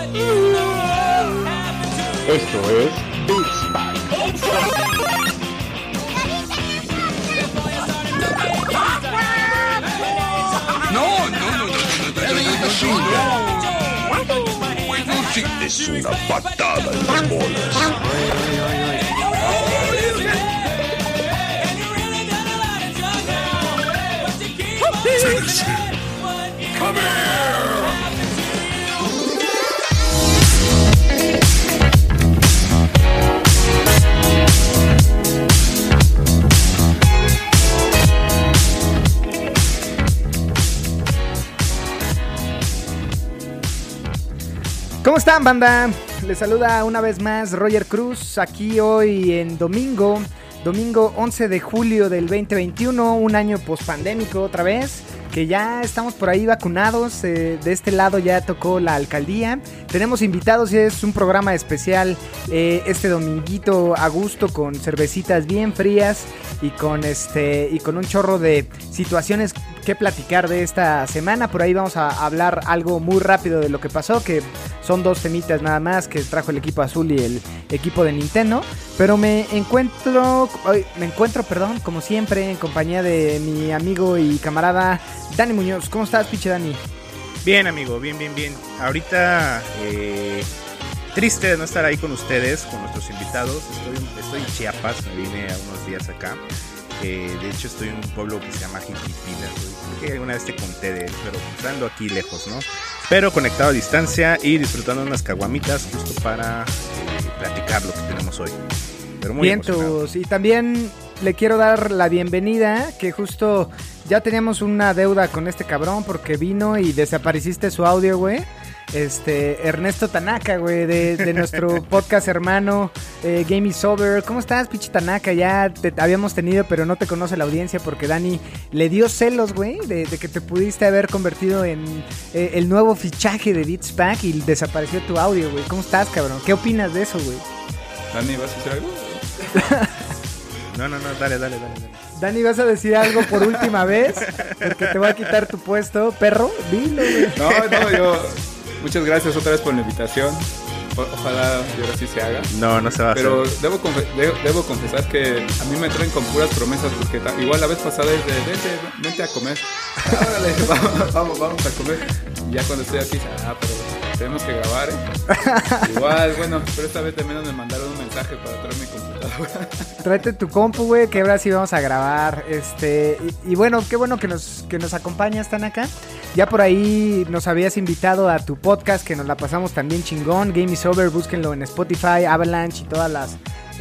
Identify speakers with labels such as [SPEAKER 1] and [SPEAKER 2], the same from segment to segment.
[SPEAKER 1] Esto es Beatspack.
[SPEAKER 2] No.
[SPEAKER 1] Es una patada en las bolas.
[SPEAKER 2] Come here.
[SPEAKER 3] ¿Cómo están, banda? Les saluda una vez más Roger Cruz, aquí hoy en domingo 11 de julio del 2021, un año pospandémico otra vez, que ya estamos por ahí vacunados, de este lado ya tocó la alcaldía, tenemos invitados y es un programa especial este dominguito a gusto con cervecitas bien frías y con un chorro de situaciones que platicar de esta semana. Por ahí vamos a hablar algo muy rápido de lo que pasó, que son dos temitas nada más que trajo el equipo azul y el equipo de Nintendo, pero me encuentro, como siempre, en compañía de mi amigo y camarada Dani Muñoz. ¿Cómo estás, pinche Dani?
[SPEAKER 4] Bien, amigo, bien. Ahorita triste de no estar ahí con ustedes, con nuestros invitados. Estoy en Chiapas, me vine a unos días acá. De hecho estoy en un pueblo que se llama Jiquipila. Creo que alguna vez te conté de él, pero estando aquí lejos, ¿no? Pero conectado a distancia y disfrutando unas caguamitas justo para platicar lo que tenemos hoy. Pero muy
[SPEAKER 3] vientos. Y también le quiero dar la bienvenida, que justo ya teníamos una deuda con este cabrón porque vino y desapareciste su audio, güey. Ernesto Tanaka, güey, de nuestro podcast hermano Game is Over. ¿Cómo estás, pinche Tanaka? Ya te habíamos tenido, pero no te conoce la audiencia porque Dani le dio celos, güey, de que te pudiste haber convertido en el nuevo fichaje de Beatspack y desapareció tu audio, güey. ¿Cómo estás, cabrón? ¿Qué opinas de eso, güey?
[SPEAKER 5] Dani, ¿vas a decir algo?
[SPEAKER 4] No, dale.
[SPEAKER 3] Dani, ¿vas a decir algo por última vez? Porque te voy a quitar tu puesto, perro. Dilo, güey.
[SPEAKER 5] No, yo... Muchas gracias otra vez por la invitación. Ojalá y ahora sí se haga.
[SPEAKER 4] No se va a hacer.
[SPEAKER 5] Pero debo confesar que a mí me traen con puras promesas porque igual la vez pasada es de vente a comer. Órale, vamos a comer. Y ya cuando estoy aquí, pero tenemos que grabar, Igual, bueno, pero esta vez también me mandaron un mensaje para traer mi computadora.
[SPEAKER 3] Tráete tu compu, güey, que ahora sí vamos a grabar. Y bueno, qué bueno que nos acompañas, están acá. Ya por ahí nos habías invitado a tu podcast, que nos la pasamos también chingón. Game is Over, búsquenlo en Spotify, Avalanche y todas las...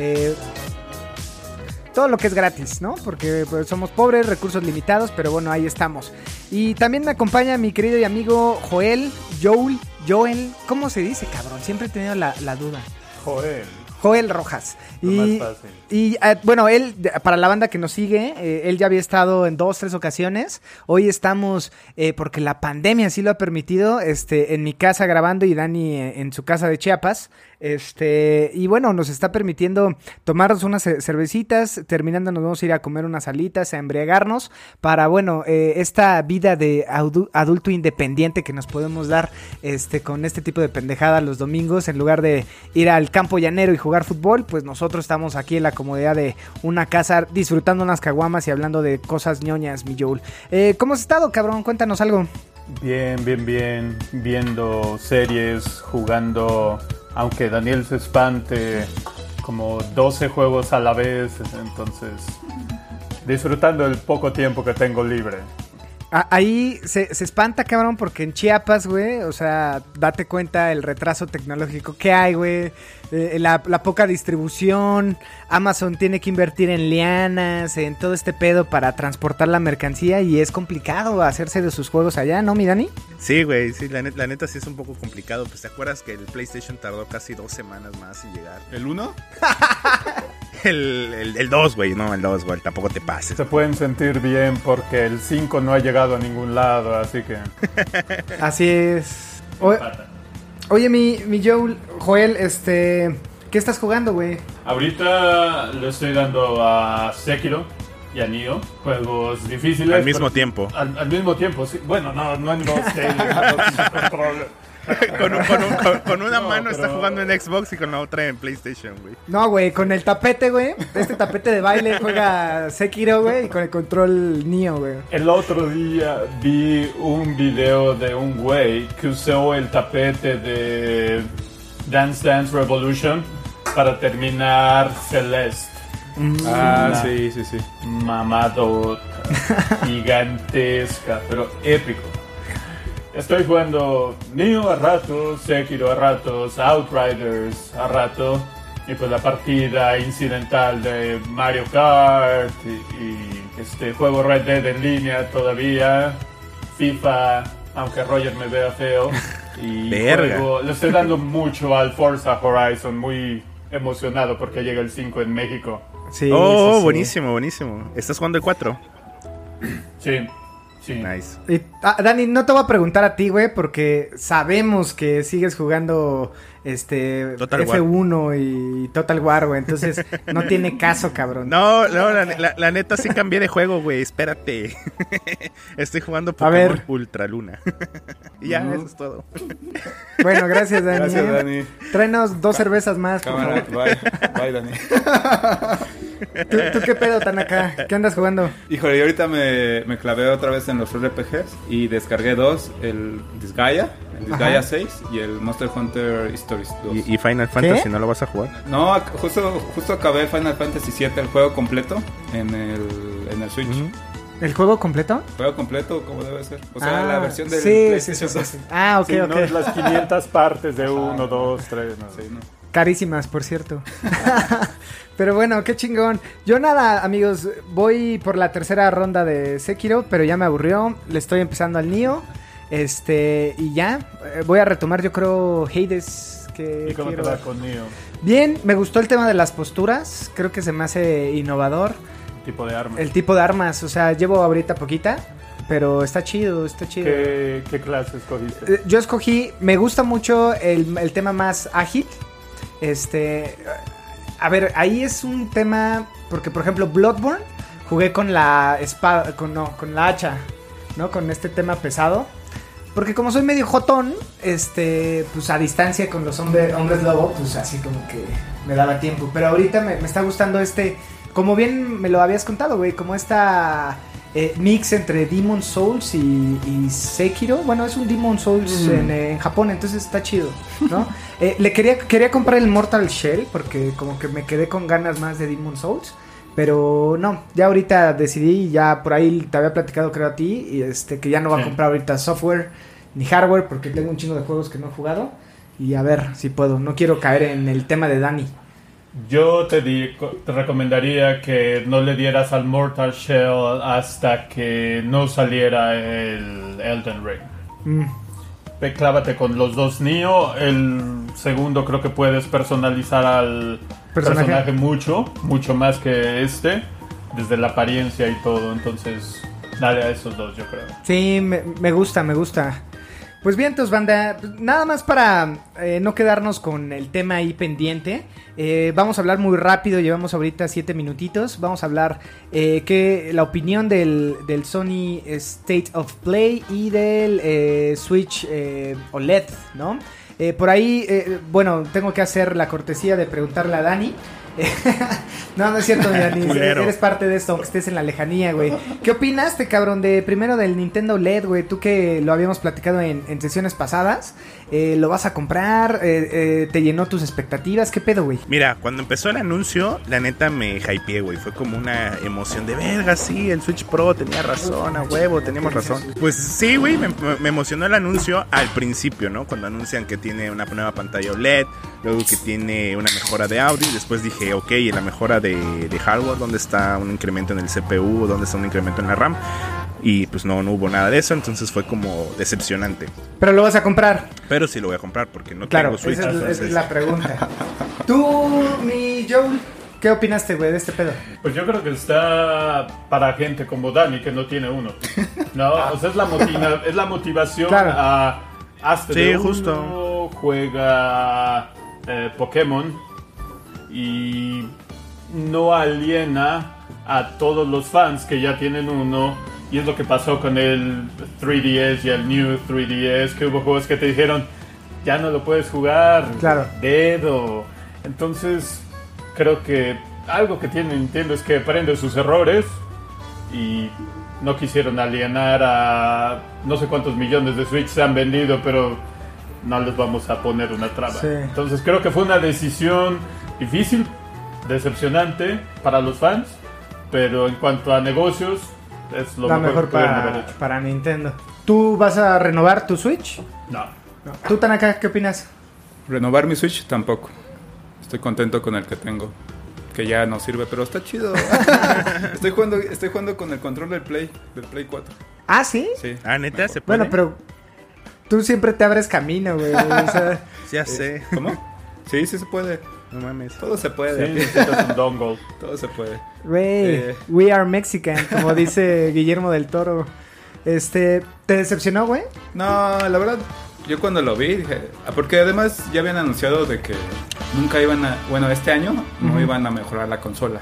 [SPEAKER 3] todo lo que es gratis, ¿no? Porque pues, somos pobres, recursos limitados, pero bueno, ahí estamos. Y también me acompaña mi querido y amigo Joel, ¿cómo se dice, cabrón? Siempre he tenido la duda. Joel Rojas. Y bueno, él, para la banda que nos sigue, él ya había estado en 2-3 ocasiones. Hoy estamos, porque la pandemia sí lo ha permitido, en mi casa grabando y Dani en su casa de Chiapas. Y bueno, nos está permitiendo tomarnos unas cervecitas. Terminando nos vamos a ir a comer unas alitas, a embriagarnos. Para, bueno, esta vida de adulto independiente que nos podemos dar con este tipo de pendejada los domingos. En lugar de ir al campo llanero y jugar fútbol, pues nosotros estamos aquí en la comodidad de una casa disfrutando unas caguamas y hablando de cosas ñoñas, mi Joel. ¿Cómo has estado, cabrón? Cuéntanos algo.
[SPEAKER 6] Bien. Viendo series, jugando, aunque Daniel se espante, como 12 juegos a la vez. Entonces, disfrutando el poco tiempo que tengo libre.
[SPEAKER 3] Ahí se espanta, cabrón, porque en Chiapas, güey, o sea, date cuenta el retraso tecnológico que hay, güey, la poca distribución. Amazon tiene que invertir en lianas, en todo este pedo para transportar la mercancía y es complicado hacerse de sus juegos allá, ¿no, mi Dani?
[SPEAKER 4] Sí, güey, sí, la neta sí es un poco complicado. Pues, ¿te acuerdas que el PlayStation tardó casi 2 semanas más en llegar?
[SPEAKER 5] ¿El 1?
[SPEAKER 4] El 2, güey, no, el 2, güey, tampoco te pases.
[SPEAKER 6] Se pueden sentir bien porque el 5 no ha llegado a ningún lado, así que...
[SPEAKER 3] Así es. Oye, mi Joel, ¿qué estás jugando, güey?
[SPEAKER 6] Ahorita le estoy dando a Sekiro y a Nioh, juegos difíciles.
[SPEAKER 4] Al mismo tiempo.
[SPEAKER 6] Al mismo tiempo, sí. Bueno, no en dos control.
[SPEAKER 4] Con una mano está jugando en Xbox y con la otra en PlayStation, güey.
[SPEAKER 3] No, güey, con el tapete, güey. Este tapete de baile juega Sekiro, güey, y con el control Nioh, güey.
[SPEAKER 6] El otro día vi un video de un güey que usó el tapete de Dance Dance Revolution para terminar Celeste.
[SPEAKER 5] Sí.
[SPEAKER 6] Mamadota, gigantesca, pero épico. Estoy jugando Nioh a ratos, Sekiro a ratos, Outriders a rato, y pues la partida incidental de Mario Kart y juego Red Dead en línea todavía, FIFA, aunque Roger me vea feo, y le estoy dando mucho al Forza Horizon, muy emocionado porque llega el 5 en México.
[SPEAKER 3] Sí,
[SPEAKER 4] sí. Buenísimo. ¿Estás jugando el 4?
[SPEAKER 6] Sí.
[SPEAKER 4] Nice.
[SPEAKER 3] Y, Dani, no te voy a preguntar a ti, güey, porque sabemos que sigues jugando
[SPEAKER 4] Total
[SPEAKER 3] F1
[SPEAKER 4] War.
[SPEAKER 3] Y Total War, güey. Entonces, no tiene caso, cabrón.
[SPEAKER 4] No, la neta sí cambié de juego, güey. Espérate. Estoy jugando Pokémon Ultra Luna. Y ya, eso es todo.
[SPEAKER 3] Bueno, gracias, Dani.
[SPEAKER 5] Gracias, Dani.
[SPEAKER 3] Tráenos 2 cervezas más, por
[SPEAKER 5] Cámara,
[SPEAKER 3] favor.
[SPEAKER 5] bye, Dani.
[SPEAKER 3] ¿Tú qué pedo, Tanaka? ¿Qué andas jugando?
[SPEAKER 5] Híjole, yo ahorita me clavé otra vez en los RPGs y descargué 2, el Disgaea 6 y el Monster Hunter Stories 2.
[SPEAKER 4] ¿Y Final Fantasy
[SPEAKER 3] ¿Qué?
[SPEAKER 4] no lo vas a jugar?
[SPEAKER 5] No, justo acabé Final Fantasy 7, el juego completo, en el Switch.
[SPEAKER 3] ¿El juego completo?
[SPEAKER 5] Juego completo, como debe ser. O sea, la versión del
[SPEAKER 3] sí.
[SPEAKER 5] PlayStation 2.
[SPEAKER 3] Ah, ok.
[SPEAKER 6] No es las 500 partes de 1, 2, 3, no.
[SPEAKER 5] Sí, no.
[SPEAKER 3] Carísimas, por cierto. Pero bueno, qué chingón. Yo nada, amigos, voy por la tercera ronda de Sekiro, pero ya me aburrió. Le estoy empezando al Nioh. Y ya, voy a retomar, yo creo, Hades.
[SPEAKER 6] ¿Y cómo te va con Nioh?
[SPEAKER 3] Bien, me gustó el tema de las posturas. Creo que se me hace innovador.
[SPEAKER 6] Tipo de armas.
[SPEAKER 3] El tipo de armas, o sea, llevo ahorita poquita, pero está chido.
[SPEAKER 6] ¿Qué clase escogiste?
[SPEAKER 3] Yo escogí, me gusta mucho el tema más ágil. A ver, ahí es un tema, porque por ejemplo Bloodborne jugué con la espada, con la hacha, ¿no? Con este tema pesado. Porque como soy medio jotón, pues a distancia con los hombres lobo, pues así como que me daba tiempo. Pero ahorita me está gustando como bien me lo habías contado, güey, como esta mix entre Demon Souls y Sekiro. Bueno, es un Demon Souls en Japón, entonces está chido, ¿no? Le quería comprar el Mortal Shell porque como que me quedé con ganas más de Demon Souls. Pero no, ya ahorita decidí, ya por ahí te había platicado creo a ti, y que ya no voy a comprar ahorita software ni hardware porque tengo un chingo de juegos que no he jugado. Y a ver si puedo, no quiero caer en el tema de Dani.
[SPEAKER 6] Yo te recomendaría que no le dieras al Mortal Shell hasta que no saliera el Elden Ring. Clávate con los 2 Nioh. El segundo creo que puedes personalizar al personaje mucho más que desde la apariencia y todo. Entonces dale a esos 2, yo creo.
[SPEAKER 3] Sí, me gusta. Pues bien, entonces, banda, nada más para no quedarnos con el tema ahí pendiente. Vamos a hablar muy rápido, llevamos ahorita 7 minutitos. Vamos a hablar la opinión del Sony State of Play y del Switch OLED, ¿no? Por ahí, bueno, tengo que hacer la cortesía de preguntarle a Dani. No es cierto, Dani, eres parte de esto, aunque estés en la lejanía, güey. ¿Qué opinaste, cabrón, primero del Nintendo LED, güey? Tú que lo habíamos platicado en sesiones pasadas. ¿Lo vas a comprar? ¿Te llenó tus expectativas? ¿Qué pedo, güey?
[SPEAKER 4] Mira, cuando empezó el anuncio, la neta me hypeé, güey. Fue como una emoción de verga, sí, el Switch Pro tenía razón, a huevo, teníamos razón. Pues sí, güey, me emocionó el anuncio al principio, ¿no? Cuando anuncian que tiene una nueva pantalla OLED, luego que tiene una mejora de audio, y después dije, ok, en la mejora de hardware, ¿dónde está un incremento en el CPU? ¿Dónde está un incremento en la RAM? Y pues no hubo nada de eso, entonces fue como decepcionante.
[SPEAKER 3] ¿Pero lo vas a comprar?
[SPEAKER 4] Pero sí lo voy a comprar porque no
[SPEAKER 3] claro,
[SPEAKER 4] tengo Switch.
[SPEAKER 3] Esa es la pregunta. Tú, mi Joel, ¿qué opinaste, güey, de este pedo?
[SPEAKER 6] Pues yo creo que está para gente como Dani que no tiene uno. No, o sea, es la motivación
[SPEAKER 3] claro.
[SPEAKER 6] a hazte
[SPEAKER 4] sí,
[SPEAKER 6] de uno,
[SPEAKER 4] justo.
[SPEAKER 6] Juega Pokémon y no aliena a todos los fans que ya tienen uno. Y es lo que pasó con el 3DS y el New 3DS, que hubo juegos que te dijeron, ya no lo puedes jugar.
[SPEAKER 3] Claro.
[SPEAKER 6] Dedo. Entonces, creo que algo que tiene Nintendo es que aprende sus errores y no quisieron alienar a no sé cuántos millones de Switch se han vendido, pero no les vamos a poner una traba.
[SPEAKER 3] Sí.
[SPEAKER 6] Entonces creo que fue una decisión difícil, decepcionante para los fans, pero en cuanto a negocios es lo
[SPEAKER 3] La
[SPEAKER 6] mejor que pudieron haber
[SPEAKER 3] para,
[SPEAKER 6] hecho.
[SPEAKER 3] para Nintendo. ¿Tú vas a renovar tu Switch?
[SPEAKER 6] No.
[SPEAKER 3] No. ¿Tú, Tanaka, qué opinas?
[SPEAKER 5] Renovar mi Switch tampoco. Estoy contento con el que tengo. Que ya no sirve, pero está chido. Estoy jugando con el control del Play 4.
[SPEAKER 3] ¿Ah, sí?
[SPEAKER 5] Sí.
[SPEAKER 4] Ah, ¿neta? ¿Se puede?
[SPEAKER 3] Bueno, pero tú siempre te abres camino, güey. O sea,
[SPEAKER 4] Ya sé.
[SPEAKER 5] ¿Cómo? Sí se puede.
[SPEAKER 4] No mames.
[SPEAKER 5] Todo se puede.
[SPEAKER 6] Sí, necesitas un dongle.
[SPEAKER 5] Todo se puede.
[SPEAKER 3] güey, we are Mexican, como dice Guillermo del Toro. ¿Te decepcionó, güey?
[SPEAKER 5] No, la verdad, yo cuando lo vi dije... Porque además ya habían anunciado de que nunca iban a... Bueno, este año no iban a mejorar la consola.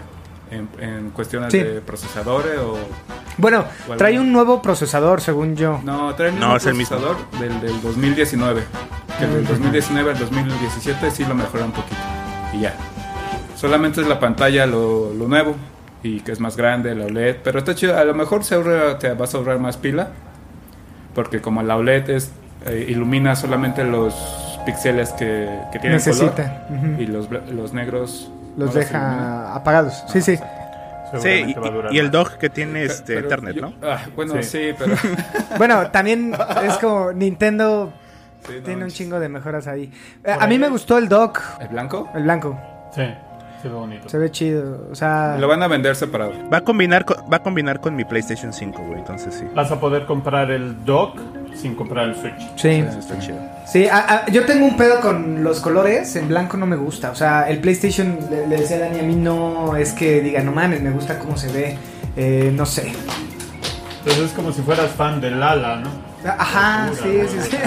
[SPEAKER 5] En cuestiones
[SPEAKER 3] Sí.
[SPEAKER 5] de procesadores o...
[SPEAKER 3] Bueno,
[SPEAKER 5] ¿Cuál?
[SPEAKER 3] trae un nuevo procesador, según yo.
[SPEAKER 5] No, trae el
[SPEAKER 4] No,
[SPEAKER 5] mismo
[SPEAKER 4] es el mismo.
[SPEAKER 5] procesador del 2019. Que del 2019 al 2017 sí lo mejora un poquito. Y ya. Solamente es la pantalla lo nuevo. Y que es más grande, la OLED. Pero está chido. A lo mejor te vas a ahorrar más pila. Porque como la OLED ilumina solamente los píxeles que tienen
[SPEAKER 3] Necesita.
[SPEAKER 5] color.
[SPEAKER 3] Ujú.
[SPEAKER 5] Y los negros
[SPEAKER 3] Los
[SPEAKER 5] no
[SPEAKER 3] deja apagados. Sí, sí.
[SPEAKER 4] Sí,
[SPEAKER 6] Seguramente va a durar
[SPEAKER 4] y el
[SPEAKER 6] más.
[SPEAKER 4] dock que tiene
[SPEAKER 5] Pero
[SPEAKER 4] Ethernet,
[SPEAKER 5] yo-
[SPEAKER 4] ¿no?
[SPEAKER 5] bueno,
[SPEAKER 6] Sí.
[SPEAKER 5] sí, pero...
[SPEAKER 3] Bueno, también es como Nintendo
[SPEAKER 5] Sí, no
[SPEAKER 3] tiene un
[SPEAKER 5] manches.
[SPEAKER 3] chingo de mejoras ahí. A mí me gustó el dock,
[SPEAKER 5] ¿El blanco?
[SPEAKER 3] el blanco.
[SPEAKER 6] Sí, se ve bonito.
[SPEAKER 3] Se ve chido. O sea,
[SPEAKER 5] Lo van a vender separado.
[SPEAKER 4] Va a combinar con mi PlayStation 5, güey. Entonces sí.
[SPEAKER 6] Vas a poder comprar el dock sin comprar el Switch.
[SPEAKER 3] sí.
[SPEAKER 4] Eso está chido.
[SPEAKER 3] Sí, yo tengo un pedo con los colores. En blanco no me gusta. O sea, el PlayStation, le decía a Dani, a mí no es que diga, no mames, me gusta cómo se ve. No sé.
[SPEAKER 6] Entonces es como si fueras fan del Lala, ¿no?
[SPEAKER 3] Ajá, sí, sí, sí.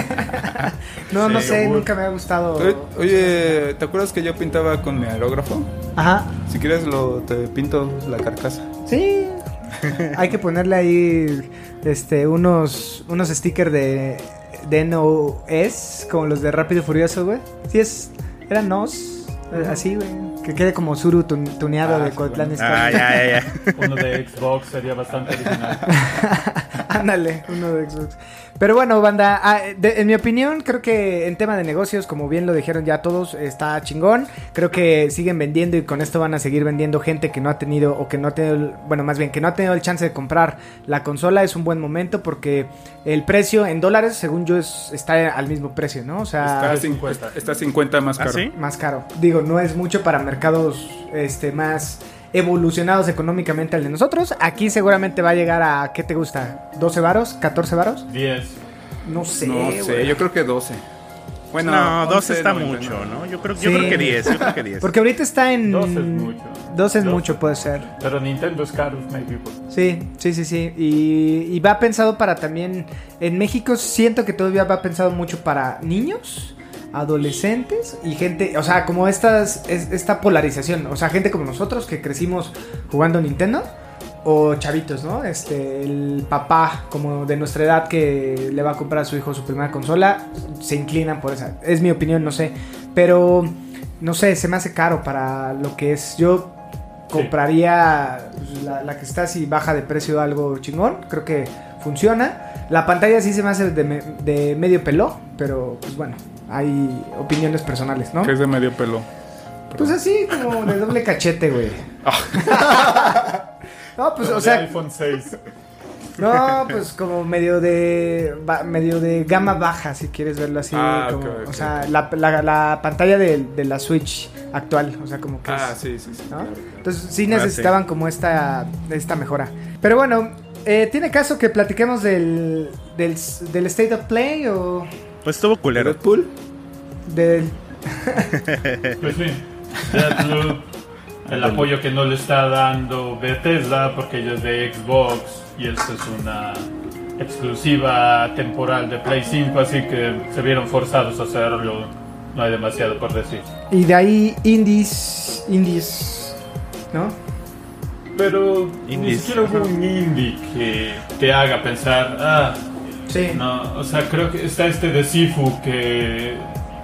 [SPEAKER 3] No, no
[SPEAKER 6] Sí,
[SPEAKER 3] sé,
[SPEAKER 6] yogur.
[SPEAKER 3] nunca me ha gustado.
[SPEAKER 5] Oye, ¿te acuerdas que yo pintaba con mi aerógrafo?
[SPEAKER 3] Ajá,
[SPEAKER 5] Si quieres te pinto la carcasa.
[SPEAKER 3] sí. Hay que ponerle ahí unos stickers de NOS, como los de Rápido y Furioso, güey. Sí, eran NOS, así, güey. Que quede como Zuru tuneado de
[SPEAKER 5] sí,
[SPEAKER 3] Cotlán
[SPEAKER 5] bueno.
[SPEAKER 3] Izcalli.
[SPEAKER 4] Ya.
[SPEAKER 6] Uno de Xbox sería bastante original.
[SPEAKER 3] Ándale, uno de Xbox. Pero bueno, banda, en mi opinión, creo que en tema de negocios, como bien lo dijeron ya todos, está chingón. Creo que siguen vendiendo y con esto van a seguir vendiendo gente que no ha tenido, o que no ha tenido, bueno, más bien que no ha tenido el chance de comprar la consola. Es un buen momento porque el precio en dólares, según yo, está al mismo precio, ¿no? O sea,
[SPEAKER 5] Está 50 más
[SPEAKER 4] ¿Ah,
[SPEAKER 5] caro.
[SPEAKER 4] sí?
[SPEAKER 3] más caro. Digo, no es mucho para mercados más evolucionados económicamente al de nosotros. Aquí seguramente va a llegar a, ¿qué te gusta? ¿12 varos? ¿14 varos?
[SPEAKER 6] 10.
[SPEAKER 3] No sé,
[SPEAKER 5] No sé,
[SPEAKER 3] güey.
[SPEAKER 5] yo creo que 12. Bueno,
[SPEAKER 4] No, 12
[SPEAKER 5] 11,
[SPEAKER 4] está
[SPEAKER 5] 99.
[SPEAKER 4] mucho, ¿no? Yo creo
[SPEAKER 3] Sí.
[SPEAKER 4] que 10. Yo creo que 10.
[SPEAKER 3] Porque ahorita está en...
[SPEAKER 6] 12 es mucho.
[SPEAKER 3] 12 es
[SPEAKER 6] 12.
[SPEAKER 3] mucho, puede ser.
[SPEAKER 6] Pero Nintendo es caro, maybe.
[SPEAKER 3] Sí. Y va pensado para también... En México siento que todavía va pensado mucho para niños, adolescentes y gente... O sea, como esta polarización. O sea, gente como nosotros que crecimos jugando Nintendo. O chavitos, ¿no? El papá como de nuestra edad que le va a comprar a su hijo su primera consola, se inclinan por esa. Es mi opinión, no sé. Pero, no sé, se me hace caro para lo que es. Yo compraría la que está si baja de precio algo chingón. Creo que funciona. La pantalla sí se me hace de medio pelo, pero pues bueno, hay opiniones personales, ¿no?
[SPEAKER 5] Que es de medio pelo.
[SPEAKER 3] Pues así como de doble cachete, güey. No, pues, o sea,
[SPEAKER 6] iPhone 6.
[SPEAKER 3] no, pues como medio de gama baja, si quieres verlo así.
[SPEAKER 5] Ah,
[SPEAKER 3] como,
[SPEAKER 5] ok,
[SPEAKER 3] o sea, la pantalla de la Switch actual, o sea, como que
[SPEAKER 5] Ah,
[SPEAKER 3] es,
[SPEAKER 5] sí.
[SPEAKER 3] ¿no? Entonces sí necesitaban
[SPEAKER 4] sí.
[SPEAKER 3] como esta mejora. Pero bueno, ¿tiene caso que platiquemos del State of Play o
[SPEAKER 4] Pues estuvo culero.
[SPEAKER 5] ¿Deadpool?
[SPEAKER 3] del...
[SPEAKER 6] Pues sí, Deathloop, el apoyo que no le está dando Bethesda porque ella es de Xbox y esta es una exclusiva temporal de Play 5, así que se vieron forzados a hacerlo. No hay demasiado por decir.
[SPEAKER 3] Y de ahí indies, ¿no?
[SPEAKER 6] Pero ni
[SPEAKER 4] Indies,
[SPEAKER 6] siquiera hubo
[SPEAKER 4] ajá.
[SPEAKER 6] un indie que te haga pensar,
[SPEAKER 3] Sí.
[SPEAKER 6] no, o sea, creo que está de Sifu que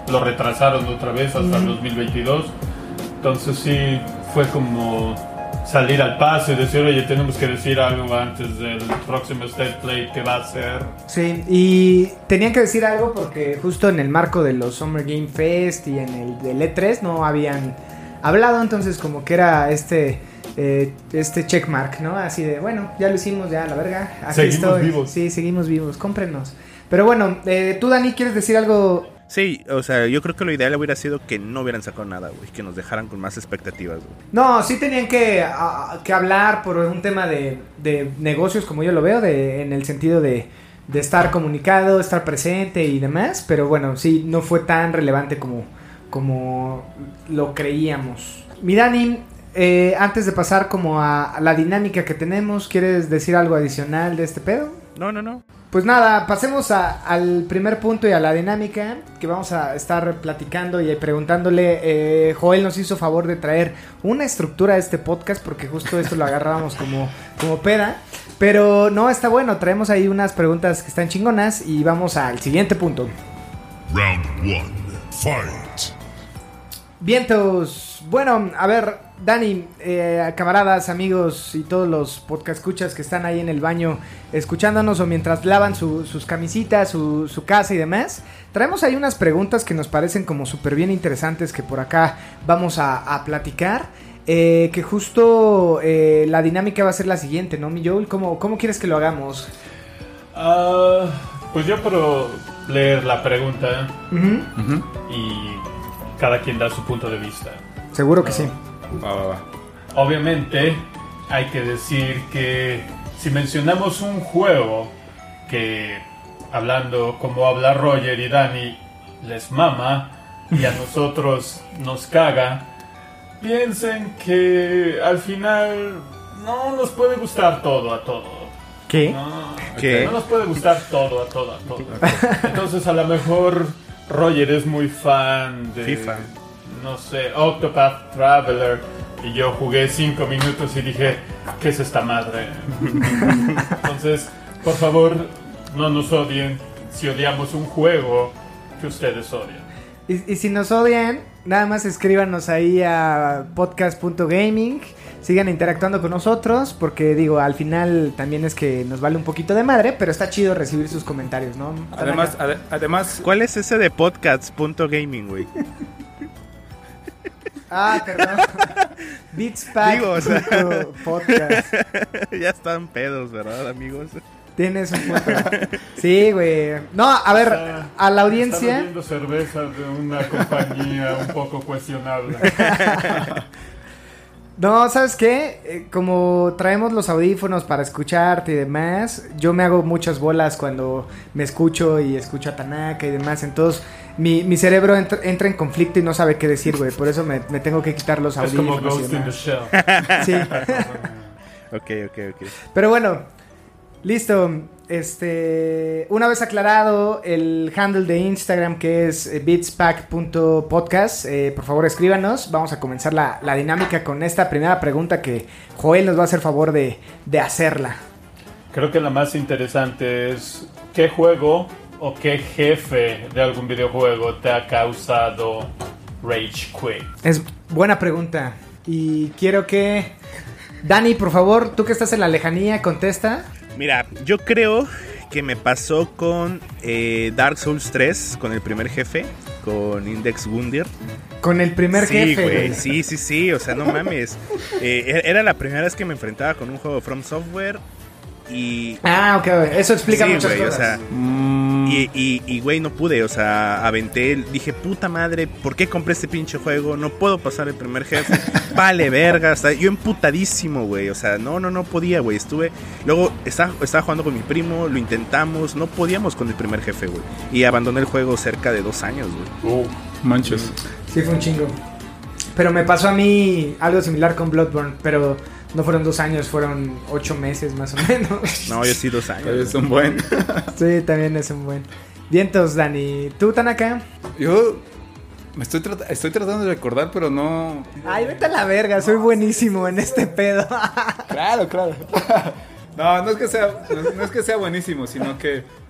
[SPEAKER 6] lo retrasaron otra vez hasta el 2022. Entonces sí, fue como salir al paso y decir, oye, tenemos que decir algo antes del próximo State Play que va a ser.
[SPEAKER 3] Sí, y tenían que decir algo porque justo en el marco de los Summer Game Fest y en el del E3 no habían hablado, entonces como que era este checkmark, ¿no? Así de, bueno, ya lo hicimos, ya la verga, aquí
[SPEAKER 6] seguimos
[SPEAKER 3] estoy.
[SPEAKER 6] Vivos.
[SPEAKER 3] Sí, seguimos vivos, cómprenos. Pero bueno, tú, Dani, ¿quieres decir algo?
[SPEAKER 4] Sí, o sea, yo creo que lo ideal hubiera sido que no hubieran sacado nada, güey. Que nos dejaran con más expectativas, güey.
[SPEAKER 3] No, sí tenían que hablar por un tema de negocios, como yo lo veo, en el sentido de estar comunicado, estar presente y demás. Pero bueno, sí, no fue tan relevante como lo creíamos. Mi Dani, antes de pasar como a la dinámica que tenemos, ¿quieres decir algo adicional de este pedo?
[SPEAKER 4] No.
[SPEAKER 3] Pues nada, pasemos al primer punto y a la dinámica que vamos a estar platicando y preguntándole. Joel nos hizo favor de traer una estructura a este podcast porque justo esto lo agarrábamos como peda. Pero no, está bueno, traemos ahí unas preguntas que están chingonas y vamos al siguiente punto.
[SPEAKER 2] Round 1. Fight.
[SPEAKER 3] Vientos. Bueno, a ver, Dani, camaradas, amigos y todos los podcast escuchas que están ahí en el baño escuchándonos o mientras lavan sus camisitas, su casa y demás, traemos ahí unas preguntas que nos parecen como súper bien interesantes que por acá vamos a platicar. Que justo la dinámica va a ser la siguiente, ¿no, mi Joel? ¿Cómo quieres que lo hagamos?
[SPEAKER 6] Pues yo puedo leer la pregunta y cada quien da su punto de vista.
[SPEAKER 3] Seguro que sí.
[SPEAKER 5] Va.
[SPEAKER 6] Obviamente hay que decir que si mencionamos un juego que, hablando como habla Roger y Dani, les mama y a nosotros nos caga, piensen que al final no nos puede gustar todo a todo.
[SPEAKER 3] ¿Qué?
[SPEAKER 4] ¿Qué?
[SPEAKER 6] No nos puede gustar todo a todo. Entonces a lo mejor Roger es muy fan de
[SPEAKER 4] FIFA.
[SPEAKER 6] No sé, Octopath Traveler, y yo jugué 5 minutos y dije, ¿qué es esta madre? Entonces, por favor, no nos odien si odiamos un juego que ustedes odian.
[SPEAKER 3] Y si nos odian, nada más escríbanos ahí a podcast.gaming, sigan interactuando con nosotros, porque digo, al final también es que nos vale un poquito de madre, pero está chido recibir sus comentarios, ¿no?
[SPEAKER 5] Además,
[SPEAKER 4] ¿Cuál es ese de podcast.gaming, güey?
[SPEAKER 3] Ah, perdón. Beatspack.
[SPEAKER 4] Digo, o sea,
[SPEAKER 3] podcast.
[SPEAKER 4] Ya están pedos, ¿verdad, amigos?
[SPEAKER 3] Tienes un punto. Sí, güey. No, a ver, a la audiencia.
[SPEAKER 6] Están bebiendo cerveza de una compañía un poco cuestionable.
[SPEAKER 3] No, ¿sabes qué? Como traemos los audífonos para escucharte y demás, yo me hago muchas bolas cuando me escucho y escucho a Tanaka y demás. Entonces, mi cerebro entra en conflicto y no sabe qué decir, güey. Por eso me tengo que quitar los
[SPEAKER 6] Es
[SPEAKER 3] audífonos.
[SPEAKER 6] como
[SPEAKER 3] y
[SPEAKER 6] Ghost in the
[SPEAKER 3] demás.
[SPEAKER 6] Shell.
[SPEAKER 3] Sí.
[SPEAKER 4] Ok.
[SPEAKER 3] Pero bueno, listo. Una vez aclarado el handle de Instagram, que es beatspack.podcast, por favor escríbanos. Vamos a comenzar la dinámica con esta primera pregunta que Joel nos va a hacer favor de hacerla.
[SPEAKER 6] Creo que la más interesante es ¿qué juego o qué jefe de algún videojuego te ha causado rage quit?
[SPEAKER 3] Es buena pregunta y quiero que Dani, por favor, tú que estás en la lejanía, contesta.
[SPEAKER 4] Mira, yo creo que me pasó con Dark Souls 3, con el primer jefe, con Index Gundyr.
[SPEAKER 3] Con el primer jefe,
[SPEAKER 4] güey. Sí, o sea, no mames. Era la primera vez que me enfrentaba con un juego From Software y...
[SPEAKER 3] Ah, ok, eso explica
[SPEAKER 4] sí,
[SPEAKER 3] muchas
[SPEAKER 4] güey,
[SPEAKER 3] cosas.
[SPEAKER 4] O sea, y güey, no pude, o sea, aventé, dije, puta madre, ¿por qué compré este pinche juego? No puedo pasar el primer jefe, vale, verga, hasta yo emputadísimo, güey, o sea, no podía, güey, luego estaba jugando con mi primo, lo intentamos, no podíamos con el primer jefe, güey, y abandoné el juego cerca de 2 años, güey.
[SPEAKER 5] manches.
[SPEAKER 3] Sí, fue un chingo. Pero me pasó a mí algo similar con Bloodborne, pero no fueron 2 años, fueron 8 meses más o menos.
[SPEAKER 4] No, yo sí 2 años.
[SPEAKER 5] Es un buen.
[SPEAKER 3] Sí, también es un buen. Vientos, Dani. ¿Tú, Tanaka?
[SPEAKER 5] Yo estoy tratando de recordar, pero no.
[SPEAKER 3] Ay, vete a la verga, soy buenísimo en este pedo.
[SPEAKER 5] Claro. No es que sea buenísimo, sino que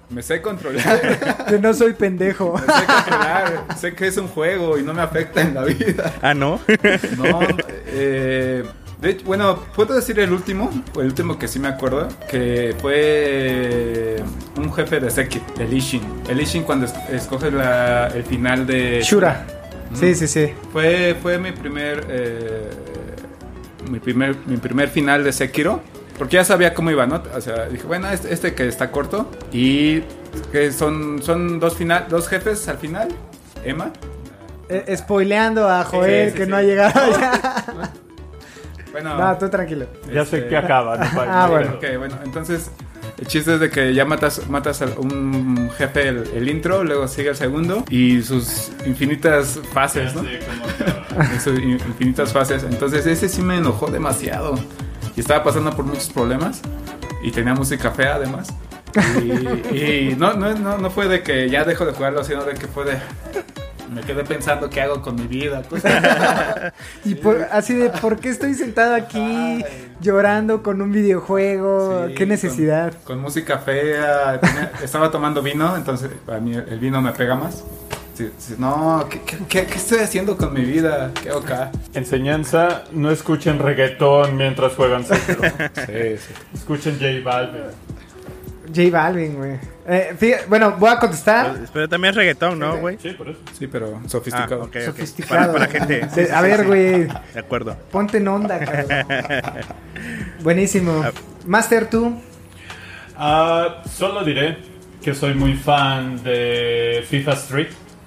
[SPEAKER 5] Me sé controlar.
[SPEAKER 3] Que no soy pendejo.
[SPEAKER 5] Me sé controlar. Sé que es un juego y no me afecta en la vida.
[SPEAKER 4] Ah, ¿no?
[SPEAKER 5] No, de hecho, bueno, puedo decir el último que sí me acuerdo, que fue un jefe de Sekiro, el Ishin. El Ishin cuando escoge el final de
[SPEAKER 3] Shura. Sí.
[SPEAKER 5] Fue mi primer final de Sekiro, porque ya sabía cómo iba, ¿no? O sea, dije, bueno, este que está corto y que son dos jefes al final, Emma.
[SPEAKER 3] Spoileando a Joel que no ha llegado ya.
[SPEAKER 5] Bueno,
[SPEAKER 3] No, tú tranquilo.
[SPEAKER 6] Ya sé que acaba. No,
[SPEAKER 3] Bueno.
[SPEAKER 5] Ok, bueno, entonces el chiste es de que ya matas a un jefe el intro, luego sigue el segundo y sus infinitas fases, ¿no? Sus infinitas fases. Entonces ese sí me enojó demasiado y estaba pasando por muchos problemas y tenía música fea además. Y no fue de que ya dejo de jugarlo, sino de que fue de... Me quedé pensando qué hago con mi vida. Pues.
[SPEAKER 3] Y así de, ¿por qué estoy sentado aquí llorando con un videojuego?
[SPEAKER 5] Sí,
[SPEAKER 3] ¿Qué necesidad?
[SPEAKER 5] Con música fea. Estaba tomando vino, entonces a mí el vino me pega más. Sí, no, ¿qué estoy haciendo con mi vida? ¿Qué hago acá?
[SPEAKER 6] Enseñanza, no escuchen reggaetón mientras juegan Sekiro.
[SPEAKER 5] Sí.
[SPEAKER 6] Escuchen J Balvin.
[SPEAKER 3] J Balvin, güey. Bueno, voy a contestar.
[SPEAKER 4] Pero también es reggaetón, ¿no, güey?
[SPEAKER 6] Sí, por eso.
[SPEAKER 5] Sí, pero sofisticado.
[SPEAKER 4] Ok.
[SPEAKER 3] Sofisticado.
[SPEAKER 4] Para gente. Sí,
[SPEAKER 3] A ver, güey.
[SPEAKER 4] De acuerdo.
[SPEAKER 3] Ponte en onda, cabrón. Buenísimo. Master, tú.
[SPEAKER 6] Solo diré que soy muy fan de FIFA Street.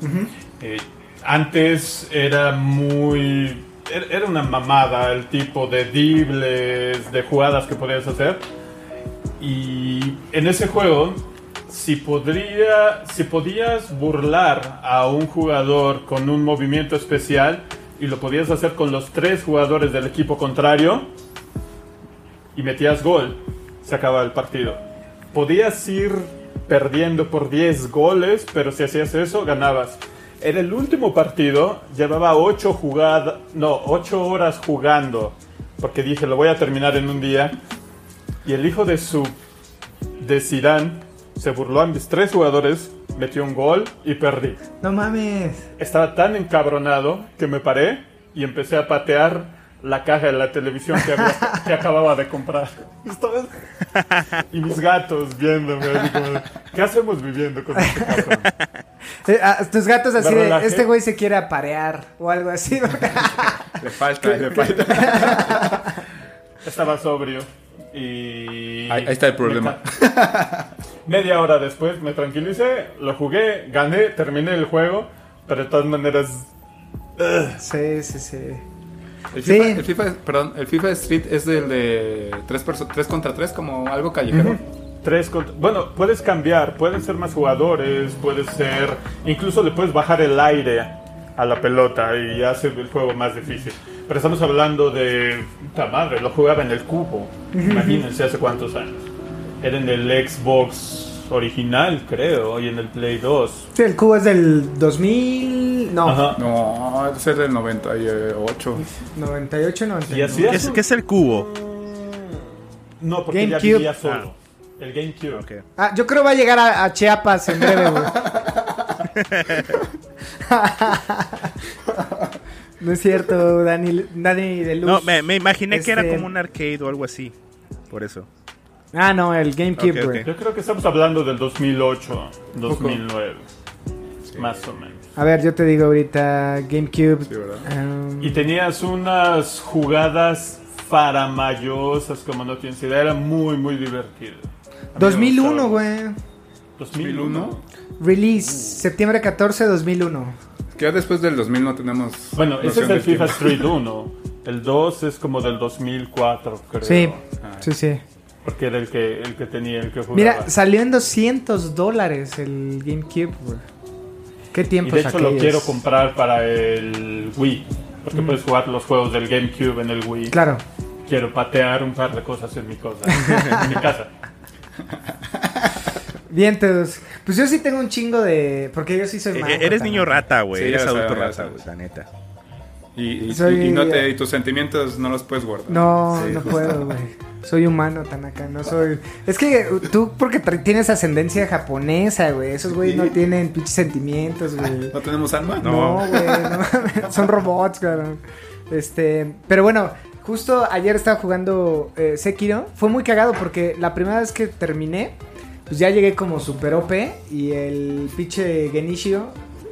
[SPEAKER 6] Antes era era una mamada el tipo de dribles, de jugadas que podías hacer. Y en ese juego, si podías burlar a un jugador con un movimiento especial y lo podías hacer con los 3 jugadores del equipo contrario y metías gol, se acababa el partido. Podías ir perdiendo por 10 goles, pero si hacías eso, ganabas. En el último partido, llevaba 8 horas jugando, porque dije, lo voy a terminar en un día. Y el hijo de Zidane se burló a mis 3 jugadores, metió un gol y perdí.
[SPEAKER 3] No mames.
[SPEAKER 6] Estaba tan encabronado que me paré y empecé a patear la caja de la televisión que acababa de comprar. Y mis gatos viéndome, así como, ¿qué hacemos viviendo con este cabrón?
[SPEAKER 3] Tus gatos así de, este güey se quiere aparear o algo así.
[SPEAKER 5] Le falta.
[SPEAKER 6] Estaba sobrio. Y
[SPEAKER 5] Ahí está el problema.
[SPEAKER 6] Media hora después me tranquilicé, lo jugué, gané, terminé el juego, pero de todas maneras...
[SPEAKER 3] Sí.
[SPEAKER 5] El FIFA Street es del de 3 contra 3, como algo callejero.
[SPEAKER 6] Bueno, puedes cambiar, pueden ser más jugadores, incluso le puedes bajar el aire a la pelota y hace el juego más difícil. Pero estamos hablando de... ¡Puta madre! Lo jugaba en el cubo. Imagínense hace cuántos años. Era en el Xbox original, creo, y en el Play 2.
[SPEAKER 3] Sí, el cubo es del 2000... No.
[SPEAKER 6] Ajá.
[SPEAKER 5] No, debe ser del 98.
[SPEAKER 3] 98, 99.
[SPEAKER 6] Y así
[SPEAKER 4] ¿Qué es el cubo?
[SPEAKER 6] No, porque
[SPEAKER 3] GameCube.
[SPEAKER 6] ya vivía solo. El GameCube.
[SPEAKER 4] Okay.
[SPEAKER 3] Yo creo va a llegar a Chiapas en breve, güey. No es cierto, Dani de Luz.
[SPEAKER 4] No, me imaginé que era como un arcade o algo así. Por eso.
[SPEAKER 3] No, el GameCube, güey.
[SPEAKER 4] Ok.
[SPEAKER 6] Yo creo que estamos hablando del 2008, 2009. Sí. Más o menos.
[SPEAKER 3] A ver, yo te digo ahorita GameCube.
[SPEAKER 5] Sí, ¿verdad?
[SPEAKER 6] Y tenías unas jugadas faramayosas como no tienes idea. Era muy, muy divertido.
[SPEAKER 3] 2001, güey.
[SPEAKER 6] 2001.
[SPEAKER 3] Release, septiembre 14, 2001.
[SPEAKER 5] Que ya después del 2000 no tenemos...
[SPEAKER 6] Bueno, ese
[SPEAKER 5] noción
[SPEAKER 6] es el
[SPEAKER 5] del
[SPEAKER 6] FIFA
[SPEAKER 5] tiempo.
[SPEAKER 6] Street 1. El 2 es como del 2004, creo.
[SPEAKER 3] Sí.
[SPEAKER 6] Porque era el que tenía, el que jugaba.
[SPEAKER 3] Mira, salió en $200 el GameCube, güey. ¿Qué
[SPEAKER 6] Y
[SPEAKER 3] tiempos
[SPEAKER 6] de hecho lo
[SPEAKER 3] aquellos?
[SPEAKER 6] quiero comprar para el Wii. Porque puedes jugar los juegos del GameCube en el Wii.
[SPEAKER 3] Claro.
[SPEAKER 6] Quiero patear un par de cosas en mi casa.
[SPEAKER 3] Vientos. Pues yo sí tengo un chingo de... Porque yo sí soy manco.
[SPEAKER 4] Eres
[SPEAKER 3] también.
[SPEAKER 4] niño rata, güey.
[SPEAKER 5] Sí,
[SPEAKER 4] Eres
[SPEAKER 5] ya
[SPEAKER 4] adulto
[SPEAKER 5] sabes,
[SPEAKER 4] rata,
[SPEAKER 5] ya
[SPEAKER 4] güey,
[SPEAKER 5] sabes.
[SPEAKER 4] la neta.
[SPEAKER 5] Y
[SPEAKER 3] Soy-
[SPEAKER 5] y tus sentimientos no los puedes guardar.
[SPEAKER 3] No,
[SPEAKER 5] Sí,
[SPEAKER 3] no
[SPEAKER 5] justo.
[SPEAKER 3] puedo, güey. Soy humano, Tanaka, no soy... Es que tú porque tienes ascendencia japonesa, güey. Esos güey no tienen pinches sentimientos, güey.
[SPEAKER 5] ¿No tenemos alma?
[SPEAKER 3] No, güey, no. Son robots, claro. Pero bueno, justo ayer estaba jugando Sekiro. Fue muy cagado porque la primera vez que terminé, pues ya llegué como super OP y el pinche Genichiro,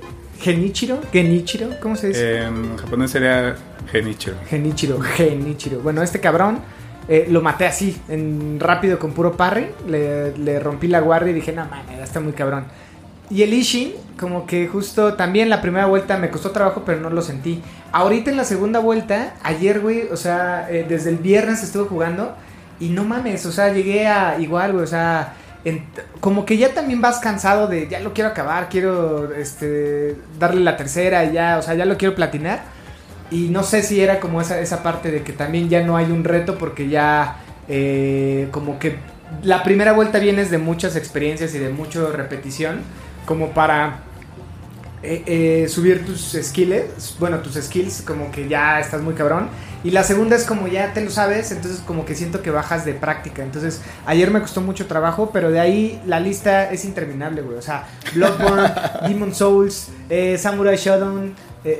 [SPEAKER 3] ¿cómo se dice?
[SPEAKER 5] En japonés sería Genichiro.
[SPEAKER 3] Genichiro. Bueno, este cabrón lo maté así, rápido con puro parry. Le rompí la guardia y dije, no mames, está muy cabrón. Y el Ishin, como que justo también la primera vuelta me costó trabajo, pero no lo sentí. Ahorita en la segunda vuelta, ayer, güey, o sea, desde el viernes estuve jugando y no mames, o sea, llegué a igual, güey, o sea... como que ya también vas cansado de ya lo quiero acabar, quiero darle la tercera y ya, o sea, ya lo quiero platinar. Y no sé si era como esa parte de que también ya no hay un reto porque ya como que la primera vuelta vienes de muchas experiencias y de mucha repetición como para subir tus skills, como que ya estás muy cabrón. Y la segunda es como ya te lo sabes, entonces como que siento que bajas de práctica. Entonces ayer me costó mucho trabajo, pero de ahí la lista es interminable, güey. O sea, Bloodborne, Demon's Souls, Samurai Shodown,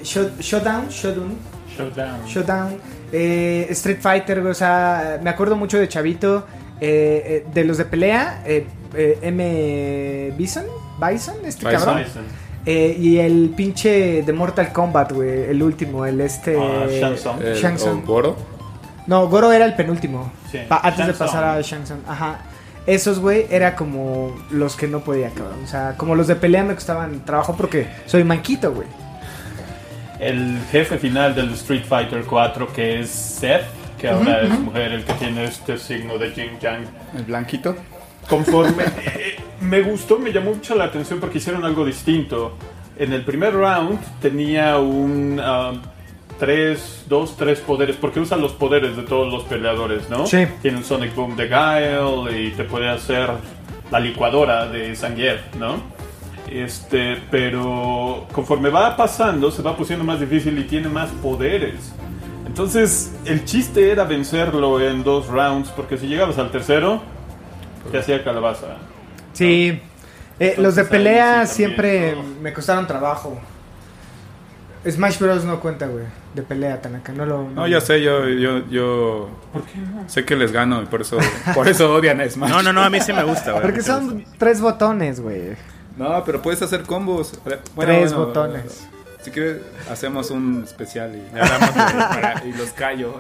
[SPEAKER 3] Street Fighter, güey. O sea, me acuerdo mucho de chavito, de los de pelea, Bison, cabrón. Y el pinche de Mortal Kombat, güey, el último,
[SPEAKER 6] Shang
[SPEAKER 3] Tsung.
[SPEAKER 5] ¿Goro?
[SPEAKER 3] No, Goro era el penúltimo,
[SPEAKER 6] Sí,
[SPEAKER 3] antes de
[SPEAKER 6] Shang
[SPEAKER 3] pasar a Shang Tsung. Ajá. Esos, güey, era como los que no podía acabar. O sea, como los de pelea me costaban trabajo porque soy manquito, güey.
[SPEAKER 6] El jefe final del Street Fighter 4, que es Seth, que ahora es mujer, el que tiene este signo de Jin Yang.
[SPEAKER 5] ¿El blanquito?
[SPEAKER 6] Conforme me gustó, me llamó mucho la atención porque hicieron algo distinto. En el primer round tenía tres poderes, porque usan los poderes de todos los peleadores, ¿no?
[SPEAKER 3] Sí.
[SPEAKER 6] Tiene un Sonic Boom de Guile y te puede hacer la licuadora de Zangief, ¿no? Pero conforme va pasando se va pusiendo más difícil y tiene más poderes. Entonces el chiste era vencerlo en 2 rounds, porque si llegabas al tercero te hacía calabaza.
[SPEAKER 3] Sí.
[SPEAKER 6] Entonces,
[SPEAKER 3] los de pelea
[SPEAKER 6] sí,
[SPEAKER 3] siempre
[SPEAKER 6] también,
[SPEAKER 3] me costaron trabajo. Smash Bros. No cuenta, güey, de pelea, Tanaka.
[SPEAKER 5] No, ya sé, yo
[SPEAKER 6] ¿Por qué no?
[SPEAKER 5] sé que les gano y por eso odian a Smash.
[SPEAKER 4] No, a mí sí me gusta, güey.
[SPEAKER 3] Porque son 3 botones, güey.
[SPEAKER 5] No, pero puedes hacer combos.
[SPEAKER 3] 3 botones.
[SPEAKER 5] Si quieres, hacemos un especial y los callo.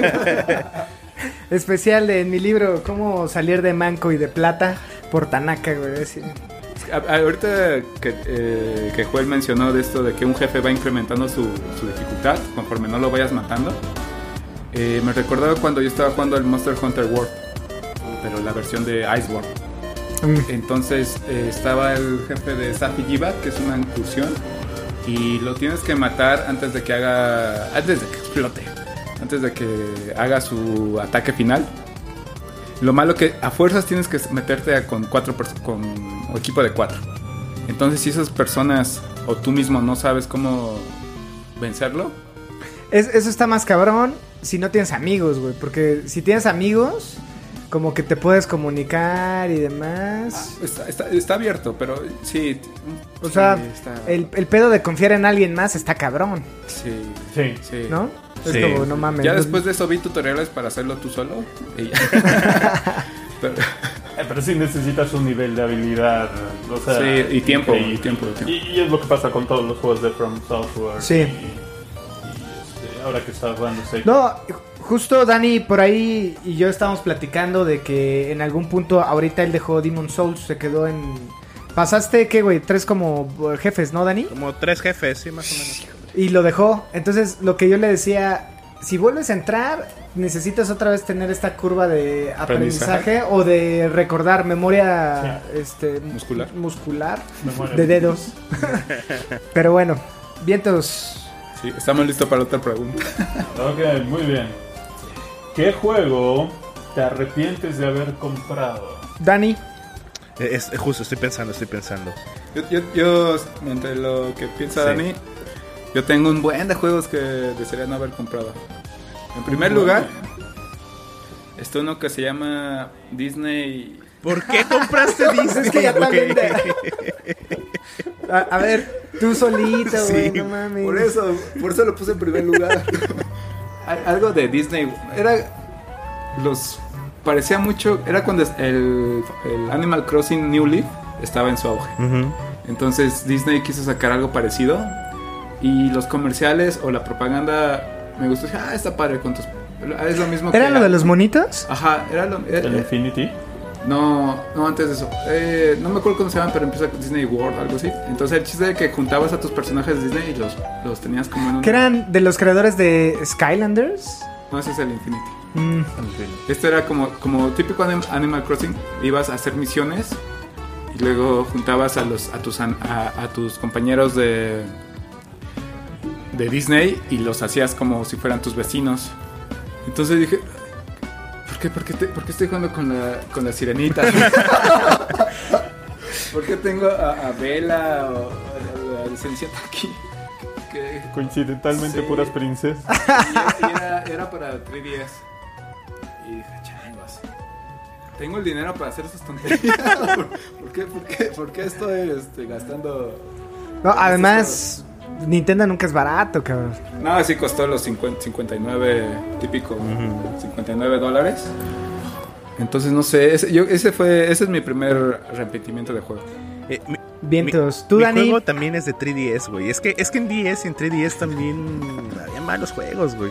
[SPEAKER 3] Especial en mi libro, Cómo salir de manco y de plata, por Tanaka, güey. Sí.
[SPEAKER 5] Ahorita que Joel mencionó de esto de que un jefe va incrementando su dificultad conforme no lo vayas matando, me recordaba cuando yo estaba jugando el Monster Hunter World, pero la versión de Iceborne. Entonces estaba el jefe de Safi Jiva, que es una incursión, y lo tienes que matar antes de que explote, antes de que haga su ataque final. Lo malo que a fuerzas tienes que meterte con equipo de 4. Entonces si esas personas o tú mismo no sabes cómo vencerlo,
[SPEAKER 3] Eso está más cabrón si no tienes amigos, güey. Porque si tienes amigos, como que te puedes comunicar y demás.
[SPEAKER 5] Está abierto, pero sí.
[SPEAKER 3] O sea,
[SPEAKER 5] está...
[SPEAKER 3] el pedo de confiar en alguien más está cabrón.
[SPEAKER 5] Sí.
[SPEAKER 3] ¿No? Es
[SPEAKER 4] Sí.
[SPEAKER 3] como, no mames.
[SPEAKER 5] Ya después de eso vi tutoriales para hacerlo tú solo. Y ya.
[SPEAKER 6] Pero sí necesitas un nivel de habilidad, o sea,
[SPEAKER 5] Sí, y tiempo.
[SPEAKER 6] increíble. Y es lo que pasa con todos los juegos de From Software.
[SPEAKER 3] Sí.
[SPEAKER 6] Y ahora que estás jugando Sekiro.
[SPEAKER 3] No, justo Dani por ahí y yo estábamos platicando de que en algún punto ahorita él dejó Demon's Souls, se quedó en... Pasaste, ¿qué, güey? 3 como jefes, ¿no, Dani?
[SPEAKER 4] Como 3 jefes, sí, más o menos.
[SPEAKER 3] Y lo dejó. Entonces, lo que yo le decía, si vuelves a entrar, necesitas otra vez tener esta curva de aprendizaje o de recordar memoria muscular
[SPEAKER 6] Memoria.
[SPEAKER 3] de dedos. Pero bueno, vientos.
[SPEAKER 5] Sí, estamos listos para otra pregunta.
[SPEAKER 6] Ok, muy bien. ¿Qué juego te arrepientes de haber comprado?
[SPEAKER 3] Dani.
[SPEAKER 4] Justo, estoy pensando.
[SPEAKER 5] Yo entre lo que piensa
[SPEAKER 4] Sí.
[SPEAKER 5] Dani, yo tengo un buen de juegos que desearía no haber comprado. En primer lugar, Está uno que se llama Disney.
[SPEAKER 4] ¿Por qué compraste Disney?
[SPEAKER 3] Es que ya
[SPEAKER 4] güey?
[SPEAKER 3] también a ver, tú solito, güey, no mames.
[SPEAKER 5] Por eso lo puse en primer lugar. Algo de Disney. Parecía mucho. Era cuando el Animal Crossing New Leaf estaba en su auge.
[SPEAKER 4] Ujú.
[SPEAKER 5] Entonces Disney quiso sacar algo parecido. Y los comerciales o la propaganda me gustó. Dije, está padre con tus. Es lo mismo que.
[SPEAKER 3] ¿Era lo de los monitos?
[SPEAKER 5] Ajá, era lo.
[SPEAKER 6] ¿El Infinity?
[SPEAKER 5] No, antes de eso. No me acuerdo cómo se llaman, pero empieza con Disney World, algo así. Entonces el chiste de que juntabas a tus personajes de Disney y los tenías como en un...
[SPEAKER 3] ¿Que eran de los creadores de Skylanders?
[SPEAKER 5] No, ese es el Infinity.
[SPEAKER 3] Mm.
[SPEAKER 5] Este era como típico Animal Crossing. Ibas a hacer misiones y luego juntabas a tus compañeros de Disney y los hacías como si fueran tus vecinos. Entonces dije... ¿Por qué estoy jugando con la sirenita? ¿Por qué tengo a Bella o a la Cenicienta aquí?
[SPEAKER 6] Coincidentalmente
[SPEAKER 5] Sí.
[SPEAKER 6] puras princesas.
[SPEAKER 5] Y era para 3DS. Y dije, changos. Tengo el dinero para hacer esas tonterías. ¿Por qué estoy gastando?
[SPEAKER 3] No, además, Nintendo nunca es barato, cabrón.
[SPEAKER 5] No, sí costó los 59, típico, $59. Entonces, no sé, ese es mi primer repetimiento de juego.
[SPEAKER 3] Vientos. ¿Tú,
[SPEAKER 4] mi
[SPEAKER 3] Dani?
[SPEAKER 4] juego también es de 3DS, güey. Es que en DS y en 3DS también había malos juegos, güey.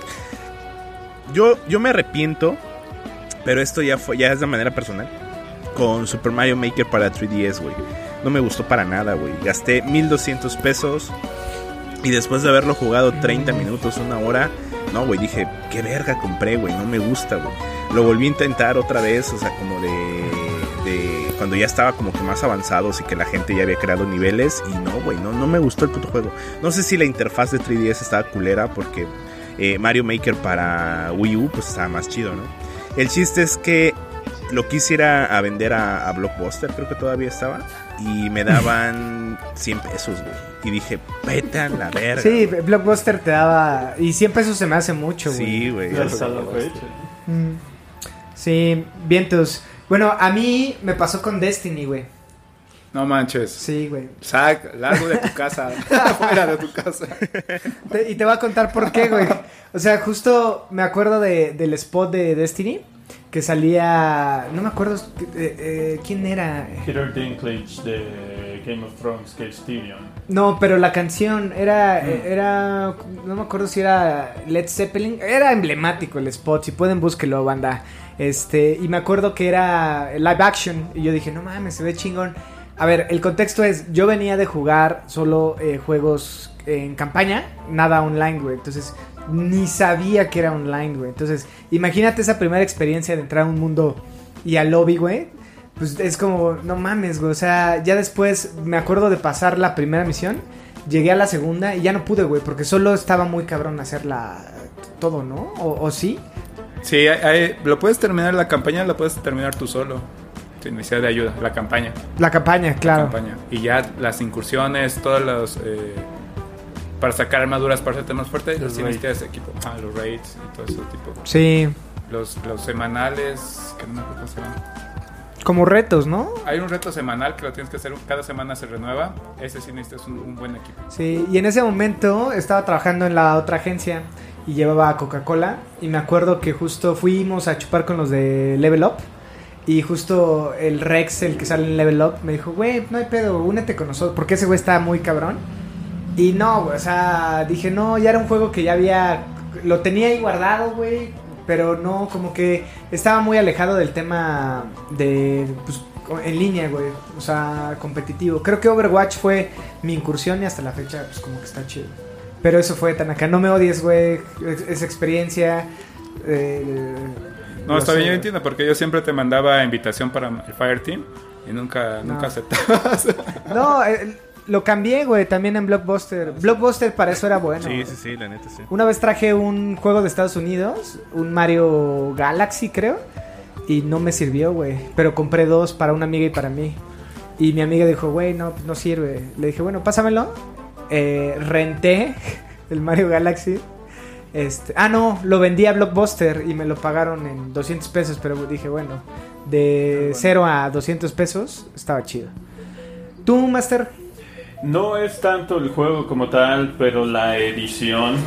[SPEAKER 4] Yo me arrepiento, pero esto ya es de manera personal, con Super Mario Maker para 3DS, güey. No me gustó para nada, güey. Gasté $1,200 y después de haberlo jugado 30 minutos, una hora, no, güey, dije, qué verga compré, güey, no me gusta, güey. Lo volví a intentar otra vez, o sea, como de cuando ya estaba como que más avanzados y que la gente ya había creado niveles, y no, güey, no me gustó el puto juego. No sé si la interfaz de 3DS estaba culera, porque Mario Maker para Wii U pues estaba más chido, ¿no? El chiste es que lo quisiera a vender a Blockbuster, creo que todavía estaba, y me daban 100 pesos, güey. Y dije, vete a la verga.
[SPEAKER 3] Sí, Blockbuster te daba... Y 100 pesos se me hace mucho, güey.
[SPEAKER 4] Sí, güey.
[SPEAKER 6] Ya está la fecha.
[SPEAKER 3] Sí, vientos. Bueno, a mí me pasó con Destiny, güey.
[SPEAKER 5] No manches.
[SPEAKER 3] Sí, güey.
[SPEAKER 5] Largo de tu casa. Fuera de tu casa.
[SPEAKER 3] Y te voy a contar por qué, güey. O sea, justo me acuerdo del spot de Destiny, que salía... No me acuerdo quién era.
[SPEAKER 6] Peter Dinklage de Game of Thrones, que es Tyrion.
[SPEAKER 3] No, pero la canción era... No me acuerdo si era Led Zeppelin. Era emblemático el spot. Si pueden, búsquelo, banda. Y me acuerdo que era live action. Y yo dije, no mames, se ve chingón. A ver, el contexto es... Yo venía de jugar solo juegos en campaña. Nada online, güey. Entonces... Ni sabía que era online, güey. Entonces, imagínate esa primera experiencia de entrar a un mundo y al lobby, güey. Pues es como, no mames, güey. O sea, ya después me acuerdo de pasar la primera misión. Llegué a la segunda y ya no pude, güey. Porque solo estaba muy cabrón hacerla todo, ¿no? ¿O sí?
[SPEAKER 5] Sí, lo puedes terminar la campaña, la puedes terminar tú solo. Sin necesidad de ayuda, la campaña.
[SPEAKER 3] La campaña, claro.
[SPEAKER 5] La campaña. Y ya las incursiones, todos los... para sacar armaduras, para hacerte más fuerte, los tienes que hacer equipo. Los raids y todo ese tipo.
[SPEAKER 3] Sí.
[SPEAKER 5] Los semanales, que no me acuerdo cómo se llaman.
[SPEAKER 3] Como retos, ¿no?
[SPEAKER 5] Hay un reto semanal que lo tienes que hacer, cada semana se renueva. Ese sí necesitas un buen equipo.
[SPEAKER 3] Sí, y en ese momento estaba trabajando en la otra agencia y llevaba Coca-Cola. Y me acuerdo que justo fuimos a chupar con los de Level Up. Y justo el Rex, el que sale en Level Up, me dijo, güey, no hay pedo, únete con nosotros. Porque ese güey está muy cabrón. Y no, güey, o sea, dije, no, ya era un juego que ya lo tenía ahí guardado, güey, pero no, como que estaba muy alejado del tema de, pues, en línea, güey, o sea, competitivo. Creo que Overwatch fue mi incursión y hasta la fecha, pues, como que está chido. Pero eso fue tan acá, no me odies, güey, esa experiencia.
[SPEAKER 5] No, está bien, yo entiendo, porque yo siempre te mandaba invitación para el Fireteam y nunca aceptabas.
[SPEAKER 3] No, lo cambié, güey, también en Blockbuster. Blockbuster para eso era bueno.
[SPEAKER 4] Sí, la neta, sí.
[SPEAKER 3] Una vez traje un juego de Estados Unidos, un Mario Galaxy, creo, y no me sirvió, güey. Pero compré 2 para una amiga y para mí. Y mi amiga dijo, güey, no sirve. Le dije, bueno, pásamelo. Renté el Mario Galaxy. No, lo vendí a Blockbuster y me lo pagaron en 200 pesos, pero dije, bueno, de 0 a 200 pesos estaba chido. ¿Tú, Master?
[SPEAKER 6] No es tanto el juego como tal, pero la edición,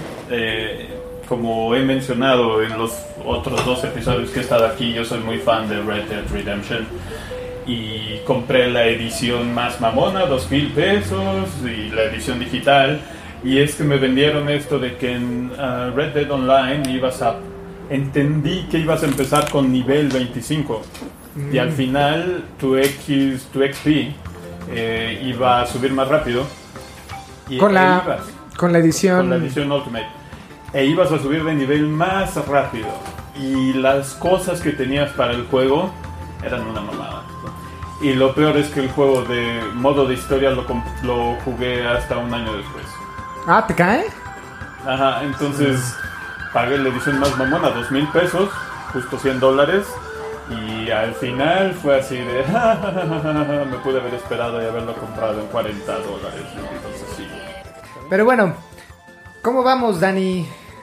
[SPEAKER 6] como he mencionado en los otros 2 episodios que he estado aquí, yo soy muy fan de Red Dead Redemption y compré la edición más mamona, 2,000 pesos, y la edición digital. Y es que me vendieron esto de que en Red Dead Online entendí que ibas a empezar con nivel 25 y al final tu XP iba a subir más rápido y
[SPEAKER 3] con la edición
[SPEAKER 6] Ultimate e ibas a subir de nivel más rápido y las cosas que tenías para el juego eran una mamada. Y lo peor es que el juego de modo de historia lo jugué hasta un año después.
[SPEAKER 3] Ah, ¿te cae?
[SPEAKER 6] Ajá, entonces pagué la edición más mamona, 2,000 pesos, justo $100. Y al final fue así de me pude haber esperado y haberlo comprado en $40. Entonces sí.
[SPEAKER 3] Pero bueno, ¿cómo vamos, Dani?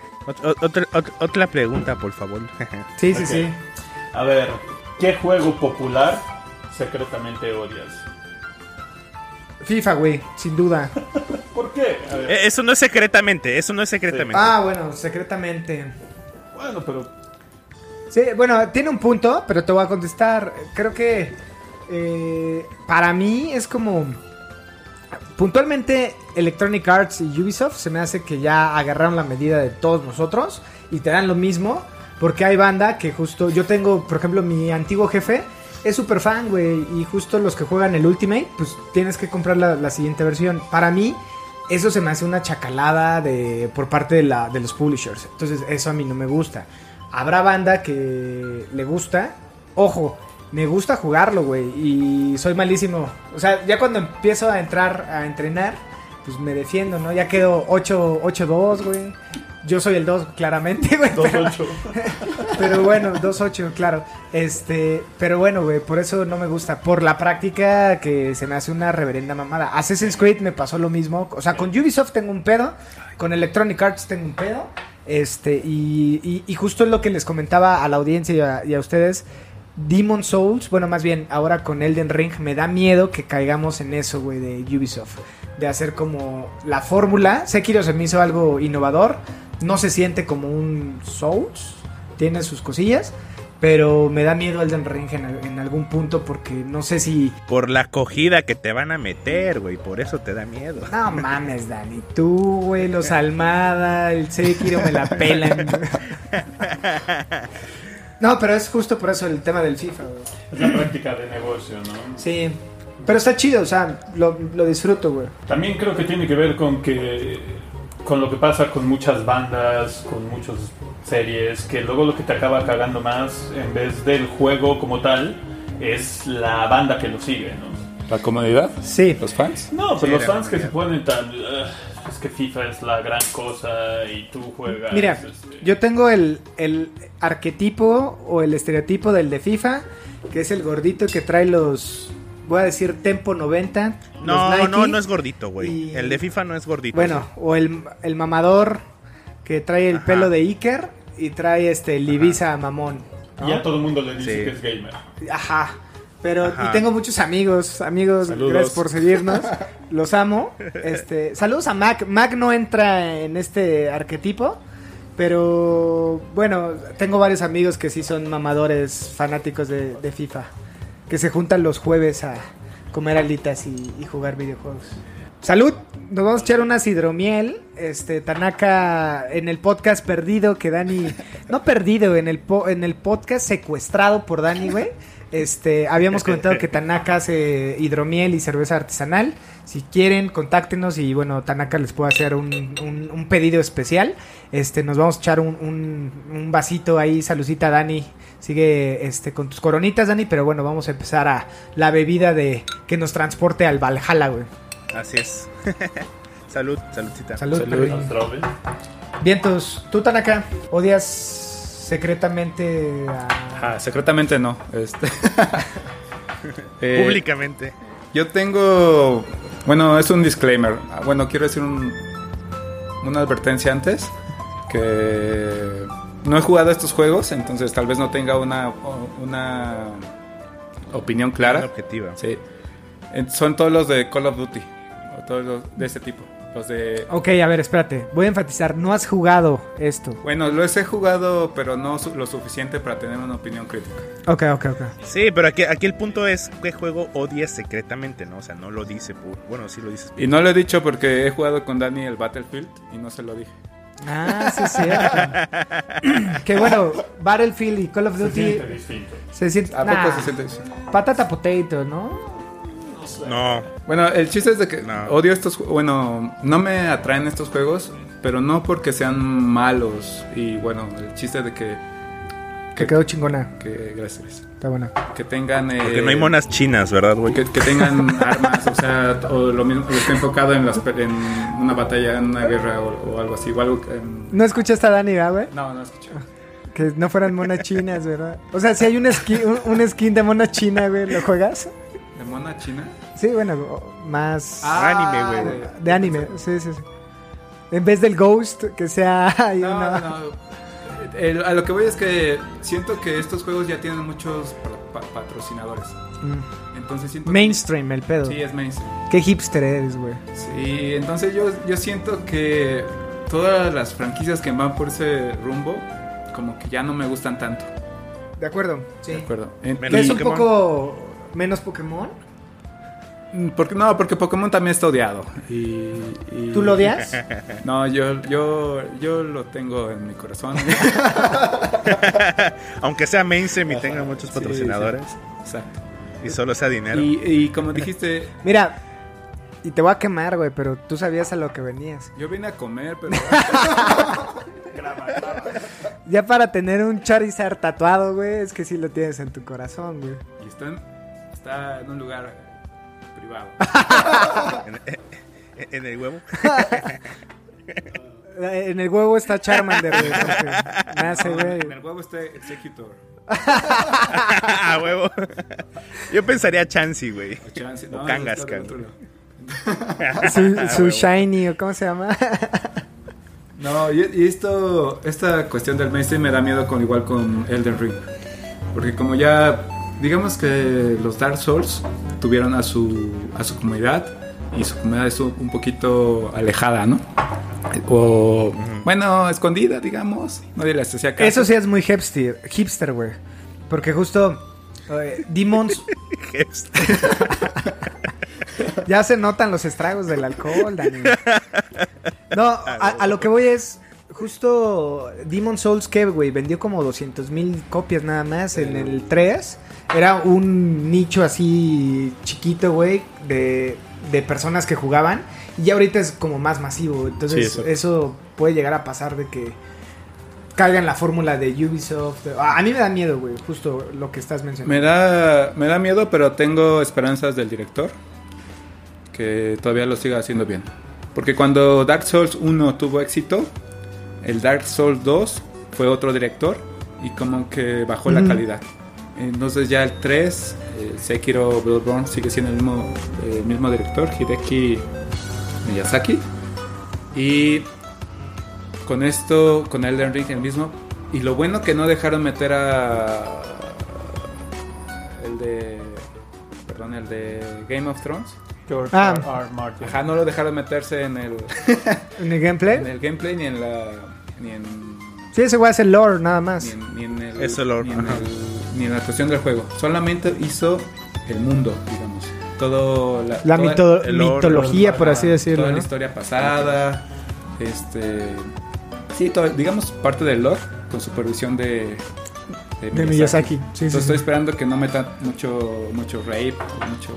[SPEAKER 4] Otra pregunta, por favor.
[SPEAKER 3] Sí.
[SPEAKER 6] A ver, ¿qué juego popular secretamente odias?
[SPEAKER 3] FIFA, güey, sin duda.
[SPEAKER 6] ¿Por qué? A ver.
[SPEAKER 4] Eso no es secretamente.
[SPEAKER 6] Sí.
[SPEAKER 3] Ah, bueno, secretamente.
[SPEAKER 6] Bueno, pero...
[SPEAKER 3] Sí, bueno, tiene un punto, pero te voy a contestar. Creo que para mí es como... Puntualmente Electronic Arts y Ubisoft se me hace que ya agarraron la medida de todos nosotros y te dan lo mismo, porque hay banda que justo... Yo tengo, por ejemplo, mi antiguo jefe es súper fan, güey, y justo los que juegan el Ultimate, pues tienes que comprar la siguiente versión. Para mí, eso se me hace una chacalada por parte de los publishers. Entonces, eso a mí no me gusta. Habrá banda que le gusta. Ojo, me gusta jugarlo, güey, y soy malísimo. O sea, ya cuando empiezo a entrar a entrenar, pues me defiendo, ¿no? Ya quedo 8-2, güey. Yo soy el 2, claramente, güey.
[SPEAKER 6] 2-8.
[SPEAKER 3] Pero bueno, 2-8, claro. Pero bueno, güey, por eso no me gusta. Por la práctica que se me hace una reverenda mamada. Assassin's Creed me pasó lo mismo. O sea, con Ubisoft tengo un pedo. Con Electronic Arts tengo un pedo. Y justo es lo que les comentaba a la audiencia y a ustedes. Demon Souls, bueno, más bien, ahora con Elden Ring, me da miedo que caigamos en eso, güey, de Ubisoft. De hacer como la fórmula. Sekiro se me hizo algo innovador. No se siente como un Souls. Tiene sus cosillas. Pero me da miedo Elden Ring en algún punto porque no sé si...
[SPEAKER 4] Por la acogida que te van a meter, güey. Por eso te da miedo.
[SPEAKER 3] No mames, Dani. Tú, güey, los Almada, el Sekiro me la pelan. No, pero es justo por eso el tema del FIFA, güey.
[SPEAKER 6] Es la práctica de negocio, ¿no?
[SPEAKER 3] Sí. Pero está chido, o sea, lo disfruto, güey.
[SPEAKER 6] También creo que tiene que ver con lo que pasa con muchas bandas, con muchas series, que luego lo que te acaba cagando más, en vez del juego como tal, es la banda que lo sigue, ¿no?
[SPEAKER 5] ¿La comunidad?
[SPEAKER 3] Sí.
[SPEAKER 5] ¿Los fans?
[SPEAKER 6] No,
[SPEAKER 4] Sí,
[SPEAKER 6] pero los
[SPEAKER 4] la
[SPEAKER 6] fans que se
[SPEAKER 4] comunidad.
[SPEAKER 6] ponen tan... es que FIFA es la gran cosa y tú juegas...
[SPEAKER 3] Mira, yo tengo el arquetipo o el estereotipo del de FIFA, que es el gordito que trae los... Voy a decir Tempo 90.
[SPEAKER 4] No,
[SPEAKER 3] los Nike,
[SPEAKER 4] no es gordito, güey.
[SPEAKER 3] y-
[SPEAKER 4] El de FIFA no es gordito.
[SPEAKER 3] Bueno, o el mamador que trae el
[SPEAKER 4] Ajá.
[SPEAKER 3] pelo de Iker y trae el Ibiza mamón, ¿no?
[SPEAKER 6] Y a todo el mundo le dice
[SPEAKER 4] Sí.
[SPEAKER 6] que es gamer.
[SPEAKER 3] Ajá. Pero
[SPEAKER 4] Ajá.
[SPEAKER 3] y tengo muchos amigos,
[SPEAKER 5] Saludos.
[SPEAKER 3] gracias por seguirnos. Los amo. Saludos a Mac. Mac no entra en este arquetipo, pero bueno, tengo varios amigos que sí son mamadores fanáticos de FIFA, que se juntan los jueves a comer alitas y jugar videojuegos. Salud, nos vamos a echar una hidromiel. Tanaka en el podcast perdido que Dani, no perdido, en el podcast secuestrado por Dani, güey. Habíamos comentado que Tanaka hace hidromiel y cerveza artesanal. Si quieren, contáctenos y bueno, Tanaka les puede hacer un pedido especial. Nos vamos a echar un vasito ahí, saludcita Dani. Sigue con tus coronitas, Dani, pero bueno, vamos a empezar a la bebida que nos transporte al Valhalla, güey.
[SPEAKER 4] Así es. Saludcita.
[SPEAKER 3] Salud,
[SPEAKER 5] Salud.
[SPEAKER 3] perrín.
[SPEAKER 6] Austrobel.
[SPEAKER 3] Vientos, tú Tanaka, odias secretamente a...
[SPEAKER 5] Secretamente no.
[SPEAKER 4] Públicamente.
[SPEAKER 5] Yo tengo... Bueno, es un disclaimer. Bueno, quiero decir una advertencia antes. que no he jugado estos juegos, entonces tal vez no tenga una opinión clara.
[SPEAKER 4] Una objetiva.
[SPEAKER 5] Sí. Son todos los de Call of Duty, o todos los de ese tipo. Los de...
[SPEAKER 3] Ok, a ver, espérate. Voy a enfatizar. No has jugado esto.
[SPEAKER 5] Bueno, los he jugado, pero no lo suficiente para tener una opinión crítica.
[SPEAKER 3] Ok.
[SPEAKER 4] Sí, pero aquí el punto es qué juego odias secretamente, ¿no? O sea, no lo dice. Bueno, sí lo dices.
[SPEAKER 5] Y no lo he dicho porque he jugado con Dani el Battlefield y no se lo dije.
[SPEAKER 3] Ah, sí, es cierto. Que bueno, Battlefield y Call of Duty se siente
[SPEAKER 5] ¿A poco se siente eso?
[SPEAKER 3] patata potato, ¿no?
[SPEAKER 4] No.
[SPEAKER 5] Bueno, el chiste es de que
[SPEAKER 4] No.
[SPEAKER 5] odio estos... Bueno, no me atraen estos juegos, pero no porque sean malos. Y bueno, el chiste es de que...
[SPEAKER 3] Que quedó chingona.
[SPEAKER 5] Gracias.
[SPEAKER 3] Está buena.
[SPEAKER 5] Que tengan...
[SPEAKER 4] Porque no hay monas chinas, ¿verdad, güey?
[SPEAKER 5] Que tengan armas, o sea, o lo mismo, esté enfocado en una batalla, en una guerra o algo así. O algo
[SPEAKER 3] ¿No escuchaste a Dani, ¿verdad, güey?
[SPEAKER 5] No escuché.
[SPEAKER 3] Que no fueran monas chinas, ¿verdad? O sea, si hay un skin de mona china, güey, ¿lo juegas?
[SPEAKER 5] ¿De mona china?
[SPEAKER 3] Sí, bueno, más
[SPEAKER 4] Anime, güey.
[SPEAKER 3] de anime, sí. En vez del Ghost, que sea... ahí
[SPEAKER 5] No.
[SPEAKER 3] una-
[SPEAKER 5] A lo que voy es que siento que estos juegos ya tienen muchos patrocinadores. Entonces siento
[SPEAKER 3] Mainstream, el pedo.
[SPEAKER 5] Sí, es mainstream.
[SPEAKER 3] Qué hipster eres, güey.
[SPEAKER 5] Sí, entonces yo siento que todas las franquicias que van por ese rumbo, como que ya no me gustan tanto.
[SPEAKER 3] De acuerdo, sí.
[SPEAKER 5] De acuerdo.
[SPEAKER 4] Menos
[SPEAKER 3] ¿Que es un
[SPEAKER 4] Pokémon.
[SPEAKER 3] poco menos Pokémon?
[SPEAKER 5] Porque Pokémon también está odiado. Y...
[SPEAKER 3] ¿Tú lo odias?
[SPEAKER 5] No, yo lo tengo en mi corazón.
[SPEAKER 4] Aunque sea mainstream y tenga
[SPEAKER 5] Ajá,
[SPEAKER 4] muchos
[SPEAKER 5] sí,
[SPEAKER 4] patrocinadores.
[SPEAKER 5] sí, exacto.
[SPEAKER 4] Y solo sea dinero.
[SPEAKER 5] Y como dijiste,
[SPEAKER 3] Mira, y te voy a quemar, güey, pero tú sabías a lo que venías.
[SPEAKER 5] yo vine a comer, pero...
[SPEAKER 3] Ya para tener un Charizard tatuado, güey, es que sí lo tienes en tu corazón, güey.
[SPEAKER 5] Y está en un lugar privado.
[SPEAKER 4] En el huevo.
[SPEAKER 3] En el huevo está Charmander, güey, porque nace, güey.
[SPEAKER 5] En el huevo está Executor.
[SPEAKER 4] A huevo. Yo pensaría Chansey, güey.
[SPEAKER 5] Chance,
[SPEAKER 4] O
[SPEAKER 5] no,
[SPEAKER 4] Kangaskhan.
[SPEAKER 5] está del otro lado.
[SPEAKER 3] Su
[SPEAKER 4] huevo.
[SPEAKER 3] Shiny, o ¿cómo se llama?
[SPEAKER 5] No, y esta cuestión del mainstream me da miedo igual con Elden Ring. Porque como ya, digamos que los Dark Souls tuvieron a su comunidad, y su comunidad es un poquito alejada, ¿no? O, bueno, escondida, digamos. Nadie les hacía caso.
[SPEAKER 3] Eso sí es muy hipster, güey. Porque justo Demons... Ya se notan los estragos del alcohol, Dani. No, a lo que voy es... Justo Demon's Souls, ¿qué, güey? Vendió como 200,000 copias nada más en el 3. Era un nicho así chiquito, güey, de personas que jugaban. Y ya ahorita es como más masivo. Entonces
[SPEAKER 4] Sí,
[SPEAKER 3] eso puede llegar a pasar de que caiga en la fórmula de Ubisoft. A mí me da miedo, güey, justo lo que estás mencionando.
[SPEAKER 5] Me da miedo, pero tengo esperanzas del director que todavía lo siga haciendo bien. Porque cuando Dark Souls 1 tuvo éxito, el Dark Souls 2 fue otro director y como que bajó la calidad. Entonces ya el 3, Sekiro Bloodborne, sigue siendo el mismo director, Hideki Miyazaki. Y con Elden Ring el mismo. Y lo bueno que no dejaron meter a el de Game of Thrones.
[SPEAKER 6] George
[SPEAKER 3] Ah.
[SPEAKER 6] R. Martin.
[SPEAKER 5] Ajá, no lo dejaron meterse en el
[SPEAKER 3] ¿En el gameplay?
[SPEAKER 5] gameplay ni en
[SPEAKER 3] Sí, ese güey hace lore nada más.
[SPEAKER 5] ni en el
[SPEAKER 4] Eso lore, ajá.
[SPEAKER 5] ni en la cuestión del juego. Solamente hizo el mundo, digamos. Todo
[SPEAKER 3] La
[SPEAKER 4] el lore,
[SPEAKER 3] mitología, por así decirlo,
[SPEAKER 5] toda
[SPEAKER 3] ¿no?
[SPEAKER 5] la historia pasada, sí, todo, digamos parte del lore con supervisión de
[SPEAKER 3] Miyazaki. Sí,
[SPEAKER 5] Entonces
[SPEAKER 3] sí,
[SPEAKER 5] estoy
[SPEAKER 3] sí.
[SPEAKER 5] esperando que no metan mucho rape, mucho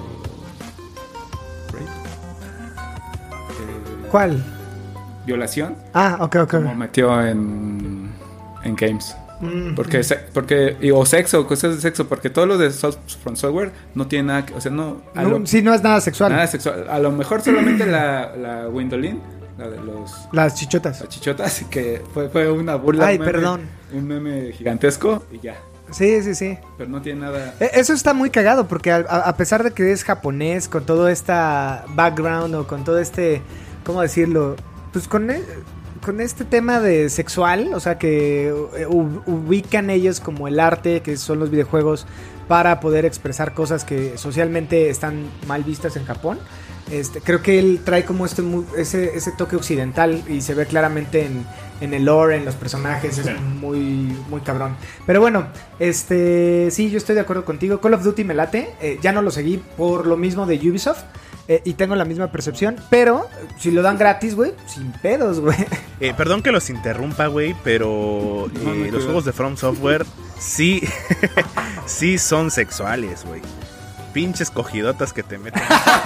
[SPEAKER 3] ¿Cuál?
[SPEAKER 5] violación,
[SPEAKER 3] Ah, ok.
[SPEAKER 5] como metió en Games. Porque o sexo, cosas de sexo, porque todo lo de From Software no tiene nada que, o sea, no,
[SPEAKER 3] Sí, no es nada sexual.
[SPEAKER 5] nada sexual. A lo mejor solamente la Gwendolyn, la de
[SPEAKER 3] Las chichotas.
[SPEAKER 5] las chichotas, que fue una burla.
[SPEAKER 3] Ay,
[SPEAKER 5] un meme,
[SPEAKER 3] perdón.
[SPEAKER 5] Un meme gigantesco y ya.
[SPEAKER 3] Sí, sí, sí.
[SPEAKER 5] Pero no tiene nada.
[SPEAKER 3] Eso está muy cagado porque a pesar de que es japonés, con todo esta background o con todo este, ¿cómo decirlo? Pues con con este tema de sexual, o sea que ubican ellos como el arte, que son los videojuegos, para poder expresar cosas que socialmente están mal vistas en Japón. Creo que él trae como ese toque occidental y se ve claramente en el lore, en los personajes, sí. Es muy, muy cabrón. Pero bueno, sí, yo estoy de acuerdo contigo. Call of Duty me late, ya no lo seguí por lo mismo de Ubisoft. Y tengo la misma percepción, pero si lo dan gratis, güey, sin pedos, güey.
[SPEAKER 4] Perdón que los interrumpa, güey, pero los juegos de From Software sí, sí son sexuales, güey. Pinches cogidotas que te meten.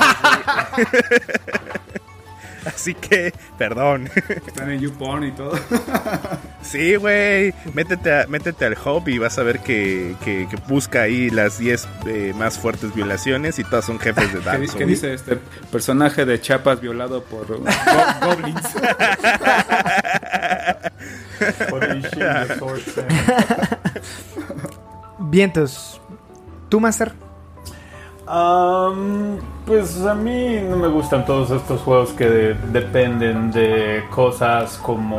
[SPEAKER 4] Así que, perdón.
[SPEAKER 5] Están en YouPorn y todo.
[SPEAKER 4] Sí, güey. Métete al hub y vas a ver que busca ahí las 10 más fuertes violaciones y todas son jefes de Dark Souls.
[SPEAKER 5] ¿Qué dice este personaje de Chiapas violado por goblins?
[SPEAKER 3] Vientos. ¿Tú, Master?
[SPEAKER 6] Pues a mí no me gustan todos estos juegos que dependen de cosas como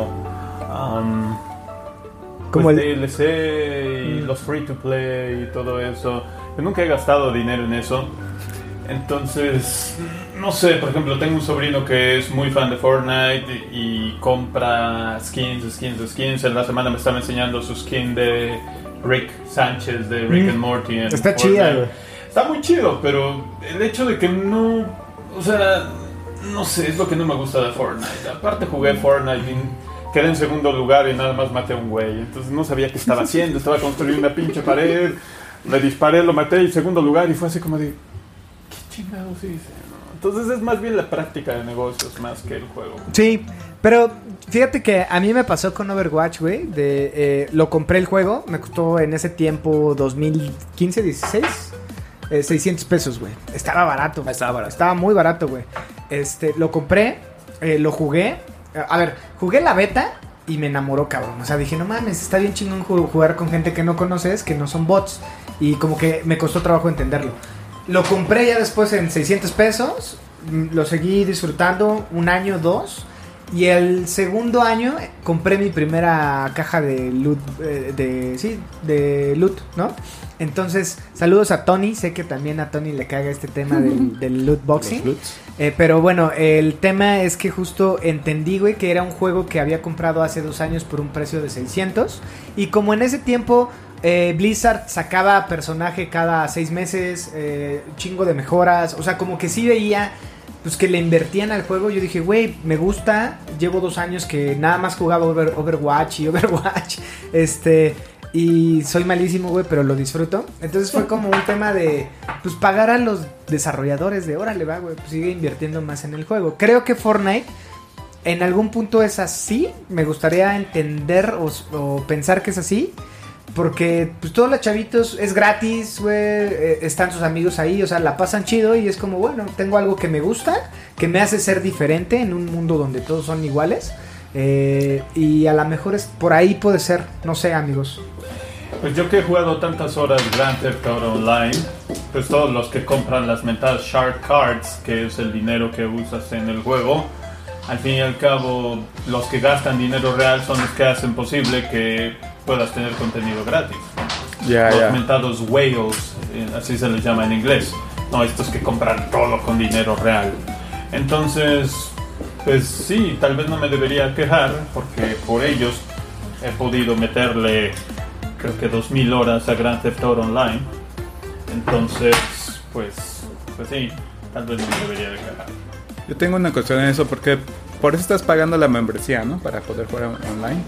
[SPEAKER 3] como
[SPEAKER 6] el DLC y los free to play y todo eso. Yo nunca he gastado dinero en eso. Entonces, no sé, por ejemplo, tengo un sobrino que es muy fan de Fortnite y compra skins. En la semana me estaba enseñando su skin de Rick Sánchez de Rick and Morty.
[SPEAKER 3] Está chida, güey.
[SPEAKER 6] Está muy chido, pero el hecho de que no... O sea, no sé, es lo que no me gusta de Fortnite. Aparte jugué Fortnite y quedé en segundo lugar y nada más maté a un güey. Entonces no sabía qué estaba haciendo. Estaba construyendo una pinche pared. Le disparé, lo maté en segundo lugar y fue así como de... ¿Qué chingados hice? ¿No? Entonces es más bien la práctica de negocios más que el juego.
[SPEAKER 3] Sí, pero fíjate que a mí me pasó con Overwatch, güey. Lo compré el juego. Me costó en ese tiempo 2015, 16... 600 pesos, güey. Estaba barato. Estaba muy barato, güey. Lo compré, lo jugué. A ver, jugué la beta y me enamoró, cabrón. O sea, dije, no mames, está bien chingón jugar con gente que no conoces, que no son bots. Y como que me costó trabajo entenderlo. Lo compré ya después en 600 pesos. Lo seguí disfrutando 1 año, 2. Y el segundo año compré mi primera caja de loot, de loot, ¿no? Entonces, saludos a Tony. Sé que también a Tony le caga este tema del loot boxing. Pero bueno, el tema es que justo entendí, güey, que era un juego que había comprado hace 2 años por un precio de 600. Y como en ese tiempo Blizzard sacaba personaje cada 6 meses, chingo de mejoras. O sea, como que sí veía... Pues que le invertían al juego. Yo dije, güey, me gusta. Llevo 2 años que nada más jugaba Overwatch. Y soy malísimo, güey, pero lo disfruto. Entonces fue como un tema de, pues, pagar a los desarrolladores de, órale, va, güey, pues sigue invirtiendo más en el juego. Creo que Fortnite en algún punto es así. Me gustaría entender o pensar que es así. Porque pues todos los chavitos es gratis, güey, están sus amigos ahí, o sea, la pasan chido y es como, bueno, tengo algo que me gusta, que me hace ser diferente en un mundo donde todos son iguales. Y a lo mejor por ahí puede ser, no sé, amigos.
[SPEAKER 6] Pues yo que he jugado tantas horas Grand Theft Auto Online, pues todos los que compran las mentadas Shark Cards, que es el dinero que usas en el juego, al fin y al cabo, los que gastan dinero real son los que hacen posible que puedas tener contenido gratis. Los mentados whales, así se les llama en inglés. No, estos que compran todo con dinero real. Entonces, pues sí, tal vez no me debería quejar, porque por ellos he podido meterle, creo que 2000 horas a Grand Theft Auto Online. Entonces, pues sí, tal vez no me debería de quejar.
[SPEAKER 5] Yo tengo una cuestión en eso, porque por eso estás pagando la membresía, ¿no? Para poder jugar online.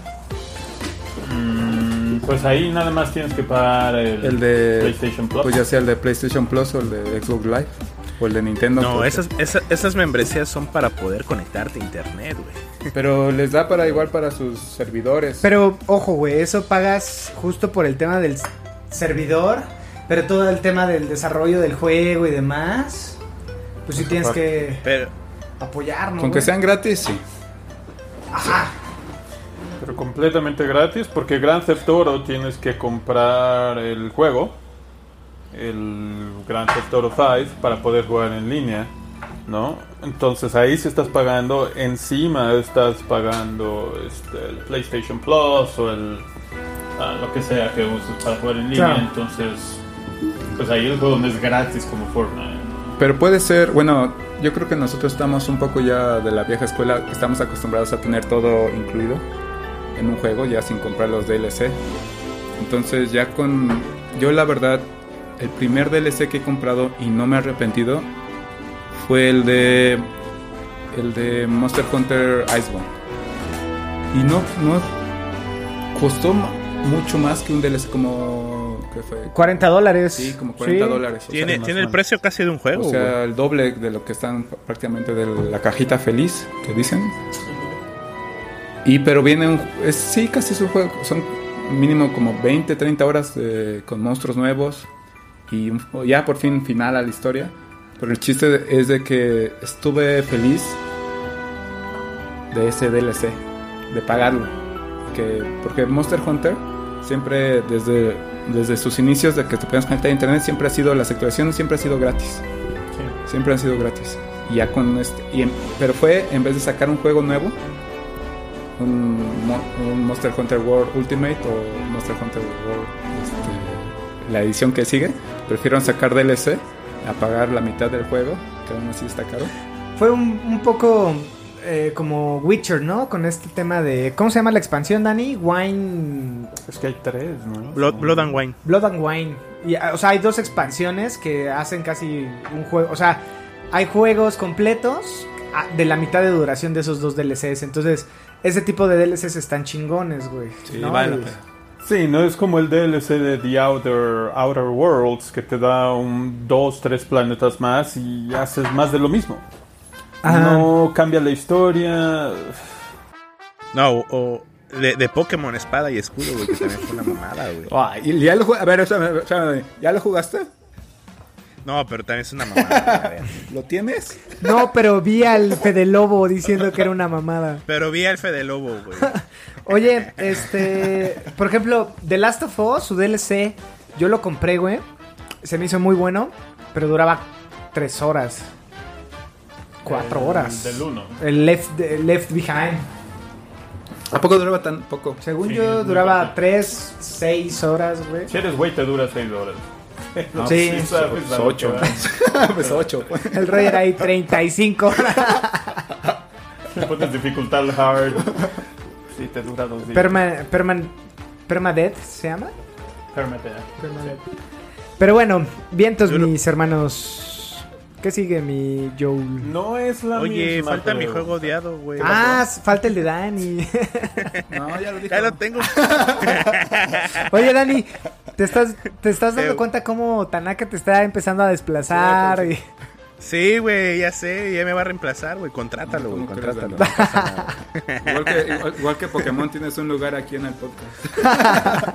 [SPEAKER 6] Pues ahí nada más tienes que pagar el de PlayStation Plus.
[SPEAKER 5] Pues ya sea el de PlayStation Plus o el de Xbox Live o el de Nintendo.
[SPEAKER 4] No, esas membresías son para poder conectarte a internet, güey.
[SPEAKER 5] Pero les da igual para sus servidores.
[SPEAKER 3] Pero ojo, güey, eso pagas justo por el tema del servidor, pero todo el tema del desarrollo del juego y demás, pues sí tienes que apoyarnos.
[SPEAKER 5] Con que sean gratis, sí.
[SPEAKER 3] Ajá.
[SPEAKER 6] Pero completamente gratis, porque Grand Theft Auto tienes que comprar el juego, el Grand Theft Auto 5, para poder jugar en línea. ¿no? Entonces ahí sí estás pagando, encima estás pagando el PlayStation Plus o lo que sea que uses para jugar en línea.
[SPEAKER 3] Claro.
[SPEAKER 6] Entonces, pues ahí el juego no es gratis como Fortnite.
[SPEAKER 5] Pero puede ser, bueno, yo creo que nosotros estamos un poco ya de la vieja escuela, que estamos acostumbrados a tener todo incluido en un juego, ya sin comprar los DLC. Entonces yo la verdad, el primer DLC que he comprado y no me he arrepentido fue el de Monster Hunter Iceborne. Y no costó mucho más que un DLC, como ¿qué fue?
[SPEAKER 3] $40.
[SPEAKER 5] Sí, como $40.
[SPEAKER 4] Tiene el precio casi de un juego,
[SPEAKER 5] O sea,
[SPEAKER 4] güey.
[SPEAKER 5] el doble de lo que están prácticamente de la cajita feliz, que dicen. Pero viene sí, casi es un juego. Son mínimo como 20, 30 horas con monstruos nuevos. Y ya por fin final a la historia. Pero el chiste es de que estuve feliz de ese DLC, de pagarlo. Porque Monster Hunter siempre, desde sus inicios de que te puedas conectar a internet, siempre ha sido, las actualizaciones siempre ha sido gratis.
[SPEAKER 6] Sí.
[SPEAKER 5] Siempre han sido gratis. Y ya con pero fue, en vez de sacar un juego nuevo, un Monster Hunter World Ultimate o Monster Hunter World, la edición que sigue, prefirieron sacar DLC a pagar la mitad del juego, que aún así está caro.
[SPEAKER 3] Fue un poco como Witcher, ¿no? Con este tema de... ¿Cómo se llama la expansión, Dani? Wine...
[SPEAKER 6] Es que hay 3, ¿no?
[SPEAKER 4] Blood and Wine.
[SPEAKER 3] Blood and Wine. Y, o sea, hay 2 expansiones que hacen casi un juego. O sea, hay juegos completos de la mitad de duración de esos 2 DLCs. Entonces, ese tipo de DLCs están chingones, güey.
[SPEAKER 5] Sí,
[SPEAKER 3] ¿no?
[SPEAKER 5] vale la pena.
[SPEAKER 6] Sí, no es como el DLC de The Outer Worlds, que te da 2, 3 planetas más y haces más de lo mismo.
[SPEAKER 3] Ajá.
[SPEAKER 6] No cambia la historia.
[SPEAKER 4] No, o de Pokémon Espada y Escudo, güey, que también fue una mamada, güey.
[SPEAKER 5] Y ya lo a ver, espérame, ¿ya lo jugaste?
[SPEAKER 4] No, pero también es una mamada. A ver.
[SPEAKER 5] ¿Lo tienes?
[SPEAKER 3] No, pero vi al Fede Lobo diciendo que era una mamada.
[SPEAKER 4] Pero vi al Fede Lobo, güey.
[SPEAKER 3] Oye, por ejemplo, The Last of Us, su DLC, yo lo compré, güey. Se me hizo muy bueno, pero duraba 3 horas. 4 horas.
[SPEAKER 6] Del 1.
[SPEAKER 3] El Left Behind.
[SPEAKER 5] ¿A poco duraba tan poco?
[SPEAKER 3] Según
[SPEAKER 6] Sí,
[SPEAKER 3] yo,
[SPEAKER 6] muy
[SPEAKER 3] duraba
[SPEAKER 6] corto.
[SPEAKER 3] 3, 6 horas, güey.
[SPEAKER 6] Si eres güey, te dura 6 horas.
[SPEAKER 5] No,
[SPEAKER 3] Sí.
[SPEAKER 6] sabes a lo
[SPEAKER 5] 8.
[SPEAKER 6] que va.
[SPEAKER 5] Pues 8.
[SPEAKER 3] El Roger ahí 35 horas.
[SPEAKER 6] Le pones dificultad hard. Sí, te dura 2 días.
[SPEAKER 3] Permadeath se llama.
[SPEAKER 6] Permadeath.
[SPEAKER 3] Permadeath. Pero bueno, vientos,
[SPEAKER 4] Yo no-
[SPEAKER 3] mis hermanos. ¿Qué sigue, mi Joel?
[SPEAKER 6] No es la
[SPEAKER 4] Oye,
[SPEAKER 6] misma.
[SPEAKER 4] falta mi
[SPEAKER 6] pero-
[SPEAKER 4] juego odiado, güey.
[SPEAKER 3] Ah, falta el de Dani.
[SPEAKER 5] No, ya lo dije.
[SPEAKER 4] Ya lo tengo.
[SPEAKER 3] Oye, Dani, ¿te estás dando cuenta cómo Tanaka te está empezando a desplazar?
[SPEAKER 5] Sí,
[SPEAKER 3] Y...
[SPEAKER 4] Sí, güey, ya sé, ya me va a reemplazar, güey. Contrátalo, güey,
[SPEAKER 5] ¿Cómo crees,
[SPEAKER 4] contrátalo.
[SPEAKER 5] Dani?
[SPEAKER 4] No pasa nada.
[SPEAKER 5] Igual que Pokémon, tienes un lugar aquí en el podcast.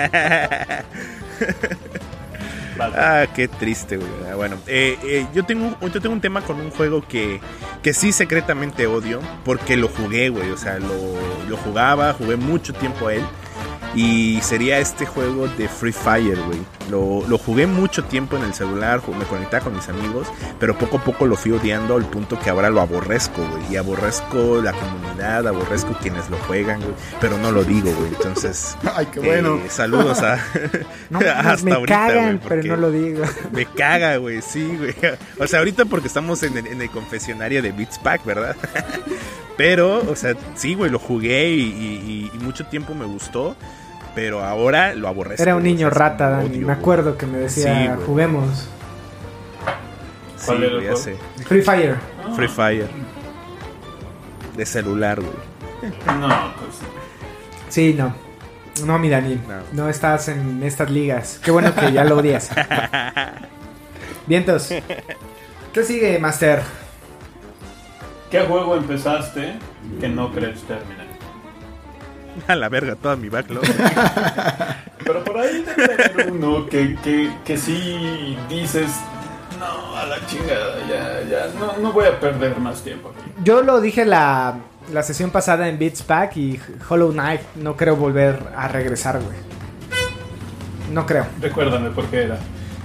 [SPEAKER 4] Ah, qué triste, güey. Bueno, yo tengo un tema con un juego que sí secretamente odio, porque lo jugué, güey. O sea, lo jugué mucho tiempo a él. Y sería este juego de Free Fire, güey. Lo jugué mucho tiempo en el celular, me conectaba con mis amigos, pero poco a poco lo fui odiando al punto que ahora lo aborrezco, güey. Y aborrezco la comunidad, aborrezco quienes lo juegan, güey. Pero no lo digo, güey. Entonces,
[SPEAKER 5] Ay, qué bueno.
[SPEAKER 4] Saludos a...
[SPEAKER 3] No,
[SPEAKER 4] hasta
[SPEAKER 3] me
[SPEAKER 4] ahorita,
[SPEAKER 3] cagan,
[SPEAKER 4] güey,
[SPEAKER 3] pero
[SPEAKER 4] porque
[SPEAKER 3] no lo digo.
[SPEAKER 4] Me caga, güey, sí, güey. O sea, ahorita porque estamos en el confesionario de Beats Pack, ¿verdad? Pero, o sea, sí, güey, lo jugué y mucho tiempo me gustó. Pero ahora lo aborrezco.
[SPEAKER 3] Era un
[SPEAKER 4] güey,
[SPEAKER 3] niño
[SPEAKER 4] o sea,
[SPEAKER 3] rata,
[SPEAKER 4] lo
[SPEAKER 3] Dani.
[SPEAKER 4] odio,
[SPEAKER 3] Me
[SPEAKER 4] güey.
[SPEAKER 3] acuerdo que me decía,
[SPEAKER 4] Sí, güey.
[SPEAKER 3] juguemos.
[SPEAKER 4] Sí,
[SPEAKER 6] ¿Cuál era el
[SPEAKER 4] güey, ya
[SPEAKER 6] juego?
[SPEAKER 4] sé.
[SPEAKER 3] Free Fire.
[SPEAKER 4] Free Fire. De celular, güey.
[SPEAKER 6] No, pues.
[SPEAKER 3] Sí, no. No, mi Dani.
[SPEAKER 4] No.
[SPEAKER 3] No estás en estas ligas. Qué bueno que ya lo odias. Vientos. ¿Qué sigue, Master?
[SPEAKER 6] ¿Qué juego empezaste que no crees terminar?
[SPEAKER 4] A la verga, toda mi backlog.
[SPEAKER 6] Pero por ahí debe haber uno que sí dices, no, a la chingada, ya, no voy a perder más tiempo aquí.
[SPEAKER 3] Yo lo dije la sesión pasada en Beats Pack y Hollow Knight no creo volver a regresar, güey. No creo.
[SPEAKER 6] Recuérdame por qué era.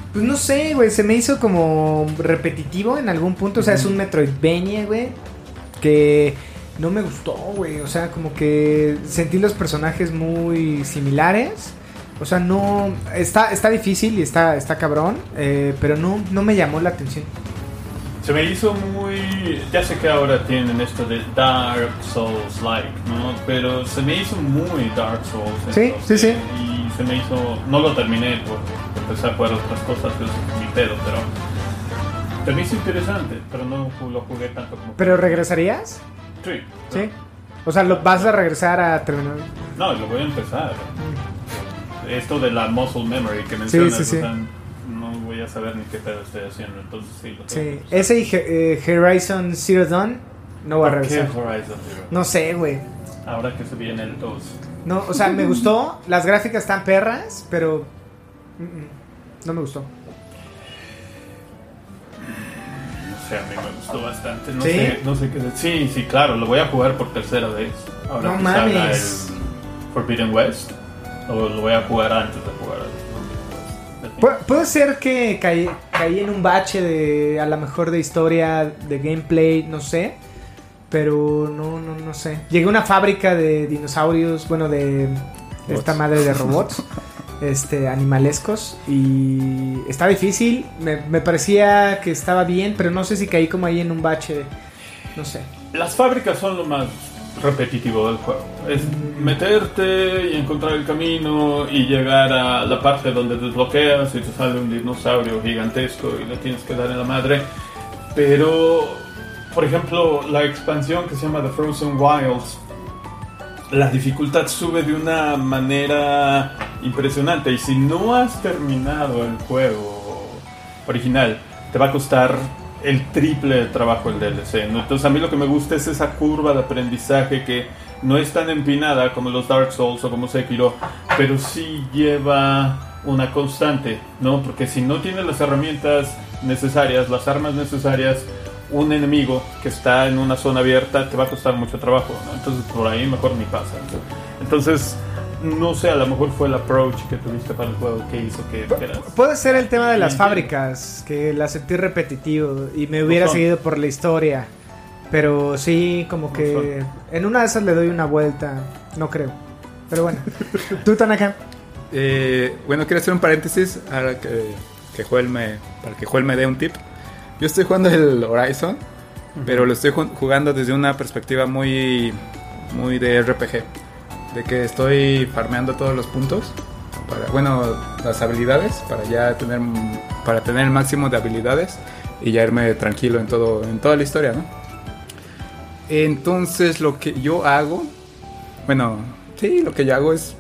[SPEAKER 3] Pues no sé, güey, se me hizo como repetitivo en algún punto. O sea, es un Metroidvania, güey, que no me gustó, güey. O sea, como que sentí los personajes muy similares. O sea, no... Está difícil y está cabrón, pero no me llamó la atención.
[SPEAKER 6] Se me hizo muy... Ya sé que ahora tienen esto de Dark Souls-like, ¿no? Pero se me hizo muy Dark Souls.
[SPEAKER 3] Sí,
[SPEAKER 6] entonces,
[SPEAKER 3] sí.
[SPEAKER 6] Y se me hizo... No lo terminé por empezar a jugar otras cosas, eso es mi pedo, pero... Se me hizo interesante, pero no lo jugué tanto como...
[SPEAKER 3] ¿Pero regresarías?
[SPEAKER 6] Sí.
[SPEAKER 3] Sí. O sea, ¿vas a regresar a terminar?
[SPEAKER 6] No, lo voy a empezar. Esto de la muscle memory que mencionas,
[SPEAKER 3] Sí.
[SPEAKER 6] o sea, no voy a saber ni qué pedo estoy haciendo, entonces sí. Lo tengo
[SPEAKER 3] Sí.
[SPEAKER 6] que empezar.
[SPEAKER 3] Ese y Horizon Zero Dawn no voy a
[SPEAKER 6] ¿Por qué
[SPEAKER 3] regresar.
[SPEAKER 6] Horizon Zero?
[SPEAKER 3] No sé, güey.
[SPEAKER 6] Ahora que se viene el 2.
[SPEAKER 3] No, o sea, me gustó. Las gráficas están perras, pero... no me gustó.
[SPEAKER 6] O sea, a mí me gustó bastante.
[SPEAKER 3] ¿Sí?
[SPEAKER 6] No sé qué decir. Sí, claro, lo voy a jugar por tercera vez. Ahora
[SPEAKER 3] No
[SPEAKER 6] que salga
[SPEAKER 3] mames.
[SPEAKER 6] el Forbidden West, lo voy a jugar antes de jugar el
[SPEAKER 3] Puede ser que caí en un bache de, a lo mejor, de historia, de gameplay, no sé. Pero no sé. Llegué a una fábrica de dinosaurios, bueno, de esta madre de robots, animalescos. Y está difícil. Me parecía que estaba bien, pero no sé si caí como ahí en un bache, no sé.
[SPEAKER 6] Las fábricas son lo más repetitivo del juego. Es meterte y encontrar el camino y llegar a la parte donde desbloqueas y te sale un dinosaurio gigantesco y le tienes que dar en la madre. Pero, por ejemplo, la expansión que se llama The Frozen Wilds, la dificultad sube de una manera impresionante. Y si no has terminado el juego original, te va a costar el triple de trabajo el DLC, ¿no? Entonces a mí lo que me gusta es esa curva de aprendizaje que no es tan empinada como los Dark Souls o como Sekiro, pero sí lleva una constante, ¿no? Porque si no tienes las herramientas necesarias, las armas necesarias, un enemigo que está en una zona abierta te va a costar mucho trabajo, ¿no? Entonces por ahí mejor ni pasa. Entonces, no sé, a lo mejor fue el approach que tuviste para el juego que hizo que eras...
[SPEAKER 3] Puede ser el tema de las fábricas, que la sentí repetitivo y me hubiera seguido por la historia. Pero sí, como que en una de esas le doy una vuelta. No creo. Pero bueno. ¿Tú, Tanaka?
[SPEAKER 5] Bueno, quiero hacer un paréntesis ahora que para que Joel me dé un tip. Yo estoy jugando el Horizon, pero lo estoy jugando desde una perspectiva muy de RPG. De que estoy farmeando todos los puntos las habilidades para tener el máximo de habilidades y ya irme tranquilo en toda la historia, ¿no? Entonces lo que yo hago, es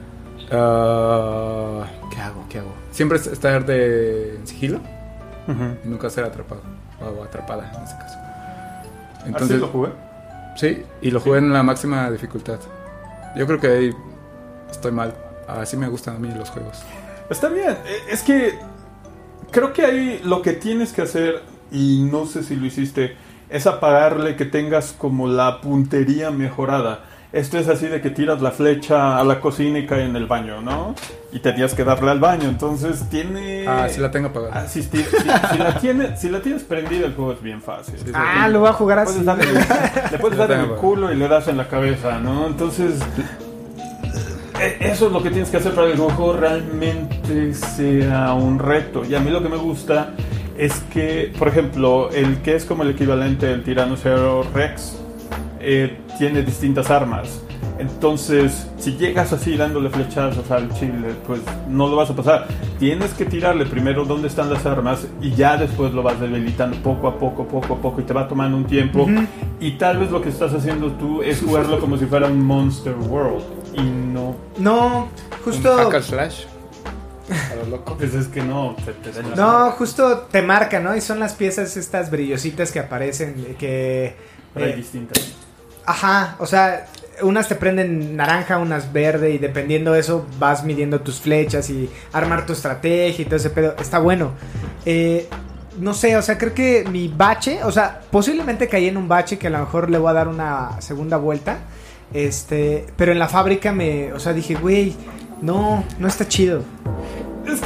[SPEAKER 5] ¿qué hago? Siempre estar en sigilo y nunca ser atrapado o atrapada en ese caso. Entonces
[SPEAKER 6] ¿Así lo jugué?
[SPEAKER 5] Sí, y lo jugué en la máxima dificultad. Yo creo que ahí estoy mal. Así me gustan a mí los juegos.
[SPEAKER 6] Está bien. Es que creo que ahí lo que tienes que hacer, y no sé si lo hiciste, es apagarle que tengas como la puntería mejorada. Esto es así de que tiras la flecha a la cocina y cae en el baño, ¿no? Y tenías que darle al baño. Entonces tiene...
[SPEAKER 5] sí la tengo apagada.
[SPEAKER 6] Si la tienes prendida, el juego es bien fácil.
[SPEAKER 5] Sí,
[SPEAKER 3] lo voy a jugar así.
[SPEAKER 6] Le puedes dar en el culo y le das en la cabeza, ¿no? Entonces, eso es lo que tienes que hacer para que el juego realmente sea un reto. Y a mí lo que me gusta es que, por ejemplo, el que es como el equivalente del Tyrannosaurus Rex, tiene distintas armas. Entonces, si llegas así dándole flechazos al chile, pues no lo vas a pasar. Tienes que tirarle primero dónde están las armas y ya después lo vas debilitando poco a poco y te va tomando un tiempo. Y tal vez lo que estás haciendo tú es jugarlo como si fuera un Monster World y no.
[SPEAKER 3] No, justo.
[SPEAKER 5] Un hack and slash. A lo loco.
[SPEAKER 6] Pues es que no, te den la
[SPEAKER 3] No, justo te marca, ¿no? Y son las piezas estas brillositas que aparecen que...
[SPEAKER 6] Pero hay distintas.
[SPEAKER 3] Ajá, o sea, unas te prenden naranja, unas verde y dependiendo de eso vas midiendo tus flechas y armar tu estrategia y todo ese pedo. Está bueno. No sé, o sea, creo que mi bache, o sea, posiblemente caí en un bache que a lo mejor le voy a dar una segunda vuelta. Pero en la fábrica o sea, dije, güey, no está chido.
[SPEAKER 6] Es que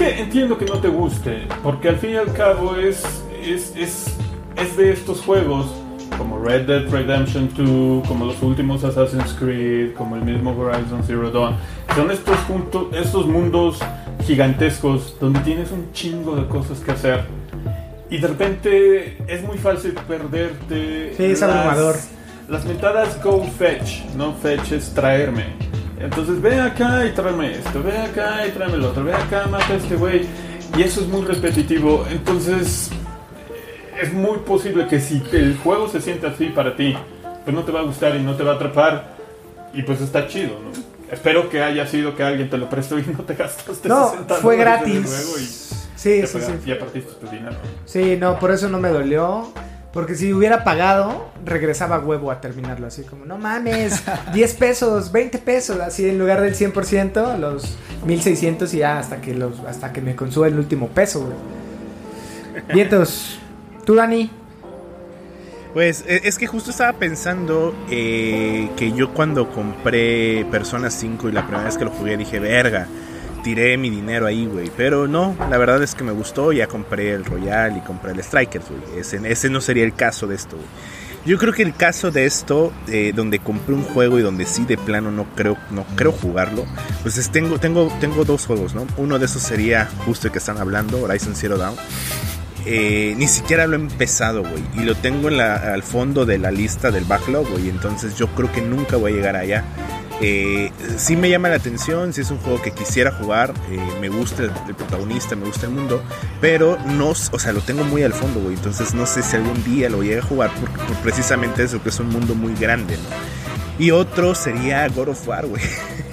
[SPEAKER 6] que entiendo que no te guste, porque al fin y al cabo es de estos juegos como Red Dead Redemption 2, como los últimos Assassin's Creed, como el mismo Horizon Zero Dawn. Son estos mundos gigantescos donde tienes un chingo de cosas que hacer y de repente es muy fácil perderte.
[SPEAKER 3] Sí, es abrumador.
[SPEAKER 6] Las mentadas go fetch, no fetch es traerme. Entonces ve acá y tráeme esto, ve acá y tráeme lo otro, ve acá, mata a este güey. Y eso es muy repetitivo. Entonces es muy posible que si el juego se siente así para ti, pues no te va a gustar y no te va a atrapar. Y pues está chido, ¿no? Espero que haya sido que alguien te lo prestó y no te gastaste
[SPEAKER 3] No,
[SPEAKER 6] 60
[SPEAKER 3] fue
[SPEAKER 6] dólares en el
[SPEAKER 3] gratis.
[SPEAKER 6] juego y
[SPEAKER 3] Sí,
[SPEAKER 6] ya,
[SPEAKER 3] sí, sí.
[SPEAKER 6] ya partiste tu dinero.
[SPEAKER 3] Sí, no, por eso no me dolió. Porque si hubiera pagado, regresaba a huevo a terminarlo. Así como, no mames, 10 pesos, 20 pesos. Así en lugar del 100%, los 1600 y ya hasta que me consuma el último peso, güey. Vientos. ¿Tú, Dani?
[SPEAKER 4] Pues es que justo estaba pensando que yo cuando compré Persona 5 y la primera vez que lo jugué dije, verga, tiré mi dinero ahí, güey. Pero no, la verdad es que me gustó, ya compré el Royal y compré el Strikers, güey. Ese no sería el caso de esto, güey. Yo creo que el caso de esto, donde compré un juego y donde sí de plano no creo jugarlo, pues tengo dos juegos, ¿no? Uno de esos sería justo el que están hablando, Horizon Zero Dawn. Ni siquiera lo he empezado, güey. Y lo tengo al fondo de la lista del backlog, güey. Entonces yo creo que nunca voy a llegar allá. Sí me llama la atención, sí es un juego que quisiera jugar, me gusta el protagonista, me gusta el mundo, pero no, o sea, lo tengo muy al fondo, güey. Entonces no sé si algún día lo llegue a jugar por precisamente eso, que es un mundo muy grande, ¿no? Y otro sería God of War, güey.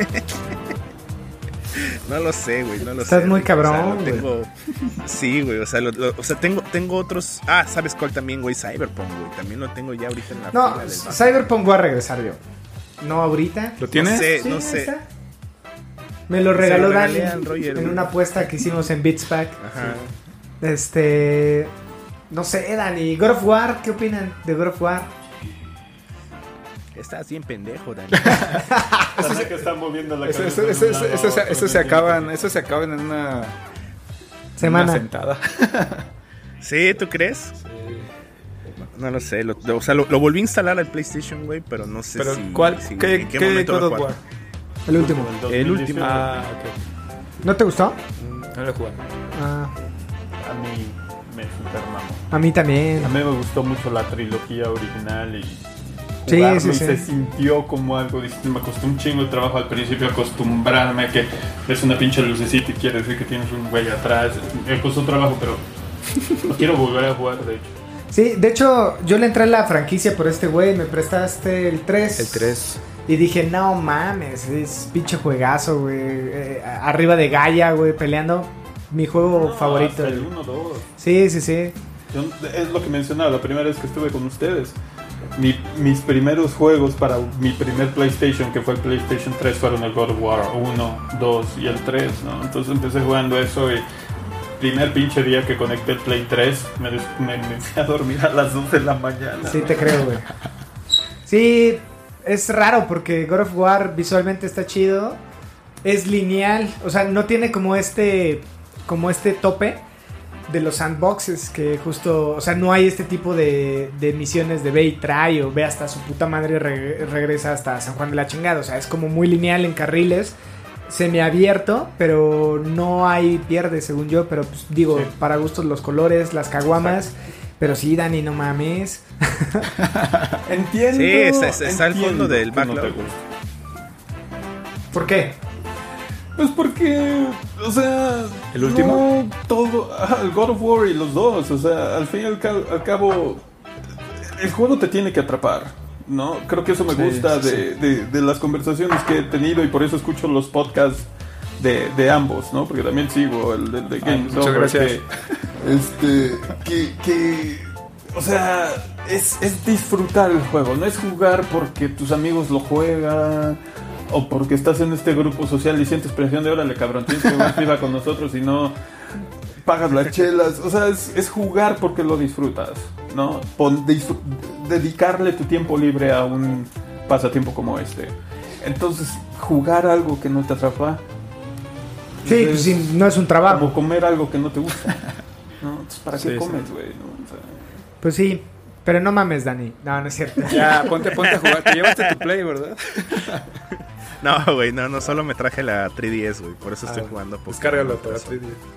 [SPEAKER 4] No lo sé, güey, no lo sé.
[SPEAKER 3] Estás muy cabrón,
[SPEAKER 4] o sea, tengo... Sí, güey, o sea, tengo otros... Ah, ¿sabes cuál también, güey? Cyberpunk, güey. También lo tengo ya ahorita en la
[SPEAKER 3] No,
[SPEAKER 4] fila del banco.
[SPEAKER 3] Cyberpunk voy a regresar yo. No ahorita.
[SPEAKER 5] ¿Lo tienes?
[SPEAKER 4] No
[SPEAKER 3] Sí,
[SPEAKER 4] sé.
[SPEAKER 3] está. Me lo regaló
[SPEAKER 4] Se lo
[SPEAKER 3] Dani
[SPEAKER 4] regalé al Roger,
[SPEAKER 3] en
[SPEAKER 4] güey.
[SPEAKER 3] una apuesta que hicimos en Beats Pack.
[SPEAKER 4] Ajá.
[SPEAKER 3] No sé, Dani. God of War, ¿qué opinan de God of War?
[SPEAKER 4] Estás bien pendejo, Dani.
[SPEAKER 6] Parece que están moviendo la
[SPEAKER 5] Eso
[SPEAKER 6] cabeza.
[SPEAKER 5] se acaban en una
[SPEAKER 3] Semana.
[SPEAKER 5] sentada.
[SPEAKER 4] ¿Sí? ¿Tú crees? No lo sé. O sea, lo volví a instalar al PlayStation, güey, pero no sé
[SPEAKER 5] Pero
[SPEAKER 4] si...
[SPEAKER 5] ¿cuál?
[SPEAKER 4] si-
[SPEAKER 5] ¿Qué
[SPEAKER 4] en qué momento
[SPEAKER 5] God
[SPEAKER 4] lo
[SPEAKER 5] of
[SPEAKER 4] juego.
[SPEAKER 5] War?
[SPEAKER 3] El último.
[SPEAKER 4] El último.
[SPEAKER 5] Ah, ok.
[SPEAKER 3] ¿No te gustó?
[SPEAKER 5] No lo he jugado.
[SPEAKER 3] Ah,
[SPEAKER 6] A mí me supermamo.
[SPEAKER 3] a mí también.
[SPEAKER 6] A mí me gustó mucho la trilogía original y
[SPEAKER 3] Sí,
[SPEAKER 6] jugarlo
[SPEAKER 3] sí,
[SPEAKER 6] y
[SPEAKER 3] sí.
[SPEAKER 6] se sintió como algo distinto. Me costó un chingo de trabajo al principio acostumbrarme a que es una pinche lucecita y quiere decir que tienes un güey atrás. Me costó trabajo, pero lo quiero volver a jugar, de hecho.
[SPEAKER 3] Sí, de hecho, yo le entré a la franquicia por este güey. Me prestaste el 3.
[SPEAKER 5] El 3.
[SPEAKER 3] Y dije, no mames, es pinche juegazo, güey. Arriba de Gaia, güey, peleando. Mi juego
[SPEAKER 6] No,
[SPEAKER 3] favorito.
[SPEAKER 6] hasta el 1, 2.
[SPEAKER 3] Sí, sí, sí.
[SPEAKER 6] Es lo que mencionaba la primera vez que estuve con ustedes. Mis primeros juegos para mi primer PlayStation, que fue el PlayStation 3, fueron el God of War 1, 2 y el 3, ¿no? Entonces empecé jugando eso y primer pinche día que conecté el Play 3 me fui a dormir a las 2 de la mañana.
[SPEAKER 3] Sí, te creo, güey. Sí, es raro porque God of War visualmente está chido. Es lineal, o sea, no tiene como este tope de los sandboxes que justo, o sea, no hay este tipo de misiones de ve y trae o ve hasta su puta madre y regresa hasta San Juan de la Chingada. O sea, es como muy lineal en carriles, semiabierto, pero no hay pierde, según yo. Pero pues digo,
[SPEAKER 6] Sí.
[SPEAKER 3] para gustos los colores, las caguamas.
[SPEAKER 6] Exacto.
[SPEAKER 3] Pero sí, Dani, no mames.
[SPEAKER 6] Entiendo.
[SPEAKER 4] Sí, está al fondo del
[SPEAKER 6] que no te
[SPEAKER 4] backlog.
[SPEAKER 6] gusta.
[SPEAKER 3] ¿Por qué?
[SPEAKER 6] Pues porque, o sea...
[SPEAKER 5] ¿El último?
[SPEAKER 6] No, todo... El God of War y los dos, o sea, al fin y al cabo... El juego te tiene que atrapar, ¿no? Creo que eso me
[SPEAKER 5] Sí,
[SPEAKER 6] gusta
[SPEAKER 5] sí,
[SPEAKER 6] de las conversaciones que he tenido y por eso escucho los podcasts de ambos, ¿no? Porque también sigo el de Games
[SPEAKER 5] muchas
[SPEAKER 6] Over,
[SPEAKER 5] gracias.
[SPEAKER 6] que o sea, es disfrutar el juego, no es jugar porque tus amigos lo juegan o porque estás en este grupo social y sientes presión de órale cabrón, tienes que jugar FIFA con nosotros y no pagas las chelas, o sea, es jugar porque lo disfrutas, ¿no? Dedicarle tu tiempo libre a un pasatiempo como este. Entonces, jugar algo que no te atrapa,
[SPEAKER 3] Sí, pues sí, no es un trabajo.
[SPEAKER 6] Como comer algo que no te gusta. ¿No? Entonces, ¿para qué
[SPEAKER 5] Sí,
[SPEAKER 6] comes, güey? ¿No? O sea,
[SPEAKER 3] Pues sí, pero no mames, Dani. No es cierto.
[SPEAKER 5] Ya, ponte a jugar. Te llevaste tu Play, ¿verdad?
[SPEAKER 4] No, güey, no, solo me traje la 3DS, güey. Por eso estoy jugando Pokémon.
[SPEAKER 5] Descárgalo para
[SPEAKER 4] Eso.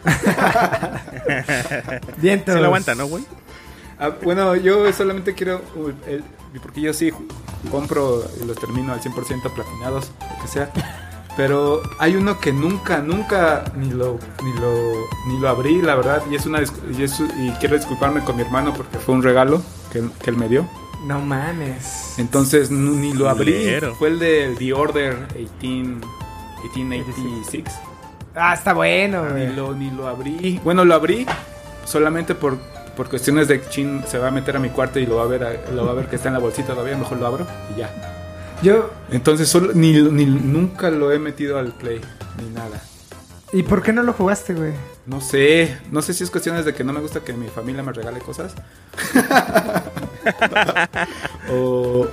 [SPEAKER 5] 3D.
[SPEAKER 3] Vientos.
[SPEAKER 4] Se lo aguanta, ¿no, güey?
[SPEAKER 5] Bueno, yo solamente quiero... porque yo sí compro y los termino al 100% platinados, lo que sea. Pero hay uno que nunca ni lo abrí, la verdad. Y quiero disculparme con mi hermano porque fue un regalo que él me dio.
[SPEAKER 3] No mames.
[SPEAKER 5] Entonces ni lo abrí.
[SPEAKER 4] Culero.
[SPEAKER 5] Fue el de The Order 1886.
[SPEAKER 3] Ah, está bueno, güey.
[SPEAKER 5] Ni lo abrí. Bueno, lo abrí solamente por cuestiones de Chin se va a meter a mi cuarto y lo va a ver que está en la bolsita todavía. Mejor lo abro y ya. Entonces nunca lo he metido al Play ni nada.
[SPEAKER 3] ¿Y por qué no lo jugaste, güey?
[SPEAKER 5] No sé si es cuestiones de que no me gusta que mi familia me regale cosas. o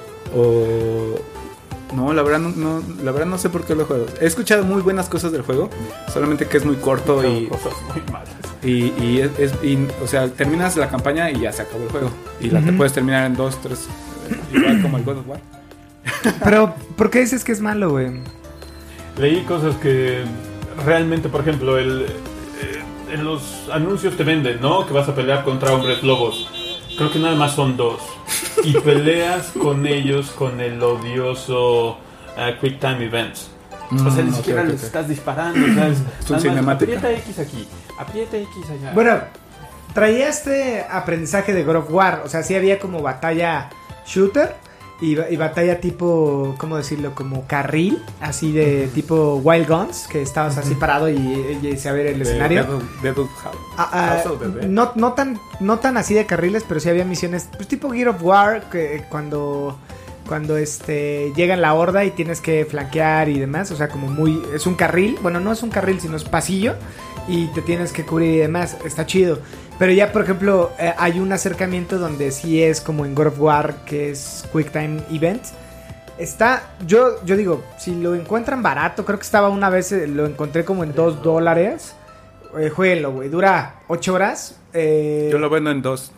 [SPEAKER 5] no, la verdad no sé por qué lo juego. He escuchado muy buenas cosas del juego, solamente que es muy corto y
[SPEAKER 6] cosas muy malas.
[SPEAKER 5] y o sea, terminas la campaña y ya se acabó el juego y te puedes terminar en 2, 3 igual como el God of War.
[SPEAKER 3] Pero, ¿por qué dices que es malo, güey?
[SPEAKER 6] Leí cosas que realmente, por ejemplo, en los anuncios te venden, ¿no? Que vas a pelear contra hombres lobos. Creo que nada más son 2. Y peleas con ellos con el odioso Quick Time Events. O sea, ni siquiera les estás disparando, ¿sabes?
[SPEAKER 5] Es un cinemática.
[SPEAKER 6] Aprieta X aquí, aprieta X allá.
[SPEAKER 3] Bueno, traía este aprendizaje de God of War. O sea, sí había como batalla shooter y batalla tipo, ¿cómo decirlo? Como carril, así de tipo Wild Guns, que estabas así parado y se ve el escenario. No tan así de carriles, pero sí había misiones, pues tipo Gear of War, que cuando llegan la horda y tienes que flanquear y demás, o sea, como muy, es un carril, bueno, no es un carril, sino es pasillo y te tienes que cubrir y demás, está chido. Pero ya, por ejemplo, hay un acercamiento donde sí es como en God of War, que es Quick Time Events. Yo digo, si lo encuentran barato, creo que estaba una vez, lo encontré como en $2. Jueguenlo, güey, dura 8 horas.
[SPEAKER 5] Yo lo vendo en 2.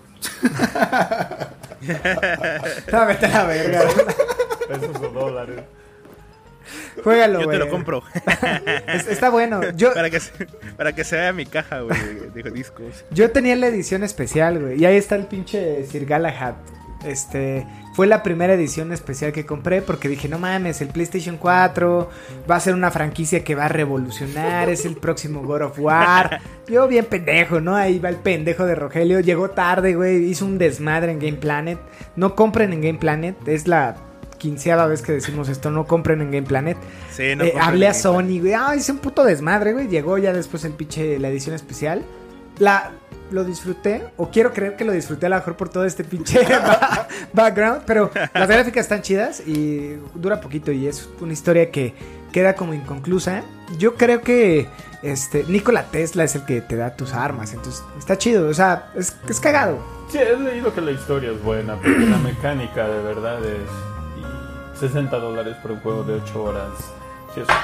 [SPEAKER 3] No, vete a la verga.
[SPEAKER 6] Pesos o dólares.
[SPEAKER 3] Juégalo,
[SPEAKER 4] Yo
[SPEAKER 3] güey.
[SPEAKER 4] te lo compro.
[SPEAKER 3] Está bueno.
[SPEAKER 4] Para que se vea mi caja, güey, de discos.
[SPEAKER 3] Yo tenía la edición especial, güey. Y ahí está el pinche Sir Galahad. Fue la primera edición especial que compré porque dije, no mames, el PlayStation 4 va a ser una franquicia que va a revolucionar, es el próximo God of War. Yo bien pendejo, ¿no? Ahí va el pendejo de Rogelio, llegó tarde, güey, hizo un desmadre en Game Planet. No compren en Game Planet, es la 15ª vez que decimos esto, no compren en Game Planet.
[SPEAKER 4] Sí, no
[SPEAKER 3] hablé a Sony, güey, hice un puto desmadre, güey, llegó ya después el pinche, la edición especial. Lo disfruté, o quiero creer que lo disfruté a lo mejor por todo este pinche background, pero las gráficas están chidas y dura poquito y es una historia que queda como inconclusa. Yo creo que Nikola Tesla es el que te da tus armas, entonces está chido, o sea, es cagado.
[SPEAKER 6] Sí, he leído que la historia es buena, porque la mecánica de verdad es... y $60 por un juego de 8 horas. Sí, es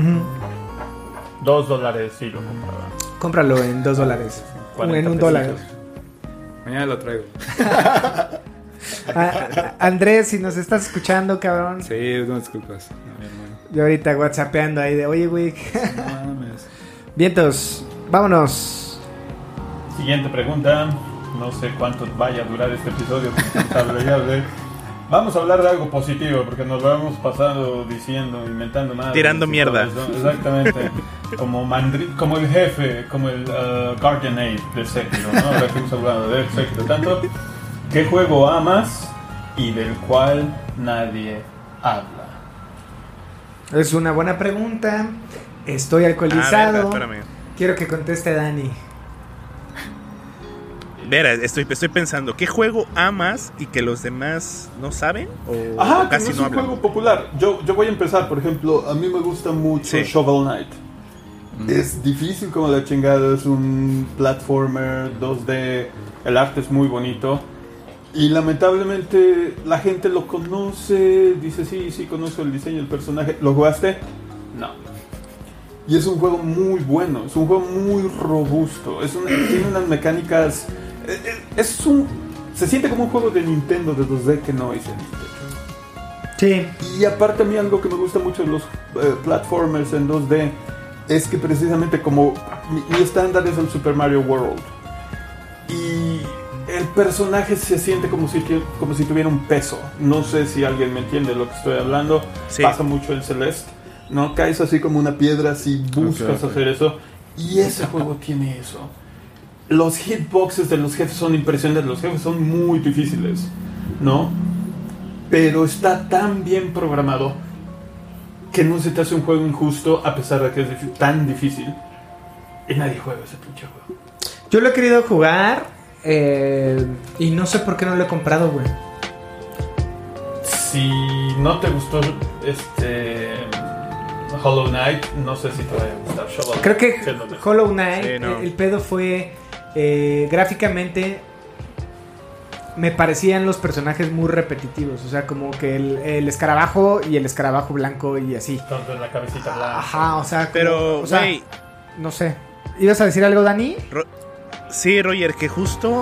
[SPEAKER 6] $2 sí lo compraba.
[SPEAKER 3] Cómpralo en $2. En $1.
[SPEAKER 5] Mañana lo traigo.
[SPEAKER 3] Andrés, si nos estás escuchando, cabrón.
[SPEAKER 5] Sí, no disculpas. No, mi hermano.
[SPEAKER 3] Yo ahorita whatsappeando ahí de, oye, güey.
[SPEAKER 5] No mames.
[SPEAKER 3] Vientos, vámonos.
[SPEAKER 6] Siguiente pregunta. No sé cuánto vaya a durar este episodio. Vamos a hablar de algo positivo, porque nos lo hemos pasado diciendo, inventando más.
[SPEAKER 4] Tirando mierda.
[SPEAKER 6] Exactamente. Como el jefe, como el Guardian Aid de Sekiro, ¿no? Ahora que hemos hablado de Sekiro. Tanto, ¿qué juego amas y del cual nadie habla?
[SPEAKER 3] Es una buena pregunta. Estoy alcoholizado.
[SPEAKER 4] Espérame.
[SPEAKER 3] Quiero que conteste Dani.
[SPEAKER 4] Vera, estoy pensando, ¿qué juego amas y que los demás no saben? ¿O
[SPEAKER 6] Ajá,
[SPEAKER 4] casi
[SPEAKER 6] que no es
[SPEAKER 4] no
[SPEAKER 6] un
[SPEAKER 4] hablan?
[SPEAKER 6] juego popular. Yo voy a empezar, por ejemplo, a mí me gusta mucho
[SPEAKER 4] Sí.
[SPEAKER 6] Shovel Knight. Es difícil como la chingada, es un platformer 2D, el arte es muy bonito. Y lamentablemente la gente lo conoce, dice sí, conozco el diseño del personaje. ¿Lo jugaste? No. Y es un juego muy bueno, es un juego muy robusto, tiene unas mecánicas... Se siente como un juego de Nintendo de 2D que no hice Nintendo.
[SPEAKER 3] Sí.
[SPEAKER 6] Y aparte a mí algo que me gusta mucho de los platformers en 2D es que precisamente como mi estándar es el Super Mario World. Y el personaje se siente como si tuviera un peso. No sé si alguien me entiende de lo que estoy hablando.
[SPEAKER 4] Sí.
[SPEAKER 6] Pasa mucho en Celeste, ¿no? Caes así como una piedra si buscas hacer eso. Y ese juego tiene eso. Los hitboxes de los jefes son impresionantes. Los jefes son muy difíciles, ¿no? Pero está tan bien programado que no se te hace un juego injusto a pesar de que es tan difícil. Y nadie juega ese pinche juego.
[SPEAKER 3] Yo lo he querido jugar y no sé por qué no lo he comprado, güey.
[SPEAKER 6] Si no te gustó Hollow Knight, no sé si te vaya a gustar Shovel
[SPEAKER 3] Creo
[SPEAKER 6] Knight,
[SPEAKER 3] que Hollow Knight,
[SPEAKER 4] Sí, no.
[SPEAKER 3] el pedo fue gráficamente me parecían los personajes muy repetitivos. O sea, como que el escarabajo y el escarabajo blanco y así.
[SPEAKER 6] con la cabecita blanca.
[SPEAKER 3] Ajá, o sea, como,
[SPEAKER 4] Pero,
[SPEAKER 3] o sea,
[SPEAKER 4] güey,
[SPEAKER 3] no sé. ¿Ibas a decir algo, Dani?
[SPEAKER 4] sí, Roger, que justo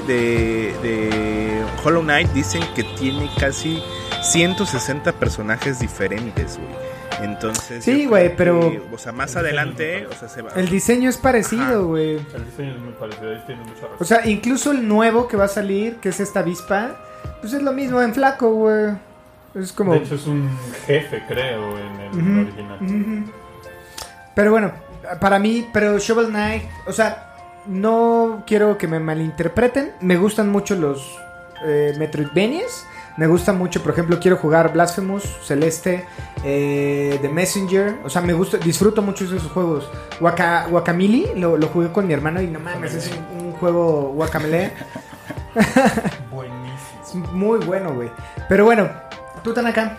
[SPEAKER 4] de Hollow Knight dicen que tiene casi 160 personajes diferentes, güey. Entonces,
[SPEAKER 3] Sí,
[SPEAKER 4] yo
[SPEAKER 3] güey,
[SPEAKER 4] creo
[SPEAKER 3] pero-
[SPEAKER 4] que, o sea, más adelante, o sea, se va.
[SPEAKER 3] El diseño es parecido, güey.
[SPEAKER 6] El diseño es muy parecido, ahí tiene mucha razón.
[SPEAKER 3] O sea, incluso el nuevo que va a salir, que es esta avispa, pues es lo mismo en flaco, güey. Es como...
[SPEAKER 6] De hecho es un jefe, creo, en el original.
[SPEAKER 3] Ujú. Pero bueno, para mí, pero Shovel Knight, o sea, no quiero que me malinterpreten. Me gustan mucho los Metroidvanias. Me gusta mucho, por ejemplo, quiero jugar Blasphemous, Celeste, The Messenger. O sea, me gusta, disfruto mucho de esos juegos. Guacamelee, lo jugué con mi hermano y no mames, es un juego guacamele.
[SPEAKER 6] Buenísimo.
[SPEAKER 3] Es muy bueno, güey. Pero bueno, tú, Tanaka.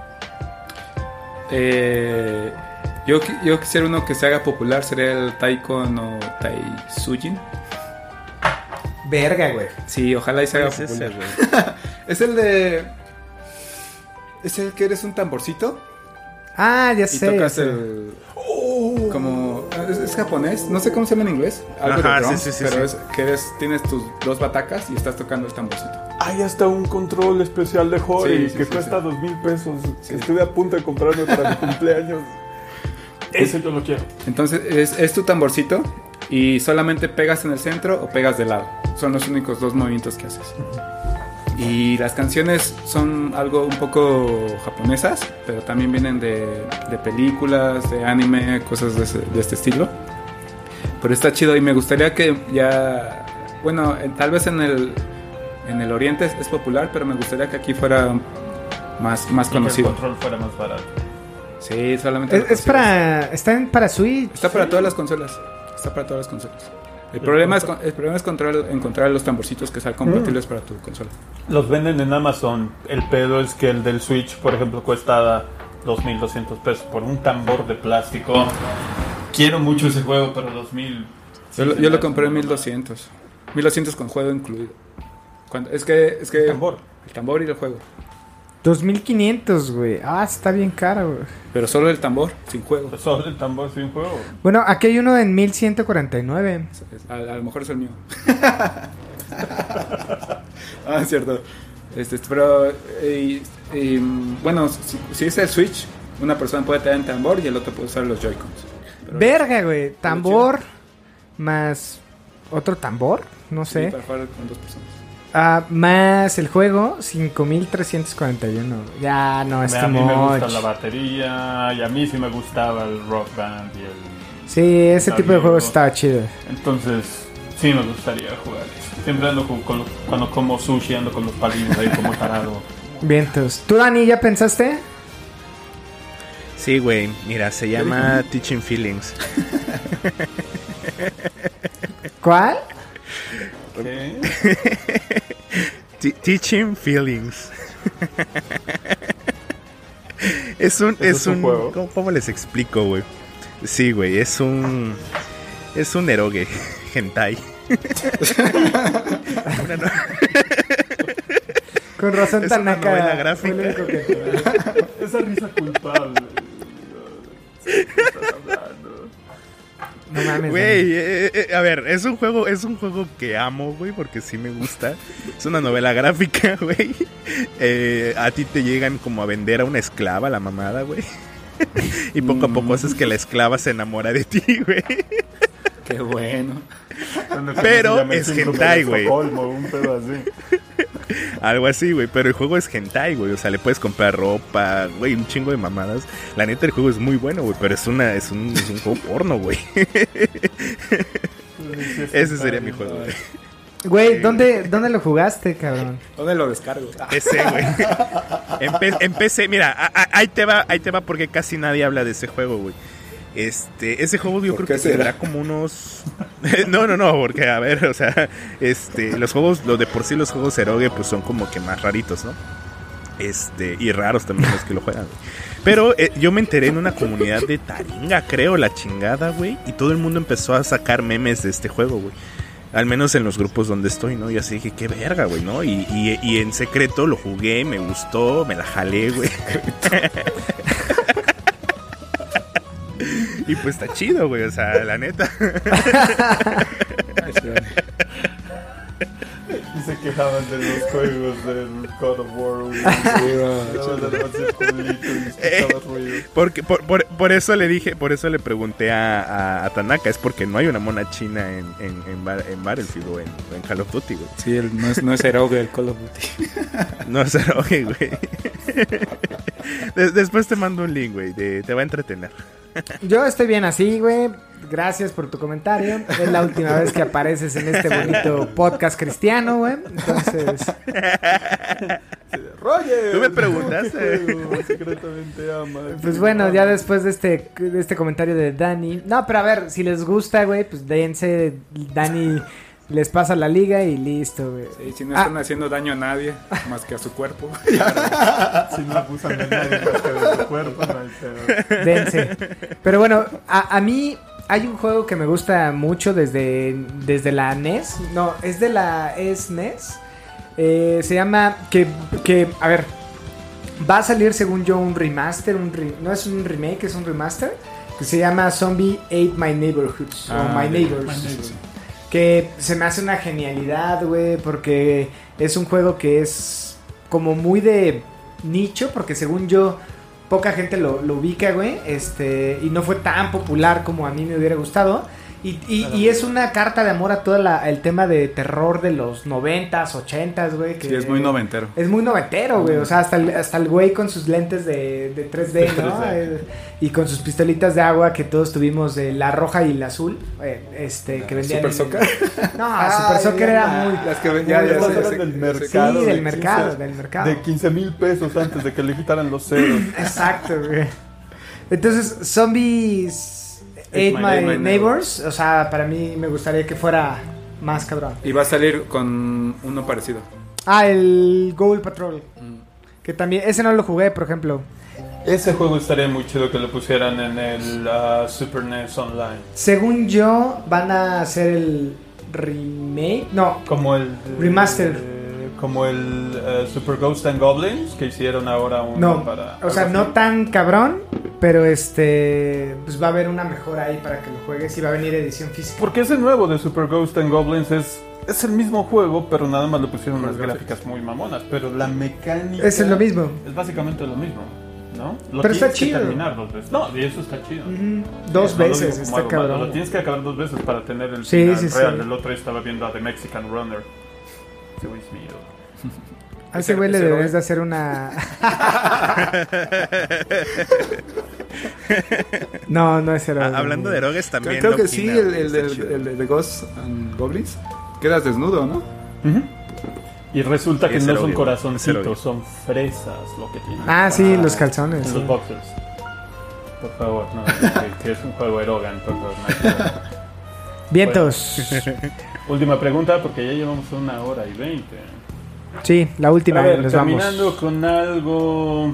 [SPEAKER 5] Yo quisiera uno que se haga popular, sería el Taiko no Taitsujin.
[SPEAKER 3] Verga, güey.
[SPEAKER 5] Sí, ojalá y se haga
[SPEAKER 4] ¿Cuál es
[SPEAKER 5] popular.
[SPEAKER 4] ese, güey?
[SPEAKER 5] Es el de... Es el que eres un tamborcito
[SPEAKER 3] Ah, ya
[SPEAKER 5] y
[SPEAKER 3] sé.
[SPEAKER 5] tocas
[SPEAKER 3] ya sé.
[SPEAKER 5] el... Como... Es japonés, no sé cómo se llama en inglés. Algo
[SPEAKER 4] Ajá,
[SPEAKER 5] de drums,
[SPEAKER 4] sí, sí,
[SPEAKER 5] pero
[SPEAKER 4] sí.
[SPEAKER 5] es que tienes tus dos batacas y estás tocando el tamborcito.
[SPEAKER 6] Hay hasta un control especial de Hori
[SPEAKER 5] Sí,
[SPEAKER 6] que
[SPEAKER 5] sí,
[SPEAKER 6] cuesta
[SPEAKER 5] sí.
[SPEAKER 6] 2,000 pesos.
[SPEAKER 5] Sí.
[SPEAKER 6] Que estuve a punto de comprarme para mi cumpleaños. Ese yo lo quiero.
[SPEAKER 5] Entonces es tu tamborcito y solamente pegas en el centro o pegas de lado. Son los únicos dos movimientos que haces. Y las canciones son algo un poco japonesas, pero también vienen de películas, de anime, cosas de este estilo. Pero está chido y me gustaría que ya... Bueno, tal vez en el oriente es popular, pero me gustaría que aquí fuera más
[SPEAKER 6] Y que el
[SPEAKER 5] conocido.
[SPEAKER 6] control fuera más barato.
[SPEAKER 5] Sí, solamente...
[SPEAKER 3] Es para... Está para Switch.
[SPEAKER 5] Está para todas las consolas. Está para todas las consolas. El problema es encontrar los tamborcitos que sean compatibles para tu consola.
[SPEAKER 6] Los venden en Amazon. El pedo es que el del Switch, por ejemplo, cuesta 2,200 pesos por un tambor de plástico. Quiero mucho ese juego, pero 2,000...
[SPEAKER 5] Yo lo compré en 1200. 1200 con juego incluido. Es que
[SPEAKER 6] El tambor.
[SPEAKER 5] el tambor y el juego.
[SPEAKER 3] 2,500, güey. Ah, está bien caro, güey.
[SPEAKER 5] Pero solo el tambor, sin juego.
[SPEAKER 6] Solo el tambor sin juego.
[SPEAKER 3] Bueno, aquí hay uno en 1149.
[SPEAKER 5] A lo mejor es el mío. Es cierto. Pero bueno, si es el Switch, una persona puede tener el tambor y el otro puede usar los Joy-Cons. Pero-
[SPEAKER 3] Verga, güey. Tambor más otro tambor, no
[SPEAKER 5] Sí,
[SPEAKER 3] sé.
[SPEAKER 5] para jugar con dos personas.
[SPEAKER 3] Más el juego, 5,341. Ya no es
[SPEAKER 6] A
[SPEAKER 3] too
[SPEAKER 6] mí me gusta
[SPEAKER 3] much.
[SPEAKER 6] la batería y a mí sí me gustaba el Rock Band y el...
[SPEAKER 3] Sí, ese
[SPEAKER 6] Está
[SPEAKER 3] tipo de
[SPEAKER 6] bien,
[SPEAKER 3] juegos
[SPEAKER 6] ¿no?
[SPEAKER 3] estaba chido.
[SPEAKER 6] Entonces, sí me gustaría jugar eso. Siempre ando cuando como sushi, ando con los palillos ahí como tarado.
[SPEAKER 3] Vientos. ¿Tú, Dani, ya pensaste?
[SPEAKER 4] Sí, güey. Mira, se llama Teaching Feelings.
[SPEAKER 3] ¿Cuál?
[SPEAKER 6] ¿Qué?
[SPEAKER 4] Teaching Feelings. es un
[SPEAKER 6] juego?
[SPEAKER 4] ¿cómo les explico, güey? Sí, güey, es un eroge hentai.
[SPEAKER 3] Con razón
[SPEAKER 4] Es una
[SPEAKER 3] Tanaka.
[SPEAKER 4] novela gráfica.
[SPEAKER 3] fue el único que-
[SPEAKER 6] Esa risa culpable. ¿Qué estás hablando?
[SPEAKER 3] No mames.
[SPEAKER 4] Güey, a ver, es un juego que amo, güey, porque sí me gusta. Es una novela gráfica, güey. A ti te llegan como a vender a una esclava, la mamada, güey. Y poco a poco haces que la esclava se enamora de ti, güey.
[SPEAKER 5] Qué bueno.
[SPEAKER 4] Pero es hentai, güey.
[SPEAKER 6] Un pedo así.
[SPEAKER 4] Algo así, güey. Pero el juego es hentai, güey. O sea, le puedes comprar ropa, güey, un chingo de mamadas. La neta, el juego es muy bueno, güey. Pero es un juego porno, güey. Ese sería mi juego, güey.
[SPEAKER 3] Güey, ¿dónde lo jugaste, cabrón?
[SPEAKER 5] ¿Dónde lo descargo?
[SPEAKER 4] PC, güey. En PC, mira, ahí te va porque casi nadie habla de ese juego, güey. Ese juego yo creo que tendrá como unos... No, porque a ver, o sea, los juegos, de por sí los juegos eroge pues son como que más raritos, ¿no? Y raros también los que lo juegan, güey. Pero yo me enteré en una comunidad de Taringa, creo, la chingada, güey, y todo el mundo empezó a sacar memes de este juego, güey. Al menos en los grupos donde estoy, ¿no? Y así dije, qué verga, güey, ¿no? Y en secreto lo jugué, me gustó, me la jalé, güey. Y pues está chido, güey, o sea, la neta.
[SPEAKER 6] Y se quejaban de los juegos del God of War, güey.
[SPEAKER 4] Porque por eso le dije, por eso le pregunté a Tanaka, es porque no hay una mona china en Battlefield o en Call of Duty, güey.
[SPEAKER 5] Sí, no es eroge el Call of Duty.
[SPEAKER 4] No es eroge, güey. Después te mando un link, güey, te va a entretener.
[SPEAKER 3] Yo estoy bien así, güey. Gracias por tu comentario. Es la última vez que apareces en este bonito podcast cristiano, güey. Entonces...
[SPEAKER 5] Roger,
[SPEAKER 4] tú me preguntaste.
[SPEAKER 6] Secretamente ama.
[SPEAKER 3] Pues bueno, ya después de este comentario de Dani. No, pero a ver, si les gusta, güey, pues dense. Dani les pasa la liga y listo, güey.
[SPEAKER 5] Sí, si no están haciendo daño a nadie, más que a su cuerpo.
[SPEAKER 6] Si no abusan de nadie más que de su cuerpo, no hay pedo.
[SPEAKER 3] Dense. Pero bueno, a mí hay un juego que me gusta mucho desde la NES. No, es de la SNES. Se llama a ver, va a salir según yo un remaster, no es un remake, es un remaster, que se llama Zombie Ate My Neighborhoods o My Neighbors. Que se me hace una genialidad, güey, porque es un juego que es como muy de nicho, porque según yo poca gente lo ubica, güey, y no fue tan popular como a mí me hubiera gustado. Y es una carta de amor a todo el tema de terror de los 90s, 80s, güey.
[SPEAKER 5] Sí, es muy noventero.
[SPEAKER 3] Es muy noventero, güey. O sea, hasta el güey con sus lentes de 3D, ¿no? Y con sus pistolitas de agua que todos tuvimos, la roja y la azul. Que vendían.
[SPEAKER 5] ¿Super Soccer?
[SPEAKER 3] No, Super Soccer era muy...
[SPEAKER 5] Las que vendían
[SPEAKER 6] del mercado.
[SPEAKER 3] Sí, del mercado.
[SPEAKER 6] De 15,000 pesos antes de que le quitaran los ceros.
[SPEAKER 3] Exacto, güey. Entonces, Zombies... Ate My Neighbors, o sea, para mí me gustaría que fuera más cabrón.
[SPEAKER 5] Y va a salir con uno parecido.
[SPEAKER 3] El Ghoul Patrol. Que también, ese no lo jugué, por ejemplo.
[SPEAKER 6] Ese juego estaría muy chido que lo pusieran en el Super NES Online.
[SPEAKER 3] Según yo, van a hacer el remake, no,
[SPEAKER 6] como el
[SPEAKER 3] remaster.
[SPEAKER 6] Como el Super Ghosts and Goblins que hicieron ahora uno para...
[SPEAKER 3] O sea, no tan cabrón, pero pues va a haber una mejora ahí para que lo juegues y va a venir edición física.
[SPEAKER 6] Porque ese nuevo de Super Ghosts and Goblins es el mismo juego, pero nada más le pusieron unas gráficas muy mamonas, pero la mecánica...
[SPEAKER 3] Es lo mismo.
[SPEAKER 6] Es básicamente lo mismo, ¿no?
[SPEAKER 3] Pero está chido.
[SPEAKER 6] Terminar 2 veces. No, y eso está chido.
[SPEAKER 3] Dos veces, está cabrón.
[SPEAKER 6] Lo tienes que acabar 2 veces para tener el
[SPEAKER 3] final
[SPEAKER 6] real.
[SPEAKER 3] Sí.
[SPEAKER 6] El otro estaba viendo a The Mexican Runner. Ese güey es mío.
[SPEAKER 3] A ese güey le debes de hacer una... No es eroge.
[SPEAKER 4] Hablando de eroges también.
[SPEAKER 5] Creo que sí, el de Ghosts and Goblins. Quedas desnudo, ¿no?
[SPEAKER 6] Y resulta que
[SPEAKER 4] es
[SPEAKER 6] no
[SPEAKER 4] eroge,
[SPEAKER 6] son corazoncitos,
[SPEAKER 4] es
[SPEAKER 6] son fresas lo que tienen.
[SPEAKER 3] Ah, sí, los calzones.
[SPEAKER 6] Los boxers. Por favor, no, que es un juego erogan, por favor. No.
[SPEAKER 3] Vientos.
[SPEAKER 6] Bueno, última pregunta, porque ya llevamos 1:20.
[SPEAKER 3] Sí, la última.
[SPEAKER 6] A ver,
[SPEAKER 3] nos
[SPEAKER 6] terminando
[SPEAKER 3] vamos
[SPEAKER 6] con algo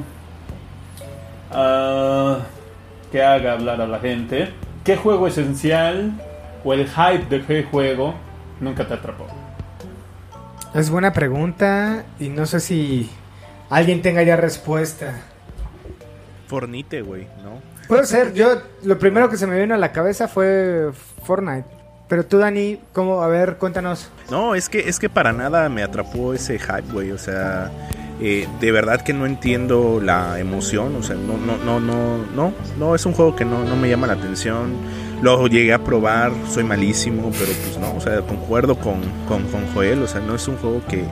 [SPEAKER 6] que haga hablar a la gente. ¿Qué juego esencial o el hype de qué juego nunca te atrapó?
[SPEAKER 3] Es buena pregunta y no sé si alguien tenga ya respuesta.
[SPEAKER 4] Fornite, güey, ¿no?
[SPEAKER 3] Puede ser, yo lo primero que se me vino a la cabeza fue Fortnite. Pero tú, Dani, ¿cómo? A ver, cuéntanos.
[SPEAKER 4] No, es que para nada me atrapó ese hype, güey. O sea, de verdad que no entiendo la emoción. O sea, no es un juego que no me llama la atención. Lo llegué a probar, soy malísimo, pero pues no, o sea, concuerdo con Joel. O sea, no es un juego que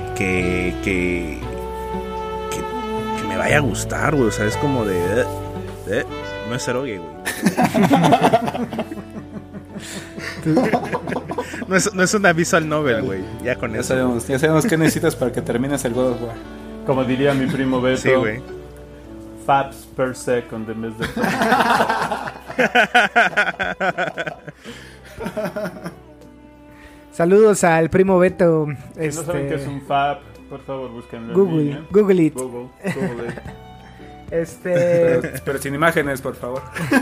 [SPEAKER 4] me vaya a gustar, güey. O sea, es como de... no es eroge, güey. No es una visual novel, güey. Ya con
[SPEAKER 5] Ya
[SPEAKER 4] eso.
[SPEAKER 5] sabemos qué necesitas para que termines el God of War.
[SPEAKER 6] Como diría mi primo Beto,
[SPEAKER 4] Sí, güey.
[SPEAKER 6] faps per second en vez de...
[SPEAKER 3] Saludos al primo Beto.
[SPEAKER 6] Si no saben qué es un fap, por favor búsquenlo en
[SPEAKER 3] Google,
[SPEAKER 6] línea.
[SPEAKER 3] Google it.
[SPEAKER 6] Google it.
[SPEAKER 5] Pero sin imágenes, por favor.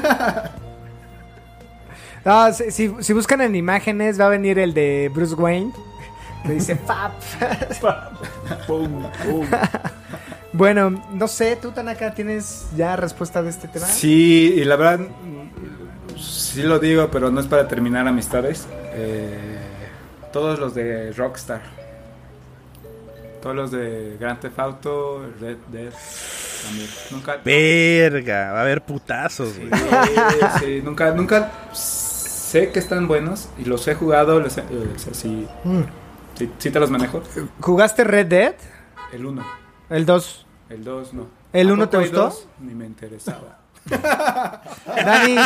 [SPEAKER 3] No, si buscan en imágenes va a venir el de Bruce Wayne. Que dice Fap.
[SPEAKER 6] Pum, pum.
[SPEAKER 3] Bueno, no sé, tú, Tanaka, ¿tienes ya respuesta de este tema?
[SPEAKER 5] Sí, y la verdad, sí lo digo, pero no es para terminar amistades. Todos los de Rockstar. Todos los de Grand Theft Auto, Red Dead. También. Nunca.
[SPEAKER 4] Verga, va a haber putazos, güey.
[SPEAKER 5] Sí, nunca sé que están buenos y los he jugado. Sí te los manejo.
[SPEAKER 3] ¿Jugaste Red Dead?
[SPEAKER 5] El 1.
[SPEAKER 3] El 2.
[SPEAKER 5] El 2 no.
[SPEAKER 3] ¿El
[SPEAKER 5] ¿A
[SPEAKER 3] 1 te
[SPEAKER 5] poco hay
[SPEAKER 3] gustó?
[SPEAKER 5] 2? Ni me interesaba.
[SPEAKER 3] Dani,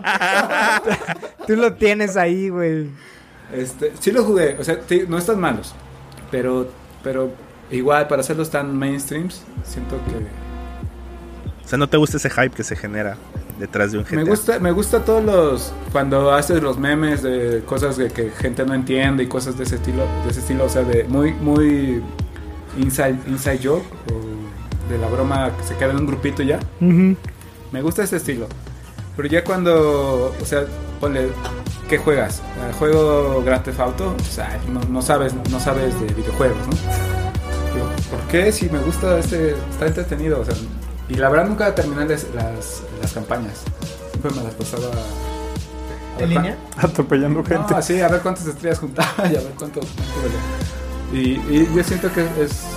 [SPEAKER 3] tú lo tienes ahí, güey.
[SPEAKER 5] Sí lo jugué, o sea, no están malos, pero igual para hacerlos tan mainstreams, siento que
[SPEAKER 4] O sea, ¿no te gusta ese hype que se genera detrás de un GTA?
[SPEAKER 5] me gusta todos cuando haces los memes de cosas que gente no entiende y cosas de ese estilo, o sea, de muy inside joke o de la broma que se queda en un grupito ya.
[SPEAKER 3] Uh-huh.
[SPEAKER 5] Me gusta ese estilo. Pero ya cuando, o sea, ponle, ¿qué juegas? ¿Juego Grand Theft Auto? O sea, no sabes de videojuegos, ¿no? Digo, ¿por qué? Si me gusta está entretenido, o sea, y la verdad nunca terminé las campañas. Siempre me las pasaba
[SPEAKER 3] ¿En línea?
[SPEAKER 6] Atropellando gente.
[SPEAKER 5] no, así, a ver cuántas estrellas juntaba y a ver cuánto valía. Y yo siento que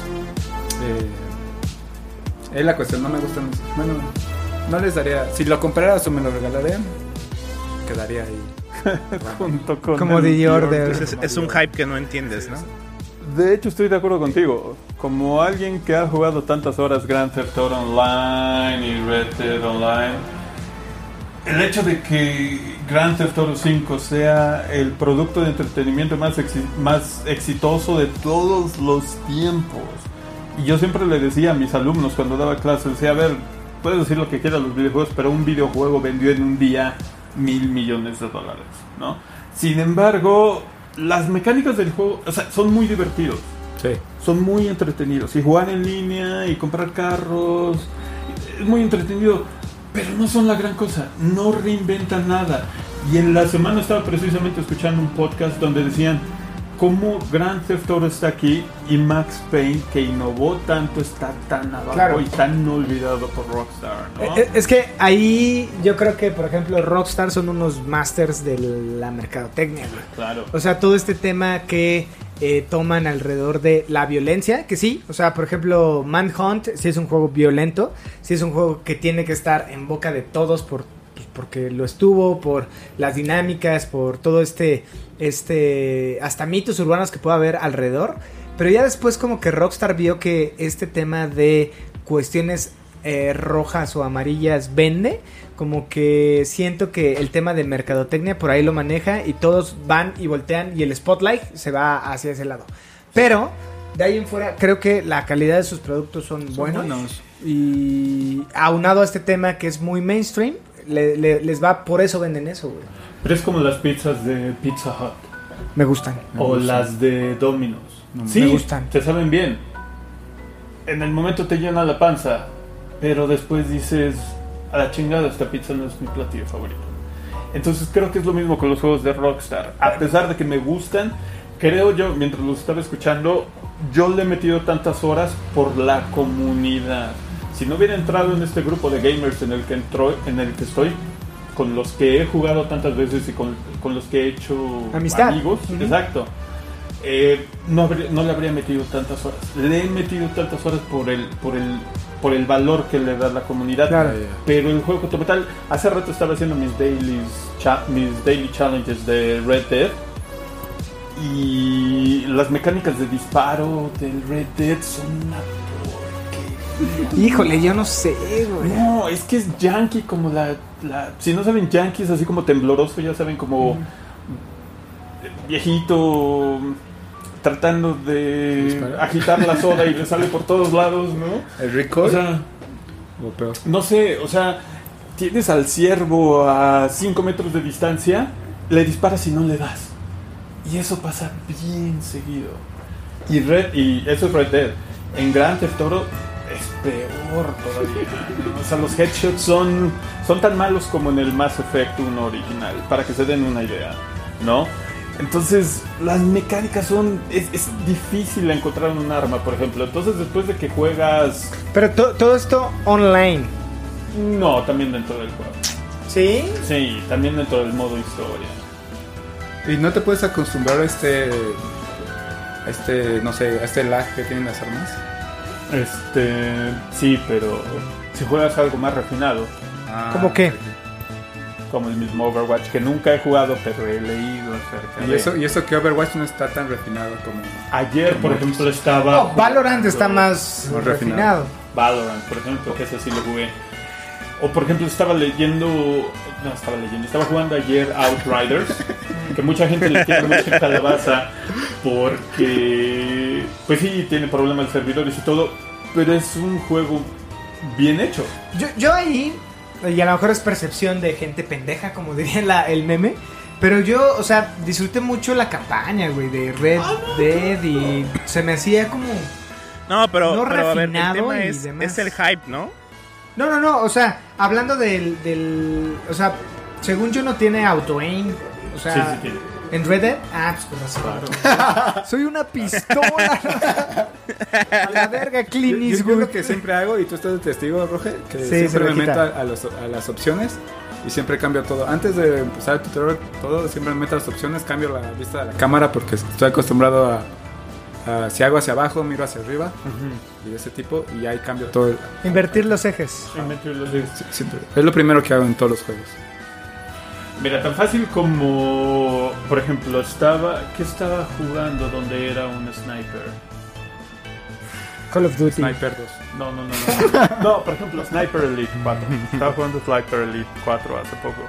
[SPEAKER 5] es la cuestión, no me gustan. Bueno, no les daría. Si lo compraras o me lo regalarían, quedaría ahí.
[SPEAKER 6] Junto con
[SPEAKER 3] Como
[SPEAKER 6] el
[SPEAKER 3] The
[SPEAKER 6] The
[SPEAKER 3] Order.
[SPEAKER 4] Entonces es un hype que no entiendes, ¿no?
[SPEAKER 6] De hecho, estoy de acuerdo contigo. Como alguien que ha jugado tantas horas Grand Theft Auto Online y Red Dead Online, el hecho de que Grand Theft Auto 5 sea el producto de entretenimiento más exitoso de todos los tiempos. Y yo siempre le decía a mis alumnos cuando daba clases, decía, a ver, puedes decir lo que quieras los videojuegos, pero un videojuego vendió en un día $1,000 millones, ¿no? Sin embargo, las mecánicas del juego, o sea, son muy divertidos.
[SPEAKER 5] Sí.
[SPEAKER 6] Son muy entretenidos. Y jugar en línea y comprar carros es muy entretenido, pero no son la gran cosa. No reinventan nada. Y en la semana estaba precisamente escuchando un podcast donde decían cómo Grand Theft Auto está aquí y Max Payne, que innovó tanto, está tan abajo,
[SPEAKER 3] Claro.
[SPEAKER 6] y tan olvidado por Rockstar, ¿no?
[SPEAKER 3] Es que ahí yo creo que, por ejemplo, Rockstar son unos masters de la mercadotecnia, güey.
[SPEAKER 6] Claro.
[SPEAKER 3] O sea, todo este tema que toman alrededor de la violencia, que sí, o sea, por ejemplo, Manhunt sí es un juego violento, sí es un juego que tiene que estar en boca de todos porque lo estuvo, por las dinámicas, por todo hasta mitos urbanos que pueda haber alrededor, pero ya después como que Rockstar vio que este tema de cuestiones rojas o amarillas vende, como que siento que el tema de mercadotecnia por ahí lo maneja y todos van y voltean y el spotlight se va hacia ese lado, pero de ahí en fuera creo que la calidad de sus productos son buenos. Y aunado a este tema que es muy mainstream, les va, por eso venden eso, güey.
[SPEAKER 6] Pero es como las pizzas de Pizza Hut
[SPEAKER 3] Me gustan.
[SPEAKER 6] o las de Domino's.
[SPEAKER 3] me gustan.
[SPEAKER 6] Te saben bien. En el momento te llena la panza, pero después dices, a la chingada, esta pizza no es mi platillo favorito. Entonces creo que es lo mismo con los juegos de Rockstar. A pesar de que me gustan, creo yo, mientras los estaba escuchando, yo le he metido tantas horas por la comunidad. si no hubiera entrado en este grupo de gamers en el que estoy, con los que he jugado tantas veces y con los que he hecho
[SPEAKER 3] amistad,
[SPEAKER 6] amigos, exacto, no le habría metido tantas horas. Le he metido tantas horas por el valor que le da la comunidad,
[SPEAKER 3] claro.
[SPEAKER 6] Pero el juego como tal, hace rato estaba haciendo mis daily challenges de Red Dead, y las mecánicas de disparo del Red Dead son una porquería.
[SPEAKER 3] Híjole, yo no sé, güey.
[SPEAKER 6] No, es que es yankee como si no saben yankee es así como tembloroso, ya saben, como viejito tratando de agitar la soda y le sale por todos lados, ¿no?
[SPEAKER 5] ¿El recoil?
[SPEAKER 6] O sea,
[SPEAKER 5] o peor.
[SPEAKER 6] no sé, o sea, tienes al ciervo a 5 metros de distancia, le disparas y no le das. Y eso pasa bien seguido. Y eso es Red Dead. En Grand Theft Auto es peor todavía, ¿no? O sea, los headshots son tan malos como en el Mass Effect 1 original, para que se den una idea, ¿no? Entonces, las mecánicas es difícil encontrar un arma, por ejemplo. Entonces, después de que juegas...
[SPEAKER 3] Pero todo esto online.
[SPEAKER 6] No, también dentro del juego.
[SPEAKER 3] ¿Sí?
[SPEAKER 6] Sí, también dentro del modo historia.
[SPEAKER 5] ¿Y no te puedes acostumbrar a no sé, a este lag que tienen las armas?
[SPEAKER 6] Sí, pero si juegas algo más refinado,
[SPEAKER 3] ¿Cómo qué?
[SPEAKER 6] como el mismo Overwatch, que nunca he jugado, pero he leído acerca
[SPEAKER 5] Y eso que Overwatch no está tan refinado como...
[SPEAKER 6] Ayer, por ejemplo, estaba...
[SPEAKER 3] No, Valorant está más
[SPEAKER 5] Más
[SPEAKER 3] refinado.
[SPEAKER 6] Valorant, por ejemplo, que ese sí lo jugué. O por ejemplo, estaba jugando ayer Outriders, que mucha gente le tiene mucha calabaza porque, pues sí, tiene problemas de servidores y todo, pero es un juego bien hecho.
[SPEAKER 3] Yo ahí, y a lo mejor es percepción de gente pendeja, como diría el meme, pero yo, o sea, disfruté mucho la campaña, güey, de Red Dead y se me hacía como...
[SPEAKER 4] No, pero a ver, el
[SPEAKER 3] refinado
[SPEAKER 4] tema
[SPEAKER 3] y
[SPEAKER 4] es
[SPEAKER 3] demás.
[SPEAKER 4] el hype, ¿no?
[SPEAKER 3] No, o sea, hablando del o sea, según yo no tiene auto-aim, o sea,
[SPEAKER 6] Sí, tiene.
[SPEAKER 3] en Red Dead, pues claro. Soy una pistola. A la verga, Clint
[SPEAKER 5] Yo
[SPEAKER 3] Eastwood.
[SPEAKER 5] lo que siempre hago, y tú estás de testigo, Roge, que
[SPEAKER 3] Sí,
[SPEAKER 5] siempre
[SPEAKER 3] se me
[SPEAKER 5] me meto
[SPEAKER 3] quita.
[SPEAKER 5] a las opciones y siempre cambio todo. Antes de empezar el tutorial, siempre me meto a las opciones, cambio la vista de la cámara porque estoy acostumbrado a si hago hacia abajo, miro hacia arriba y de ese tipo, y ahí cambio todo.
[SPEAKER 3] Invertir los ejes.
[SPEAKER 5] Siempre. Es lo primero que hago en todos los juegos.
[SPEAKER 6] Mira, tan fácil como, por ejemplo, ¿qué estaba jugando donde era un sniper?
[SPEAKER 3] Call of Duty.
[SPEAKER 5] Sniper 2.
[SPEAKER 6] No. No, por ejemplo, Sniper Elite 4. Estaba jugando Sniper Elite 4 hace poco.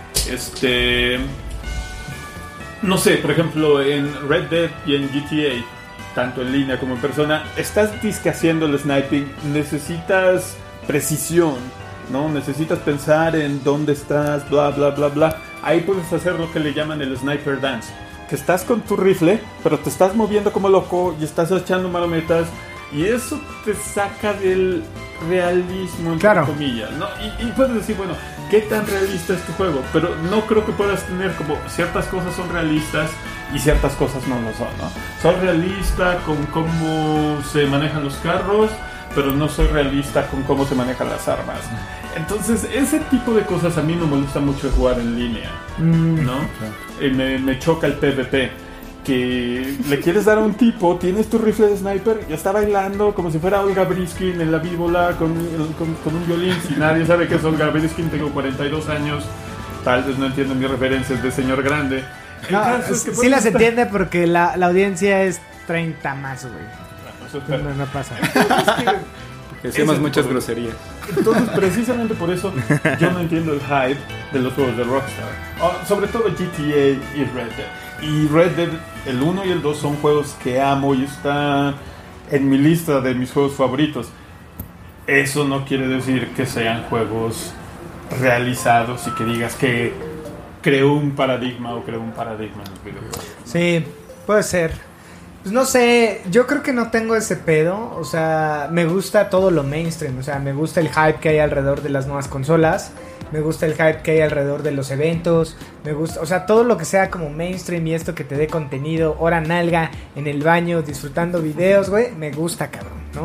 [SPEAKER 6] No sé, por ejemplo, en Red Dead y en GTA, tanto en línea como en persona, estás disque haciendo el sniping, necesitas precisión, ¿no? Necesitas pensar en dónde estás, bla, bla, bla, bla. Ahí puedes hacer lo que le llaman el sniper dance, que estás con tu rifle, pero te estás moviendo como loco y estás echando marometas, y eso te saca del realismo, entre comillas, ¿no? Y puedes decir, bueno, ¿qué tan realista es tu juego? Pero no creo que puedas tener como ciertas cosas son realistas y ciertas cosas no lo son, ¿no? Soy realista con cómo se manejan los carros, pero no soy realista con cómo se manejan las armas. Entonces, ese tipo de cosas a mí no me gusta mucho jugar en línea, ¿no? Me choca el PvP. Que le quieres dar a un tipo, tienes tu rifle de sniper y está bailando como si fuera Olga Briskin en la víbola con un violín. Si nadie sabe qué es Olga Briskin, tengo 42 años, tal vez no entienden mis referencias de señor grande.
[SPEAKER 3] No, sí las entiende porque la audiencia es 30 más, güey. No pasa.
[SPEAKER 5] Porque decimos muchas groserías.
[SPEAKER 6] Entonces, precisamente por eso yo no entiendo el hype de los juegos de Rockstar. Sobre todo GTA y Red Dead. Y Red Dead, el 1 y el 2 son juegos que amo y están en mi lista de mis juegos favoritos. Eso no quiere decir que sean juegos realizados y que digas que creó un paradigma en los videojuegos.
[SPEAKER 3] Sí, puede ser. Pues no sé, yo creo que no tengo ese pedo. O sea, me gusta todo lo mainstream. O sea, me gusta el hype que hay alrededor de las nuevas consolas. Me gusta el hype que hay alrededor de los eventos. Me gusta, o sea, todo lo que sea como mainstream y esto que te dé contenido, hora nalga, en el baño, disfrutando videos, güey. Me gusta, cabrón, ¿no?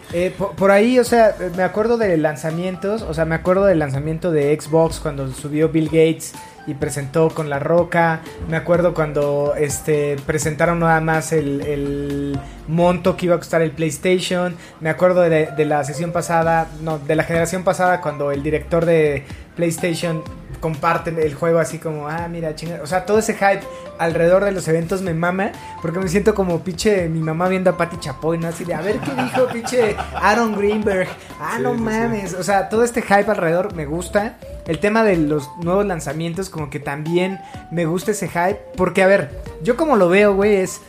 [SPEAKER 3] Por ahí, o sea, me acuerdo de lanzamientos, o sea, me acuerdo del lanzamiento de Xbox cuando subió Bill Gates y presentó con La Roca. Me acuerdo cuando presentaron nada más el monto que iba a costar el PlayStation. Me acuerdo de la sesión pasada, no, de la generación pasada, cuando el director de PlayStation comparte el juego así como, mira, chingada. O sea, todo ese hype alrededor de los eventos me mama, porque me siento como pinche mi mamá viendo a Pati Chapoy, ¿no? Así de, a ver qué dijo pinche Aaron Greenberg.
[SPEAKER 5] Sí,
[SPEAKER 3] No mames. O sea, todo este hype alrededor me gusta. El tema de los nuevos lanzamientos, como que también me gusta ese hype. Porque, a ver, yo como lo veo, güey, es...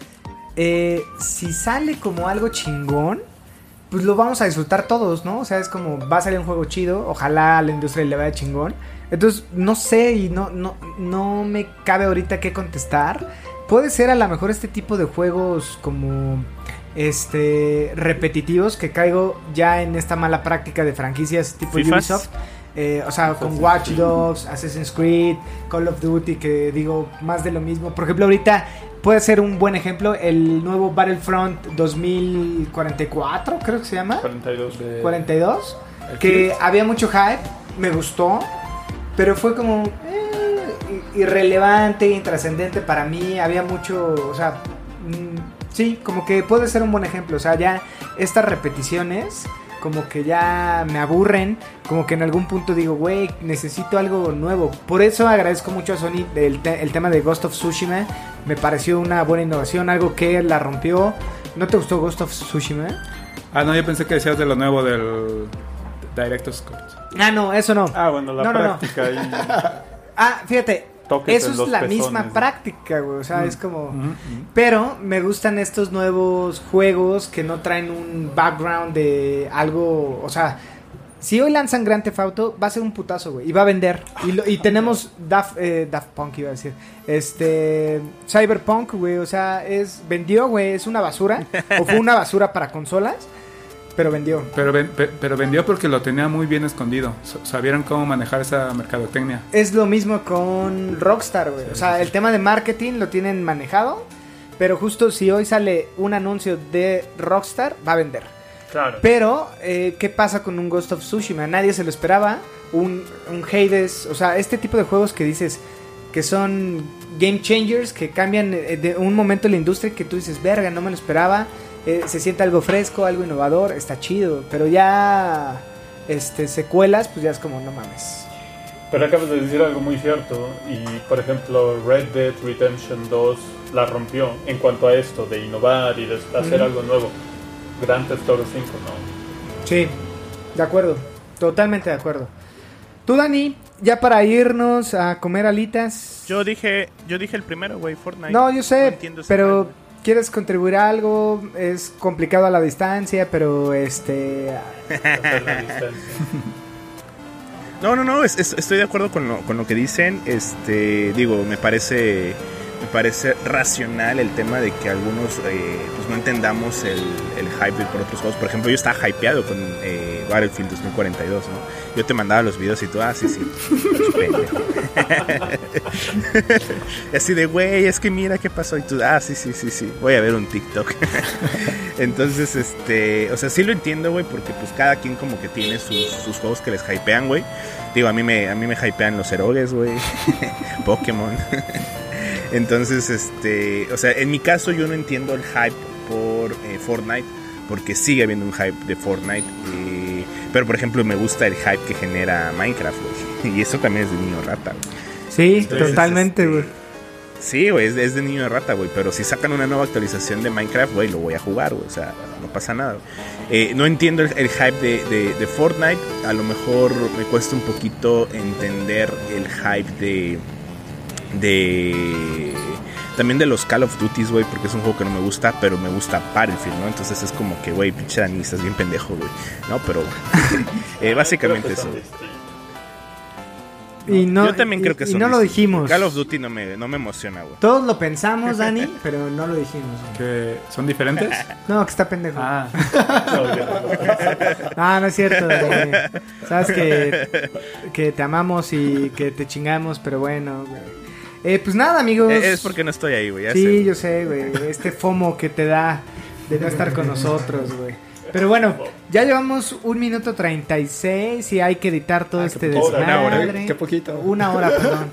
[SPEAKER 3] si sale como algo chingón, pues lo vamos a disfrutar todos, ¿no? O sea, es como, va a salir un juego chido, ojalá a la industria le vaya chingón. Entonces, no sé, y no me cabe ahorita qué contestar. Puede ser a lo mejor este tipo de juegos como repetitivos, que caigo ya en esta mala práctica de franquicias tipo
[SPEAKER 4] ¿Fifas?
[SPEAKER 3] Ubisoft. O sea, con Watch Dogs, Assassin's Creed, Call of Duty, que digo, más de lo mismo. Por ejemplo, ahorita puede ser un buen ejemplo el nuevo Battlefront 2044, creo que se llama. 42, que había mucho hype, me gustó, pero fue como irrelevante, intrascendente para mí. Había mucho, o sea, sí, como que puede ser un buen ejemplo. O sea, ya estas repeticiones como que ya me aburren, como que en algún punto digo, güey, necesito algo nuevo. Por eso agradezco mucho a Sony el tema de Ghost of Tsushima. Me pareció una buena innovación, algo que la rompió. ¿No te gustó Ghost of Tsushima?
[SPEAKER 5] No, yo pensé que decías de lo nuevo del Director's Scott.
[SPEAKER 3] No, eso no.
[SPEAKER 6] Bueno, la práctica
[SPEAKER 3] y... fíjate,
[SPEAKER 6] toques
[SPEAKER 3] eso
[SPEAKER 6] en
[SPEAKER 3] es
[SPEAKER 6] los
[SPEAKER 3] la
[SPEAKER 6] pezones,
[SPEAKER 3] misma
[SPEAKER 6] ¿no?
[SPEAKER 3] práctica, güey. O sea, es como... Pero me gustan estos nuevos juegos que no traen un background de algo... O sea, si hoy lanzan Grand Theft Auto, va a ser un putazo, güey. Y va a vender. Y tenemos Daft Punk, iba a decir. Cyberpunk, güey. O sea, vendió, güey. Es una basura. O fue una basura para consolas. Pero vendió.
[SPEAKER 5] Pero vendió porque lo tenía muy bien escondido. Sabieron cómo manejar esa mercadotecnia.
[SPEAKER 3] Es lo mismo con Rockstar, güey. O sea, el tema de marketing lo tienen manejado. Pero justo si hoy sale un anuncio de Rockstar, va a vender.
[SPEAKER 6] Claro.
[SPEAKER 3] Pero, ¿qué pasa con un Ghost of Tsushima? Nadie se lo esperaba. Un Hades. O sea, este tipo de juegos que dices que son game changers, que cambian de un momento la industria, que tú dices, verga, no me lo esperaba. Se siente algo fresco, algo innovador, está chido. Pero ya secuelas, pues ya es como, no mames.
[SPEAKER 6] Pero acabas de decir algo muy cierto. Y por ejemplo, Red Dead Redemption 2 la rompió en cuanto a esto de innovar y de hacer algo nuevo. Grand Theft Auto 5 no.
[SPEAKER 3] Sí, de acuerdo, totalmente de acuerdo. Tú, Dani, ya para irnos a comer alitas.
[SPEAKER 4] Yo dije el primero, güey, Fortnite.
[SPEAKER 3] No, yo sé,
[SPEAKER 4] entiendo ese
[SPEAKER 3] pero
[SPEAKER 4] hype.
[SPEAKER 3] ¿quieres contribuir a algo? Es complicado a la distancia, pero
[SPEAKER 6] Hacer la distancia.
[SPEAKER 4] No, estoy de acuerdo con lo que dicen. Digo, me parece racional el tema de que algunos pues no entendamos el hype por otros juegos. Por ejemplo, yo estaba hypeado con Battlefield 2042, ¿no? Yo te mandaba los videos y tú, sí, y así de, güey, es que mira qué pasó. Y tú, sí, voy a ver un TikTok. Entonces, o sea, sí lo entiendo, güey, porque pues cada quien como que tiene sus juegos que les hypean, güey. Digo, a mí me hypean los erogues, güey. Pokémon. Entonces, o sea, en mi caso yo no entiendo el hype por Fortnite, porque sigue habiendo un hype de Fortnite, pero por ejemplo me gusta el hype que genera Minecraft, güey, y eso también es de niño rata, güey.
[SPEAKER 3] sí,
[SPEAKER 4] Entonces,
[SPEAKER 3] totalmente, güey.
[SPEAKER 4] Sí, güey, es de niño rata, güey, pero si sacan una nueva actualización de Minecraft, güey, lo voy a jugar, güey, o sea, no pasa nada, güey. No entiendo el hype de Fortnite, a lo mejor me cuesta un poquito entender el hype también de los Call of Duties, güey, porque es un juego que no me gusta, pero me gusta Battlefield, ¿no? Entonces es como que, güey, pinche Dani, estás bien pendejo, güey, ¿no? Pero básicamente eso.
[SPEAKER 3] Y no,
[SPEAKER 4] yo también creo que
[SPEAKER 3] y no lo dijimos.
[SPEAKER 4] Call of Duty no me emociona, güey.
[SPEAKER 3] Todos lo pensamos, Dani, pero no lo dijimos.
[SPEAKER 5] ¿Que son diferentes?
[SPEAKER 3] No, que está pendejo.
[SPEAKER 5] Ah,
[SPEAKER 3] No es cierto, Dani. Sabes que te amamos y que te chingamos, pero bueno, güey. Pues nada, amigos.
[SPEAKER 4] Es porque no estoy ahí, güey.
[SPEAKER 3] Sí, yo sé, güey. Este FOMO que te da de no estar con nosotros, güey. Pero bueno, ya llevamos 1 minuto 36 y hay que editar todo este desmadre.
[SPEAKER 5] Una hora, qué poquito.
[SPEAKER 3] 1 hora, perdón.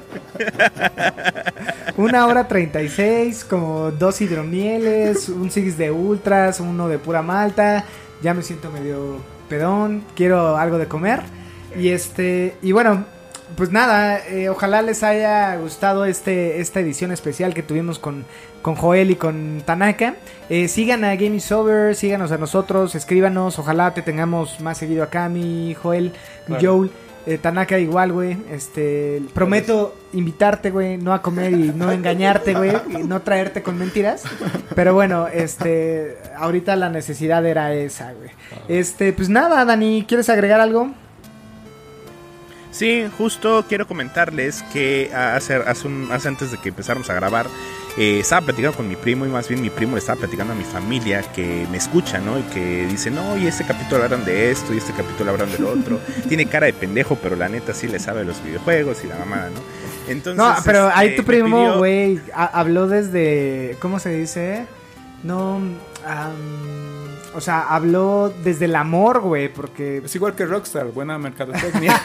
[SPEAKER 3] 1 hora 36, como 2 hidromieles, un 6 de ultras, 1 de pura malta. Ya me siento medio pedón, quiero algo de comer. Y bueno, pues nada, ojalá les haya gustado esta edición especial que tuvimos con Joel y con Tanaka. Sigan a Game is Over, síganos a nosotros, escríbanos, ojalá te tengamos más seguido acá, mi Joel, mi Joel. Tanaka igual, güey. Prometo invitarte, güey, no a comer y no engañarte, güey, y no traerte con mentiras. Pero bueno, ahorita la necesidad era esa, güey. Pues nada, Dani, ¿quieres agregar algo?
[SPEAKER 4] Sí, justo quiero comentarles que hace antes de que empezáramos a grabar, estaba platicando con mi primo, y más bien mi primo le estaba platicando a mi familia que me escucha, ¿no? Y que dice, no, y este capítulo hablan de esto, y este capítulo hablan del otro. Tiene cara de pendejo, pero la neta sí le sabe los videojuegos y la mamada, ¿no? Entonces,
[SPEAKER 3] no, pero ahí tu primo, güey, habló desde, ¿cómo se dice? No, o sea, habló desde el amor, güey, porque...
[SPEAKER 5] Es igual que Rockstar, buena mercadotecnia.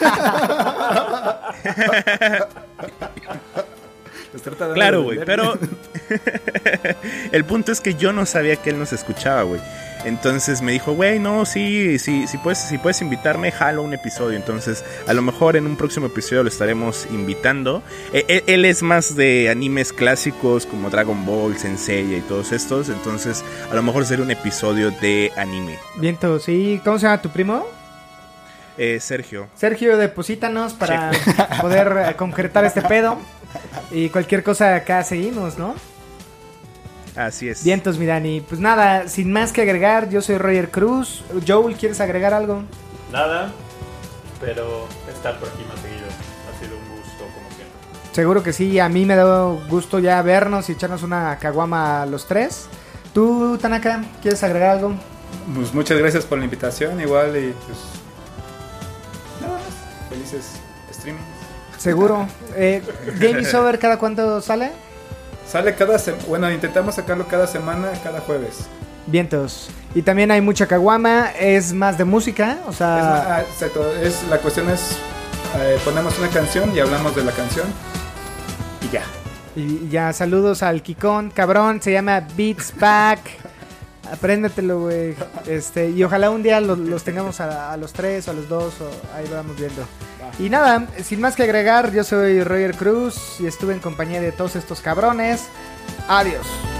[SPEAKER 4] Claro, güey, pero el punto es que yo no sabía que él nos escuchaba, güey. Entonces me dijo, güey, no, sí, si puedes invitarme, jalo un episodio. Entonces, a lo mejor en un próximo episodio lo estaremos invitando. Él es más de animes clásicos como Dragon Ball, Senseiya y todos estos. Entonces, a lo mejor será un episodio de anime.
[SPEAKER 3] Viento, sí. ¿Cómo se llama tu primo?
[SPEAKER 4] Sergio.
[SPEAKER 3] Sergio, deposítanos para poder concretar este pedo. Y cualquier cosa acá seguimos, ¿no?
[SPEAKER 4] Así es.
[SPEAKER 3] Vientos, mi Dani. Pues nada, sin más que agregar, yo soy Roger Cruz. Joel, ¿quieres agregar algo?
[SPEAKER 6] Nada, pero estar por aquí más seguido. Ha sido un gusto, como siempre.
[SPEAKER 3] Seguro que sí, a mí me da gusto ya vernos y echarnos una caguama a los tres. ¿Tú, Tanaka, quieres agregar algo?
[SPEAKER 5] Pues muchas gracias por la invitación, igual, y pues... nada más, felices streamings.
[SPEAKER 3] Seguro. Game is Over, ¿cada cuánto sale?
[SPEAKER 5] Sale bueno, intentamos sacarlo cada semana, cada jueves.
[SPEAKER 3] Vientos. Y también hay mucha caguama, es más de música, o sea...
[SPEAKER 5] exacto, la cuestión es, ponemos una canción y hablamos de la canción y ya.
[SPEAKER 3] Y ya, saludos al Kikón, cabrón, se llama Beats Pack. Apréndetelo, güey. Y ojalá un día los tengamos a los tres o a los dos, o ahí lo vamos viendo. Y nada, sin más que agregar, yo soy Roger Cruz y estuve en compañía de todos estos cabrones. Adiós.